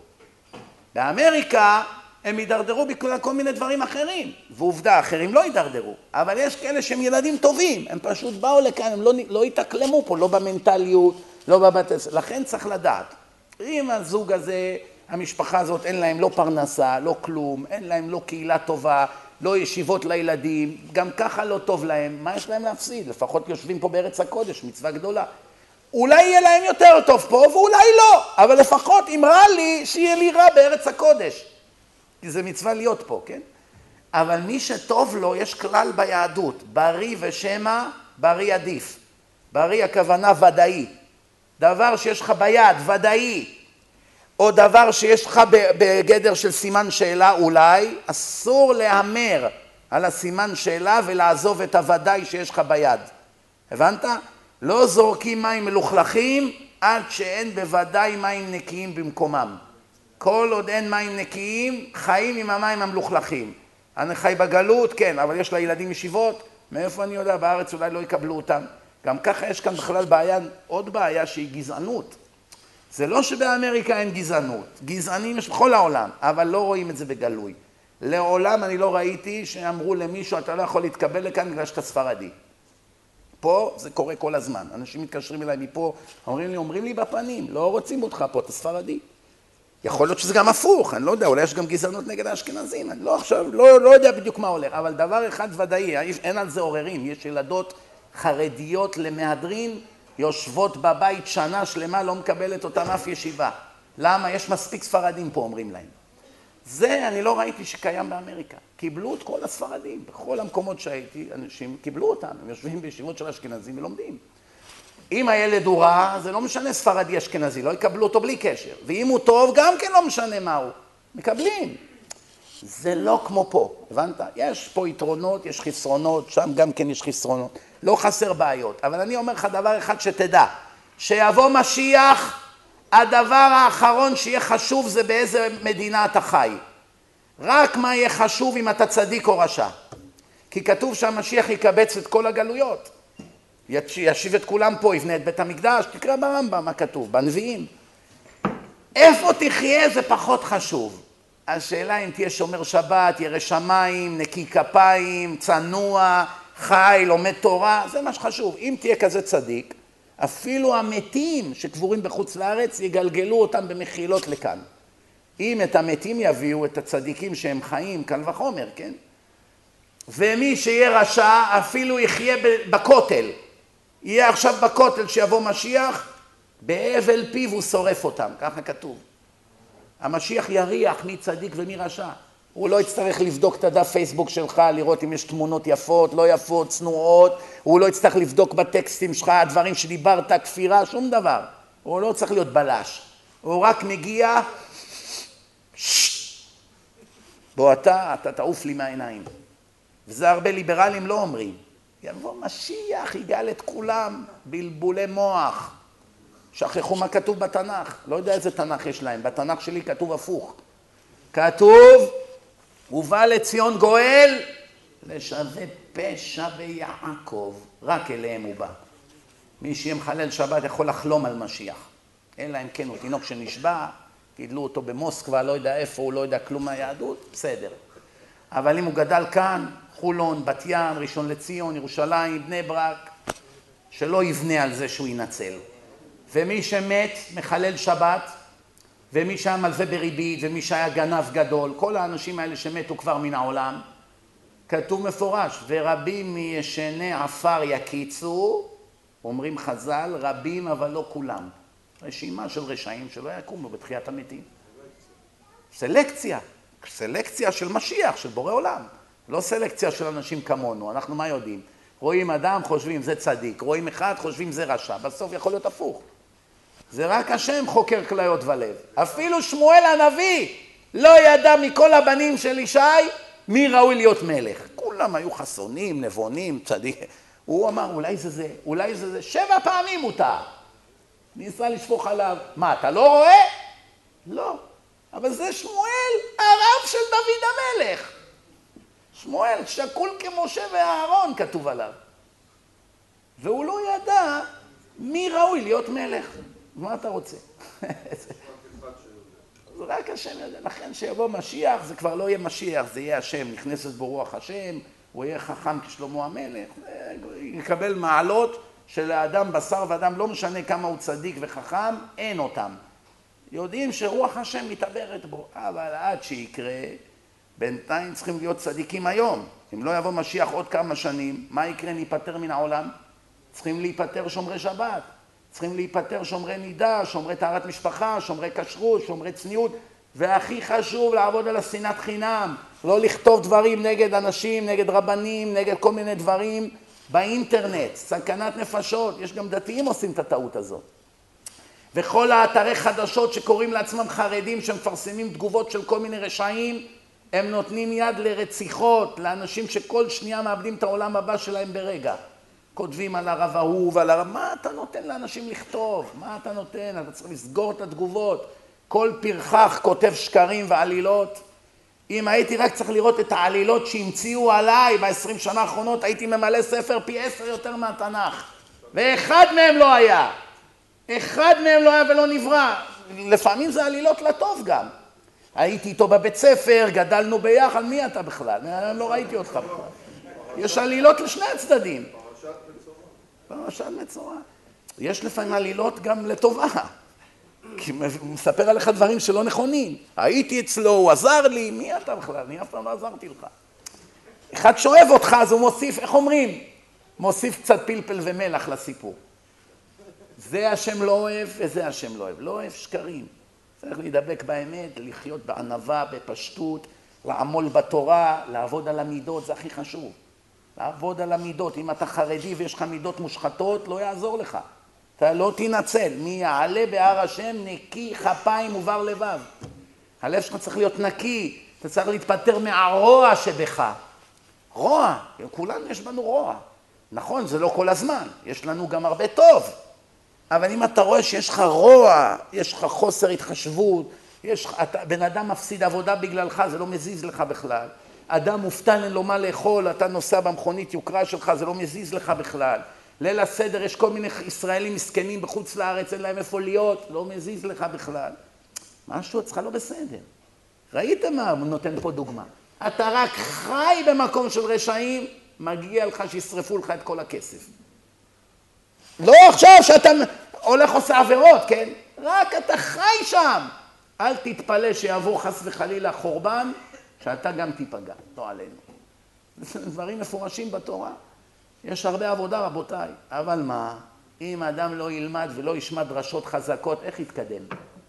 באמריקה הם ידרדרו בגלל כל מיני דברים אחרים, ועובדה, אחרים לא ידרדרו. אבל יש כאלה שהם ילדים טובים, הם פשוט באו לכאן, הם לא, לא יתאקלמו פה, לא במנטליות, לא בבתי... לכן צריך לדעת. אם הזוג הזה, המשפחה הזאת, אין להם לא פרנסה, לא כלום, אין להם לא קהילה טובה, לא ישיבות לילדים, גם ככה לא טוב להם, מה יש להם להפסיד? לפחות יושבים פה בארץ הקודש, מצווה גדולה. אולי יהיה להם יותר טוב פה, ואולי לא, אבל לפחות אם רע לי, שיהיה לי רע בארץ הקודש. כי זה מצווה להיות פה, כן? אבל מי שטוב לו, יש כלל ביהדות, בריא ושמא, בריא עדיף. בריא הכוונה ודאי. דבר שיש לך ביד, ודאי. או דבר שיש לך בגדר של סימן שאלה, אולי, אסור להמר על הסימן שאלה ולעזוב את הוודאי שיש לך ביד. הבנת? לא זורקים מים מלוכלכים עד שאין בוודאי מים נקיים במקומם. כל עוד אין מים נקיים, חיים עם המים המלוכלכים. אני חי בגלות, כן, אבל יש לילדים ישיבות, מאיפה אני יודע? בארץ אולי לא יקבלו אותם. גם ככה יש כאן בכלל בעיה, עוד בעיה שהיא גזענות. זה לא שבאמריקה אין גזענות, גזענים יש בכל העולם, אבל לא רואים את זה בגלוי. לעולם אני לא ראיתי שאמרו למישהו, אתה לא יכול להתקבל לכאן בגלל שאתה ספרדי. פה זה קורה כל הזמן, אנשים מתקשרים אליי מפה, אומרים לי, אומרים לי בפנים, לא רוצים אותך פה, אתה ספרדי. יכול להיות שזה גם הפוך, אני לא יודע, אולי יש גם גזענות נגד האשכנזים, אני לא עכשיו, לא, לא יודע בדיוק מה הולך, אבל דבר אחד ודאי, אין על זה עוררים, יש ילדות חרדיות למהדרין, יושבות בבית שנה שלמה, לא מקבלת אותם אף ישיבה. למה? יש מספיק ספרדים פה, אומרים להם. זה אני לא ראיתי שקיים באמריקה. קיבלו את כל הספרדים, בכל המקומות שהייתי, אנשים קיבלו אותם, הם יושבים בישיבות של אשכנזים ולומדים. אם הילד הוא רע, זה לא משנה ספרדי אשכנזי, לא יקבלו אותו בלי קשר. ואם הוא טוב, גם כן לא משנה מה הוא. מקבלים. זה לא כמו פה, הבנת? יש פה יתרונות, יש חסרונות, שם גם כן יש חסרונות. לא חסר בעיות, אבל אני אומר לך דבר אחד שתדע, שיבוא משיח, הדבר האחרון שיהיה חשוב זה באיזה מדינה אתה חי. רק מה יהיה חשוב אם אתה צדיק או רשע. כי כתוב שהמשיח יקבץ את כל הגלויות. ישיב את כולם פה, יבנה את בית המקדש, תקרא ברמב"ם מה כתוב, בנביאים. איפה תחיה זה פחות חשוב. השאלה אם תהיה שומר שבת, ירא שמיים, נקי כפיים, צנוע, חי, לומד תורה, זה מה שחשוב. אם תהיה כזה צדיק, אפילו המתים שקבורים בחוץ לארץ יגלגלו אותם במחילות לכאן. אם את המתים יביאו את הצדיקים שהם חיים, קל וחומר, כן? ומי שיהיה רשע אפילו יחיה בכותל. יהיה עכשיו בכותל שיבוא משיח, בהבל פיו הוא שורף אותם, ככה כתוב. המשיח יריח מי צדיק ומי רשע. הוא לא יצטרך לבדוק את הדף פייסבוק שלך, לראות אם יש תמונות יפות, לא יפות, צנועות. הוא לא יצטרך לבדוק בטקסטים שלך, הדברים שדיברת, כפירה, שום דבר. הוא לא צריך להיות בלש. הוא רק מגיע, בוא אתה, אתה תעוף לי מהעיניים. וזה הרבה ליברלים לא אומרים. יבוא משיח, יגאל את כולם, בלבולי מוח. שכחו מה כתוב בתנ"ך. לא יודע איזה תנ"ך יש להם. בתנ"ך שלי כתוב הפוך. כתוב, ובא לציון גואל, לשווה פשע ויעקב. רק אליהם הוא בא. מי שיהיה מחלל שבת יכול לחלום על משיח. אלא אם כן הוא תינוק שנשבע, גידלו אותו במוסקבה, לא יודע איפה, הוא לא יודע כלום מהיהדות, בסדר. אבל אם הוא גדל כאן, חולון, בת ים, ראשון לציון, ירושלים, בני ברק, שלא יבנה על זה שהוא ינצל. ומי שמת מחלל שבת, ומי שהיה מלווה בריבית, ומי שהיה גנב גדול, כל האנשים האלה שמתו כבר מן העולם, כתוב מפורש, ורבים מישני עפר יקיצו, אומרים חז"ל, רבים אבל לא כולם. רשימה של רשעים שלא יקומו בתחיית המתים. סלקציה, סלקציה של משיח, של בורא עולם. לא סלקציה של אנשים כמונו, אנחנו מה יודעים? רואים אדם, חושבים זה צדיק, רואים אחד, חושבים זה רשע, בסוף יכול להיות הפוך. זה רק השם חוקר כליות ולב. אפילו שמואל הנביא לא ידע מכל הבנים של ישי מי ראוי להיות מלך. כולם היו חסונים, נבונים, צדיק. הוא אמר, אולי זה זה, אולי זה זה, שבע פעמים מותר. ניסה לשפוך עליו. מה, אתה לא רואה? לא. אבל זה שמואל, הרב של דוד המלך. שמואל שקול כמשה ואהרון כתוב עליו. והוא לא ידע מי ראוי להיות מלך. מה אתה רוצה? זה רק השם יודע. לכן שיבוא משיח, זה כבר לא יהיה משיח, זה יהיה השם. נכנסת בו רוח השם, הוא יהיה חכם כשלמה המלך. יקבל מעלות של האדם בשר ואדם, לא משנה כמה הוא צדיק וחכם, אין אותם. יודעים שרוח השם מתעברת בו. אבל עד שיקרה, בינתיים צריכים להיות צדיקים היום. אם לא יבוא משיח עוד כמה שנים, מה יקרה? ניפטר מן העולם. צריכים להיפטר שומרי שבת. צריכים להיפטר שומרי נידה, שומרי טהרת משפחה, שומרי כשרות, שומרי צניעות, והכי חשוב לעבוד על השנאת חינם, לא לכתוב דברים נגד אנשים, נגד רבנים, נגד כל מיני דברים באינטרנט, סכנת נפשות, יש גם דתיים עושים את הטעות הזאת. וכל האתרי חדשות שקוראים לעצמם חרדים, שמפרסמים תגובות של כל מיני רשעים, הם נותנים יד לרציחות, לאנשים שכל שנייה מאבדים את העולם הבא שלהם ברגע. כותבים על הרב ההוא ועל הרב... מה אתה נותן לאנשים לכתוב? מה אתה נותן? אתה צריך לסגור את התגובות. כל פרחח כותב שקרים ועלילות. אם הייתי רק צריך לראות את העלילות שהמציאו עליי ב-עשרים שנה האחרונות, הייתי ממלא ספר פי עשר יותר מהתנ"ך. ואחד מהם לא היה. אחד מהם לא היה ולא נברא. לפעמים זה עלילות לטוב גם. הייתי איתו בבית ספר, גדלנו ביחד, מי אתה בכלל? לא ראיתי אותך בכלל. יש עלילות לשני הצדדים. פרשת מצורע. פרשת מצורע. יש לפעמים עלילות גם לטובה. כי הוא מספר עליך דברים שלא נכונים. הייתי אצלו, הוא עזר לי, מי אתה בכלל? אני אף פעם לא עזרתי לך. אחד שאוהב אותך, אז הוא מוסיף, איך אומרים? מוסיף קצת פלפל ומלח לסיפור. זה השם לא אוהב וזה השם לא אוהב. לא אוהב שקרים. צריך להידבק באמת, לחיות בענווה, בפשטות, לעמול בתורה, לעבוד על המידות, זה הכי חשוב. לעבוד על המידות. אם אתה חרדי ויש לך מידות מושחתות, לא יעזור לך. אתה לא תנצל. מי יעלה בהר השם נקי כפיים ובר לבב. הלב שלך צריך להיות נקי. אתה צריך להתפטר מהרוע שבך. רוע. כולנו יש בנו רוע. נכון, זה לא כל הזמן. יש לנו גם הרבה טוב. אבל אם אתה רואה שיש לך רוע, יש לך חוסר התחשבות, יש, אתה, בן אדם מפסיד עבודה בגללך, זה לא מזיז לך בכלל. אדם מופתן, אין לו מה לאכול, אתה נוסע במכונית יוקרה שלך, זה לא מזיז לך בכלל. ליל הסדר, יש כל מיני ישראלים מסכנים בחוץ לארץ, אין להם איפה להיות, לא מזיז לך בכלל. משהו אצלך לא בסדר. ראיתם מה הוא נותן פה דוגמה? אתה רק חי במקום של רשעים, מגיע לך שישרפו לך את כל הכסף. לא עכשיו שאתה הולך עושה עבירות, כן? רק אתה חי שם. אל תתפלא שיעבור חס וחלילה חורבן, שאתה גם תיפגע, לא עלינו. זה דברים מפורשים בתורה. יש הרבה עבודה, רבותיי. אבל מה? אם האדם לא ילמד ולא ישמע דרשות חזקות, איך יתקדם?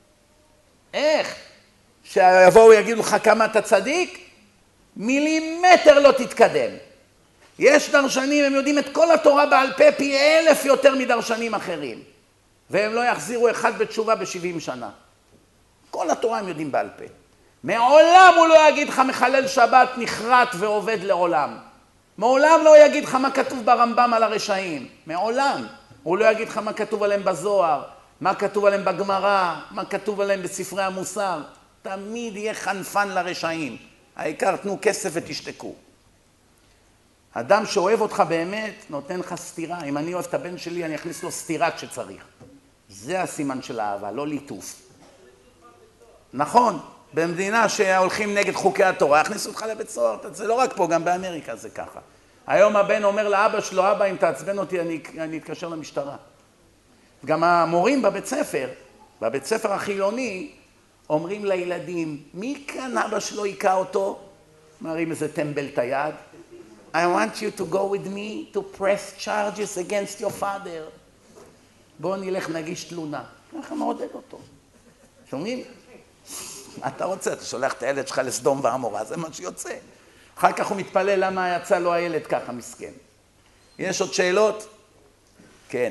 איך? שיבואו יגידו לך כמה אתה צדיק? מילימטר לא תתקדם. יש דרשנים, הם יודעים את כל התורה בעל פה פי אלף יותר מדרשנים אחרים. והם לא יחזירו אחד בתשובה בשבעים שנה. כל התורה הם יודעים בעל פה. מעולם הוא לא יגיד לך מחלל שבת נחרט ועובד לעולם. מעולם לא יגיד לך מה כתוב ברמב"ם על הרשעים. מעולם. הוא לא יגיד לך מה כתוב עליהם בזוהר, מה כתוב עליהם בגמרא, מה כתוב עליהם בספרי המוסר. תמיד יהיה חנפן לרשעים. העיקר תנו כסף ותשתקו. אדם שאוהב אותך באמת נותן לך סתירה. אם אני אוהב את הבן שלי, אני אכניס לו סתירה כשצריך. זה הסימן של האהבה, לא ליטוף. נכון, במדינה שהולכים נגד חוקי התורה, הכניסו אותך לבית סוהר. זה לא רק פה, גם באמריקה זה ככה. היום הבן אומר לאבא שלו, אבא, אם תעצבן אותי, אני, אני אתקשר למשטרה. גם המורים בבית ספר, בבית ספר החילוני, אומרים לילדים, מי כאן אבא שלו היקע אותו? מראים איזה טמבל את היד. I want you to go with me to press charges against your father. בואו נלך נגיש תלונה. ככה מעודד אותו. שומעים? אתה רוצה, אתה שולח את הילד שלך לסדום ועמורה, זה מה שיוצא. אחר כך הוא מתפלל למה יצא לו הילד ככה מסכן. יש עוד שאלות? כן.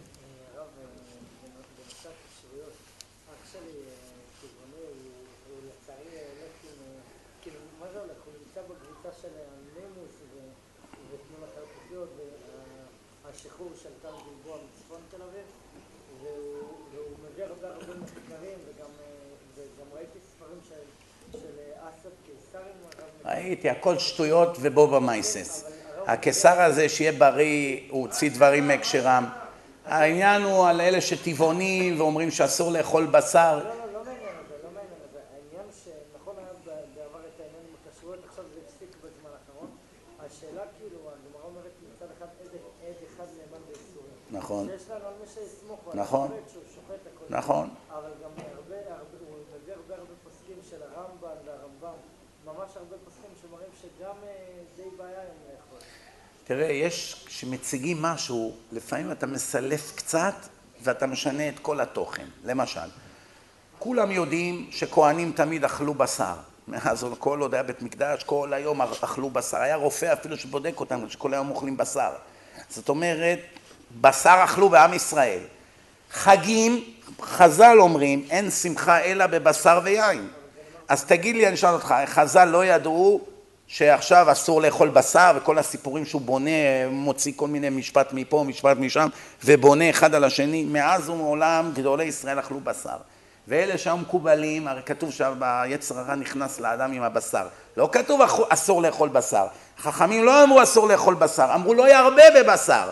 השחרור של טל גלבוע מצפון תל אביב, והוא מביא הרבה הרבה מחקרים, וגם ראיתי ספרים של אסד קיסרים. ראיתי, הכל שטויות ובובה מייסס. הקיסר הזה שיהיה בריא, הוא הוציא דברים מהקשרם. העניין הוא על אלה שטבעונים ואומרים שאסור לאכול בשר. לא, לא, לא מעניין הזה, לא מעניין הזה. העניין שנכון היה בעבר את העניין עם הכשרויות, עכשיו זה הפסיק בזמן האחרון. השאלה כאילו, הגמרא אומרת מצד אחד עד אחד נאמן באיסורים. נכון. שיש לנו על מי שיסמוך, נכון. שהוא שוחט הכל. נכון. אבל גם הרבה, הוא מביא הרבה הרבה פוסקים של הרמב"ן והרמב"ם, ממש הרבה פוסקים שמראים שגם די בעיה עם לאכול. תראה, יש, כשמציגים משהו, לפעמים אתה מסלף קצת ואתה משנה את כל התוכן. למשל, כולם יודעים שכהנים תמיד אכלו בשר. מאז כל עוד היה בית מקדש, כל היום אכלו בשר. היה רופא אפילו שבודק אותם, שכל היום אוכלים בשר. זאת אומרת, בשר אכלו בעם ישראל. חגים, חז"ל אומרים, אין שמחה אלא בבשר ויין. אז תגיד לי, אני אשאל אותך, חז"ל לא ידעו שעכשיו אסור לאכול בשר, וכל הסיפורים שהוא בונה, מוציא כל מיני משפט מפה, משפט משם, ובונה אחד על השני. מאז ומעולם גדולי ישראל אכלו בשר. ואלה שהיו מקובלים, הרי כתוב שהיצר הרע נכנס לאדם עם הבשר. לא כתוב אסור לאכול בשר. חכמים לא אמרו אסור לאכול בשר, אמרו לא ירבה בבשר.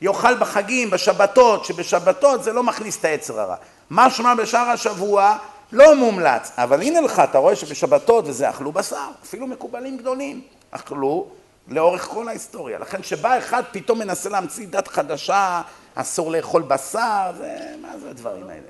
יאכל בחגים, בשבתות, שבשבתות זה לא מכניס את היצר הרע. משמע בשאר השבוע לא מומלץ, אבל הנה לך, אתה רואה שבשבתות וזה אכלו בשר, אפילו מקובלים גדולים, אכלו לאורך כל ההיסטוריה. לכן שבא אחד פתאום מנסה להמציא דת חדשה, אסור לאכול בשר, זה, מה זה הדברים האלה?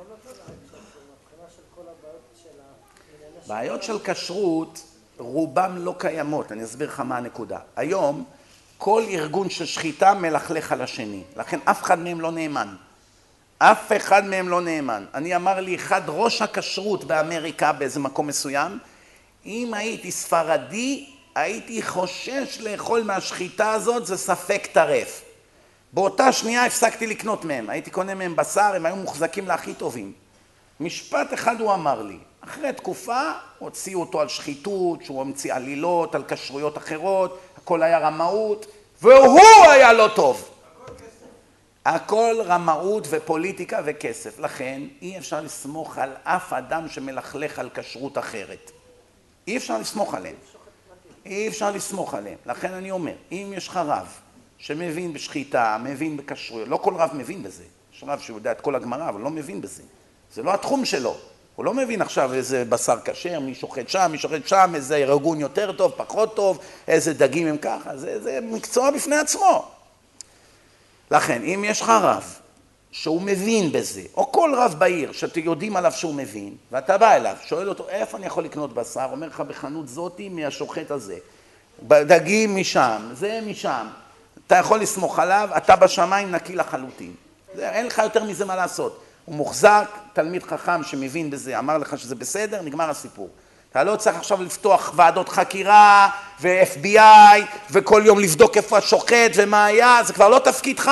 בעיות של כשרות, רובם לא קיימות, אני אסביר לך מה הנקודה. היום, כל ארגון של שחיטה מלכלך על השני, לכן אף אחד מהם לא נאמן. אף אחד מהם לא נאמן. אני אמר לי אחד ראש הכשרות באמריקה באיזה מקום מסוים, אם הייתי ספרדי, הייתי חושש לאכול מהשחיטה הזאת, זה ספק טרף. באותה שנייה הפסקתי לקנות מהם, הייתי קונה מהם בשר, הם היו מוחזקים להכי טובים. משפט אחד הוא אמר לי, אחרי תקופה הוציאו אותו על שחיתות, שהוא המציא עלילות, על כשרויות אחרות, הכל היה רמאות, והוא היה לא טוב. הכל רמאות ופוליטיקה וכסף, לכן אי אפשר לסמוך על אף אדם שמלכלך על כשרות אחרת. אי אפשר לסמוך עליהם. אי אפשר לסמוך עליהם. לכן אני אומר, אם יש לך רב שמבין בשחיטה, מבין בכשרויות, לא כל רב מבין בזה. יש רב שיודע את כל הגמרא, אבל לא מבין בזה. זה לא התחום שלו. הוא לא מבין עכשיו איזה בשר כשר, מי שוחט שם, מי שוחט שם, איזה ארגון יותר טוב, פחות טוב, איזה דגים הם ככה. זה, זה מקצוע בפני עצמו. לכן, אם יש לך רב שהוא מבין בזה, או כל רב בעיר שאתם יודעים עליו שהוא מבין, ואתה בא אליו, שואל אותו, איפה אני יכול לקנות בשר? אומר לך, בחנות זאתי מהשוחט הזה. דגים משם, זה משם. אתה יכול לסמוך עליו, אתה בשמיים נקי לחלוטין. זה, אין לך יותר מזה מה לעשות. הוא מוחזק, תלמיד חכם שמבין בזה, אמר לך שזה בסדר, נגמר הסיפור. אתה לא צריך עכשיו לפתוח ועדות חקירה ו-אף בי איי וכל יום לבדוק איפה השוחט ומה היה, זה כבר לא תפקידך.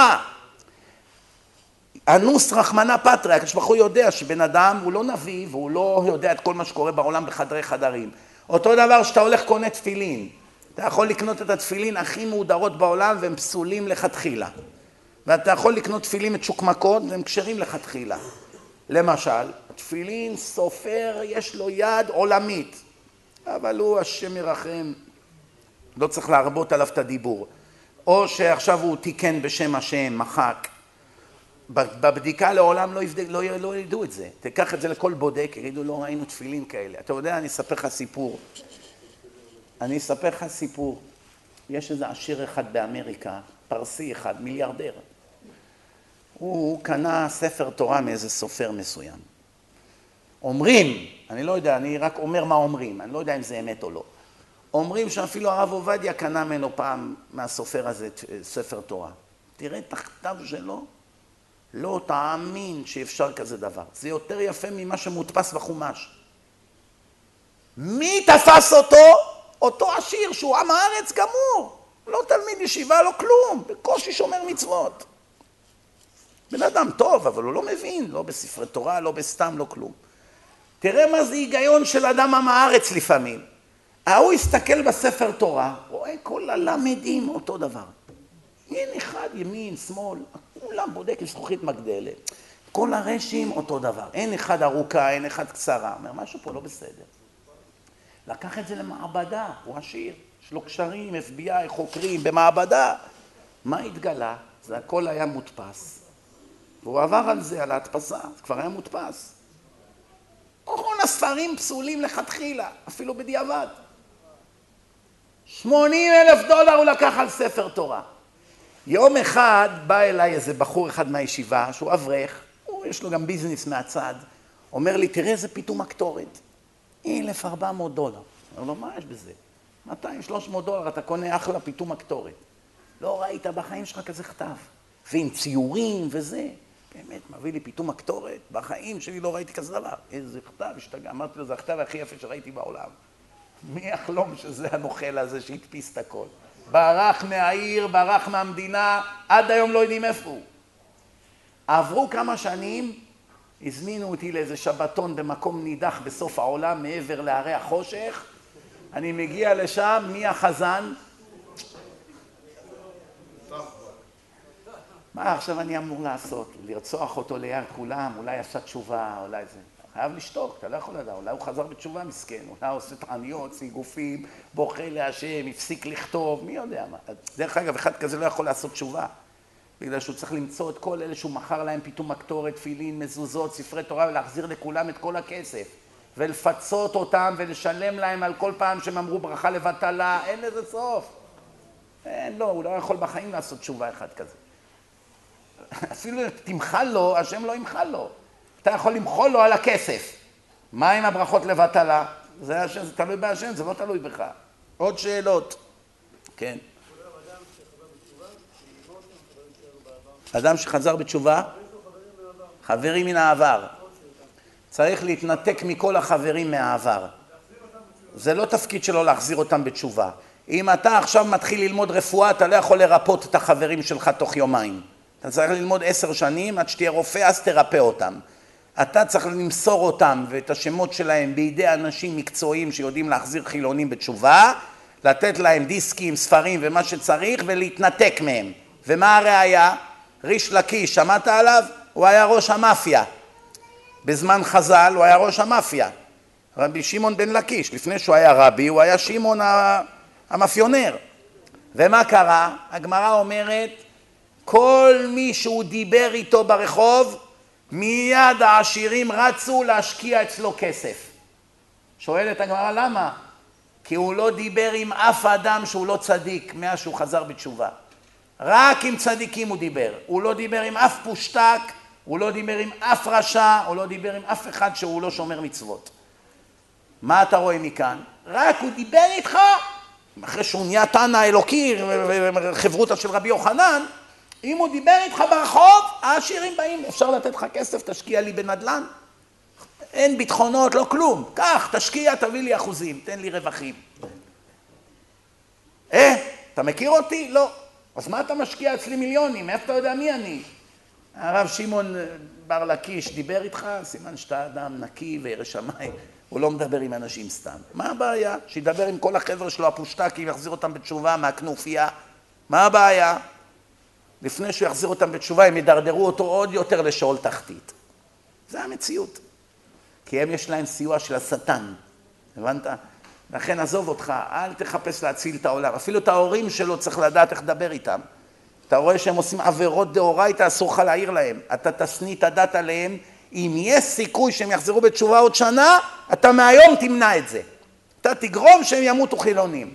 אנוס רחמנא פטריה, הקדוש ברוך הוא יודע שבן אדם הוא לא נביא והוא לא יודע את כל מה שקורה בעולם בחדרי חדרים. אותו דבר שאתה הולך קונה תפילין, אתה יכול לקנות את התפילין הכי מהודרות בעולם והם פסולים לכתחילה. ואתה יכול לקנות תפילין את שוק מכות והם כשרים לכתחילה. למשל, התפילין סופר, יש לו יד עולמית, אבל הוא השם ירחם, לא צריך להרבות עליו את הדיבור. או שעכשיו הוא תיקן בשם השם, מחק. בבדיקה לעולם לא, יבדק, לא, לא ידעו את זה. תיקח את זה לכל בודק, יגידו, לא ראינו תפילין כאלה. אתה יודע, אני אספר לך סיפור. אני אספר לך סיפור. יש איזה עשיר אחד באמריקה, פרסי אחד, מיליארדר. הוא קנה ספר תורה מאיזה סופר מסוים. אומרים, אני לא יודע, אני רק אומר מה אומרים, אני לא יודע אם זה אמת או לא. אומרים שאפילו הרב עובדיה קנה ממנו פעם מהסופר הזה ספר תורה. תראה את הכתב שלו, לא תאמין שאפשר כזה דבר. זה יותר יפה ממה שמודפס בחומש. מי תפס אותו? אותו עשיר שהוא עם הארץ גמור. לא תלמיד ישיבה, לא כלום. בקושי שומר מצוות. בן אדם טוב, אבל הוא לא מבין. לא בספרי תורה, לא בסתם, לא כלום. תראה מה זה היגיון של אדם עם הארץ לפעמים. הוא הסתכל בספר תורה, רואה כל הלמדים אותו דבר. אין אחד ימין, שמאל, כולם בודק עם זכוכית מגדלת. כל הרשים אותו דבר. אין אחד ארוכה, אין אחד קצרה. אומר, משהו פה לא בסדר. לקח את זה למעבדה, הוא עשיר. יש לו קשרים, אף בי איי, חוקרים, במעבדה. מה התגלה? זה הכל היה מודפס. והוא עבר על זה, על ההדפסה, זה כבר היה מודפס. כל הספרים פסולים לכתחילה, אפילו בדיעבד. שמונים אלף דולר הוא לקח על ספר תורה. יום אחד בא אליי איזה בחור אחד מהישיבה, שהוא אברך, הוא יש לו גם ביזנס מהצד, אומר לי, תראה איזה פיתום הקטורת, אלף וארבע מאות דולר. אומר לו, מה יש בזה? מאתיים שלוש מאות דולר, אתה קונה אחלה פיתום הקטורת. לא ראית בחיים שלך כזה כתב, ועם ציורים וזה. באמת, מביא לי פיתום הקטורת, בחיים שלי לא ראיתי כזה דבר. איזה כתב, השתגע, אמרתי לו, זה הכתב הכי יפה שראיתי בעולם. מי יחלום שזה הנוכל הזה שהדפיס את הכל? ברח מהעיר, ברח מהמדינה, עד היום לא יודעים איפה הוא. עברו כמה שנים, הזמינו אותי לאיזה שבתון במקום נידח בסוף העולם, מעבר להרי החושך. אני מגיע לשם, מי החזן? מה עכשיו אני אמור לעשות? לרצוח אותו ליד כולם, אולי עשה תשובה, אולי זה... חייב לשתוק, אתה לא יכול לדעת, אולי הוא חזר בתשובה מסכן, אולי עושה תעניות, סיגופים, בוכה להשם, הפסיק לכתוב, מי יודע מה. דרך אגב, אחד כזה לא יכול לעשות תשובה. בגלל שהוא צריך למצוא את כל אלה שהוא מכר להם פתאום מקטורת, תפילין, מזוזות, ספרי תורה, ולהחזיר לכולם את כל הכסף. ולפצות אותם ולשלם להם על כל פעם שהם אמרו ברכה לבטלה, אין לזה סוף. אין, לא, הוא לא יכול בחיים לעשות תשובה אחד כזה. אפילו תמחל לו, השם לא ימחל לו. אתה יכול למחול לו על הכסף. מה עם הברכות לבטלה? זה השם, זה תלוי בהשם, זה לא תלוי בך. עוד שאלות. כן. אדם שחזר בתשובה? חברים מן העבר. צריך להתנתק מכל החברים מהעבר. זה לא תפקיד שלו להחזיר אותם בתשובה. אם אתה עכשיו מתחיל ללמוד רפואה, אתה לא יכול לרפות את החברים שלך תוך יומיים. אתה צריך ללמוד עשר שנים, עד שתהיה רופא, אז תרפא אותם. אתה צריך למסור אותם ואת השמות שלהם בידי אנשים מקצועיים שיודעים להחזיר חילונים בתשובה, לתת להם דיסקים, ספרים ומה שצריך ולהתנתק מהם. ומה הראיה? ריש לקיש, שמעת עליו? הוא היה ראש המאפיה. בזמן חז"ל הוא היה ראש המאפיה. רבי שמעון בן לקיש, לפני שהוא היה רבי, הוא היה שמעון המאפיונר. ומה קרה? הגמרא אומרת, כל מי שהוא דיבר איתו ברחוב, מיד העשירים רצו להשקיע אצלו כסף. שואלת הגמרא, למה? כי הוא לא דיבר עם אף אדם שהוא לא צדיק, מאז שהוא חזר בתשובה. רק עם צדיקים הוא דיבר. הוא לא דיבר עם אף פושטק, הוא לא דיבר עם אף רשע, הוא לא דיבר עם אף אחד שהוא לא שומר מצוות. מה אתה רואה מכאן? רק הוא דיבר איתך, אחרי שהוא נהיה תנא אלוקי, חברותא של רבי יוחנן, אם הוא דיבר איתך ברחוב, העשירים באים, אפשר לתת לך כסף, תשקיע לי בנדל"ן. אין ביטחונות, לא כלום. כך, תשקיע, תביא לי אחוזים, תן לי רווחים. אה, אתה מכיר אותי? לא. אז מה אתה משקיע אצלי מיליונים? איפה אתה יודע מי אני? הרב שמעון בר לקיש דיבר איתך, סימן שאתה אדם נקי וירא שמיים. הוא לא מדבר עם אנשים סתם. מה הבעיה? שידבר עם כל החבר'ה שלו הפושטקים, יחזיר אותם בתשובה מהכנופיה. מה הבעיה? לפני שהוא יחזיר אותם בתשובה, הם ידרדרו אותו עוד יותר לשאול תחתית. זה המציאות. כי הם יש להם סיוע של השטן. הבנת? לכן עזוב אותך, אל תחפש להציל את העולם. אפילו את ההורים שלו צריך לדעת איך לדבר איתם. אתה רואה שהם עושים עבירות דאורייתא, אסור לך להעיר להם. אתה תשניא את הדת עליהם. אם יש סיכוי שהם יחזרו בתשובה עוד שנה, אתה מהיום תמנע את זה. אתה תגרום שהם ימותו חילונים.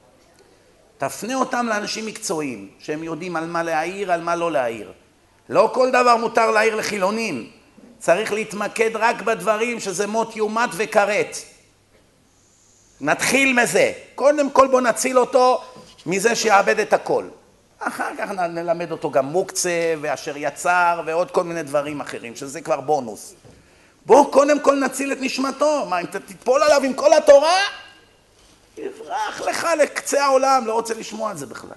תפנה אותם לאנשים מקצועיים, שהם יודעים על מה להעיר, על מה לא להעיר. לא כל דבר מותר להעיר לחילונים. צריך להתמקד רק בדברים שזה מות יומת וכרת. נתחיל מזה. קודם כל בוא נציל אותו מזה שיעבד את הכל. אחר כך נלמד אותו גם מוקצה ואשר יצר ועוד כל מיני דברים אחרים, שזה כבר בונוס. בוא קודם כל נציל את נשמתו. מה, אם אתה תתפול עליו עם כל התורה, יברח לך לקצה העולם, לא רוצה לשמוע את זה בכלל.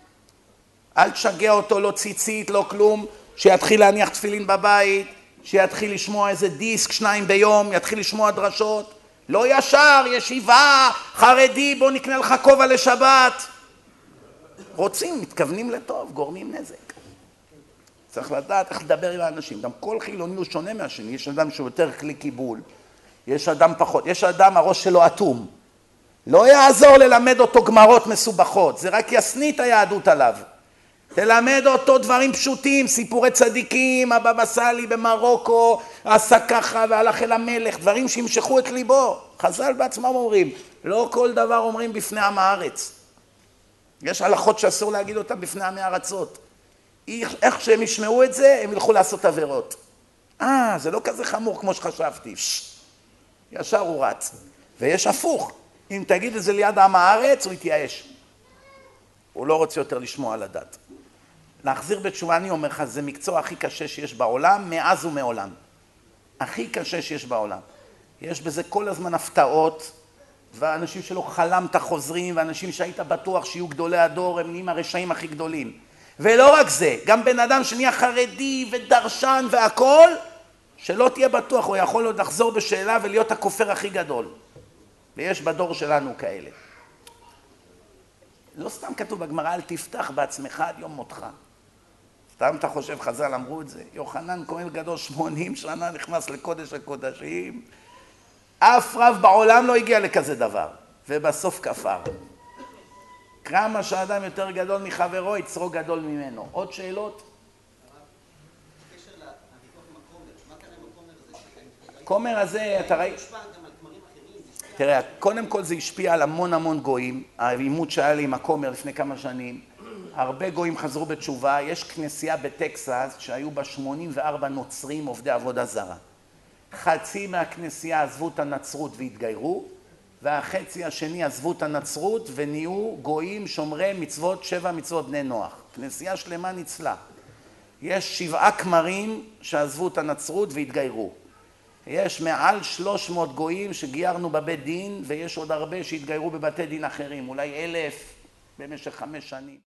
אל תשגע אותו, לא ציצית, לא כלום, שיתחיל להניח תפילין בבית, שיתחיל לשמוע איזה דיסק שניים ביום, יתחיל לשמוע דרשות. לא ישר, ישיבה, חרדי, בוא נקנה לך כובע לשבת. רוצים, מתכוונים לטוב, גורמים נזק. צריך לדעת איך לדבר עם האנשים. גם כל חילוני הוא שונה מהשני. יש אדם שהוא יותר כלי קיבול, יש אדם פחות. יש אדם, הראש שלו אטום. לא יעזור ללמד אותו גמרות מסובכות, זה רק יסניא את היהדות עליו. תלמד אותו דברים פשוטים, סיפורי צדיקים, הבבא סאלי במרוקו, עשה ככה והלך אל המלך, דברים שימשכו את ליבו. חז"ל בעצמם אומרים, לא כל דבר אומרים בפני עם הארץ. יש הלכות שאסור להגיד אותם בפני עמי ארצות. איך שהם ישמעו את זה, הם ילכו לעשות עבירות. אה, זה לא כזה חמור כמו שחשבתי. ישר הוא רץ. ויש הפוך. אם תגיד את זה ליד עם הארץ, הוא יתייאש. הוא לא רוצה יותר לשמוע על הדת. להחזיר בתשובה, אני אומר לך, זה מקצוע הכי קשה שיש בעולם, מאז ומעולם. הכי קשה שיש בעולם. יש בזה כל הזמן הפתעות, והאנשים שלו חלמת חוזרים, ואנשים שהיית בטוח שיהיו גדולי הדור, הם נהיים הרשעים הכי גדולים. ולא רק זה, גם בן אדם שנהיה חרדי ודרשן והכל, שלא תהיה בטוח, הוא יכול עוד לחזור בשאלה ולהיות הכופר הכי גדול. ויש בדור שלנו כאלה. לא סתם כתוב בגמרא, אל תפתח בעצמך עד יום מותך. סתם אתה חושב, חז"ל אמרו את זה. יוחנן כהן גדול שמונים שנה נכנס לקודש הקודשים. אף רב בעולם לא הגיע לכזה דבר. ובסוף כפר. כמה שאדם יותר גדול מחברו, יצרו גדול ממנו. עוד שאלות? הכומר הזה, אתה ראי... תראה, קודם כל זה השפיע על המון המון גויים, העימות שהיה לי עם הכומר לפני כמה שנים, הרבה גויים חזרו בתשובה, יש כנסייה בטקסס שהיו בה שמונים וארבע נוצרים עובדי עבודה זרה. חצי מהכנסייה עזבו את הנצרות והתגיירו, והחצי השני עזבו את הנצרות ונהיו גויים שומרי מצוות, שבע מצוות בני נוח. כנסייה שלמה ניצלה. יש שבעה כמרים שעזבו את הנצרות והתגיירו. יש מעל שלוש מאות גויים שגיירנו בבית דין, ויש עוד הרבה שהתגיירו בבתי דין אחרים, אולי אלף במשך חמש שנים.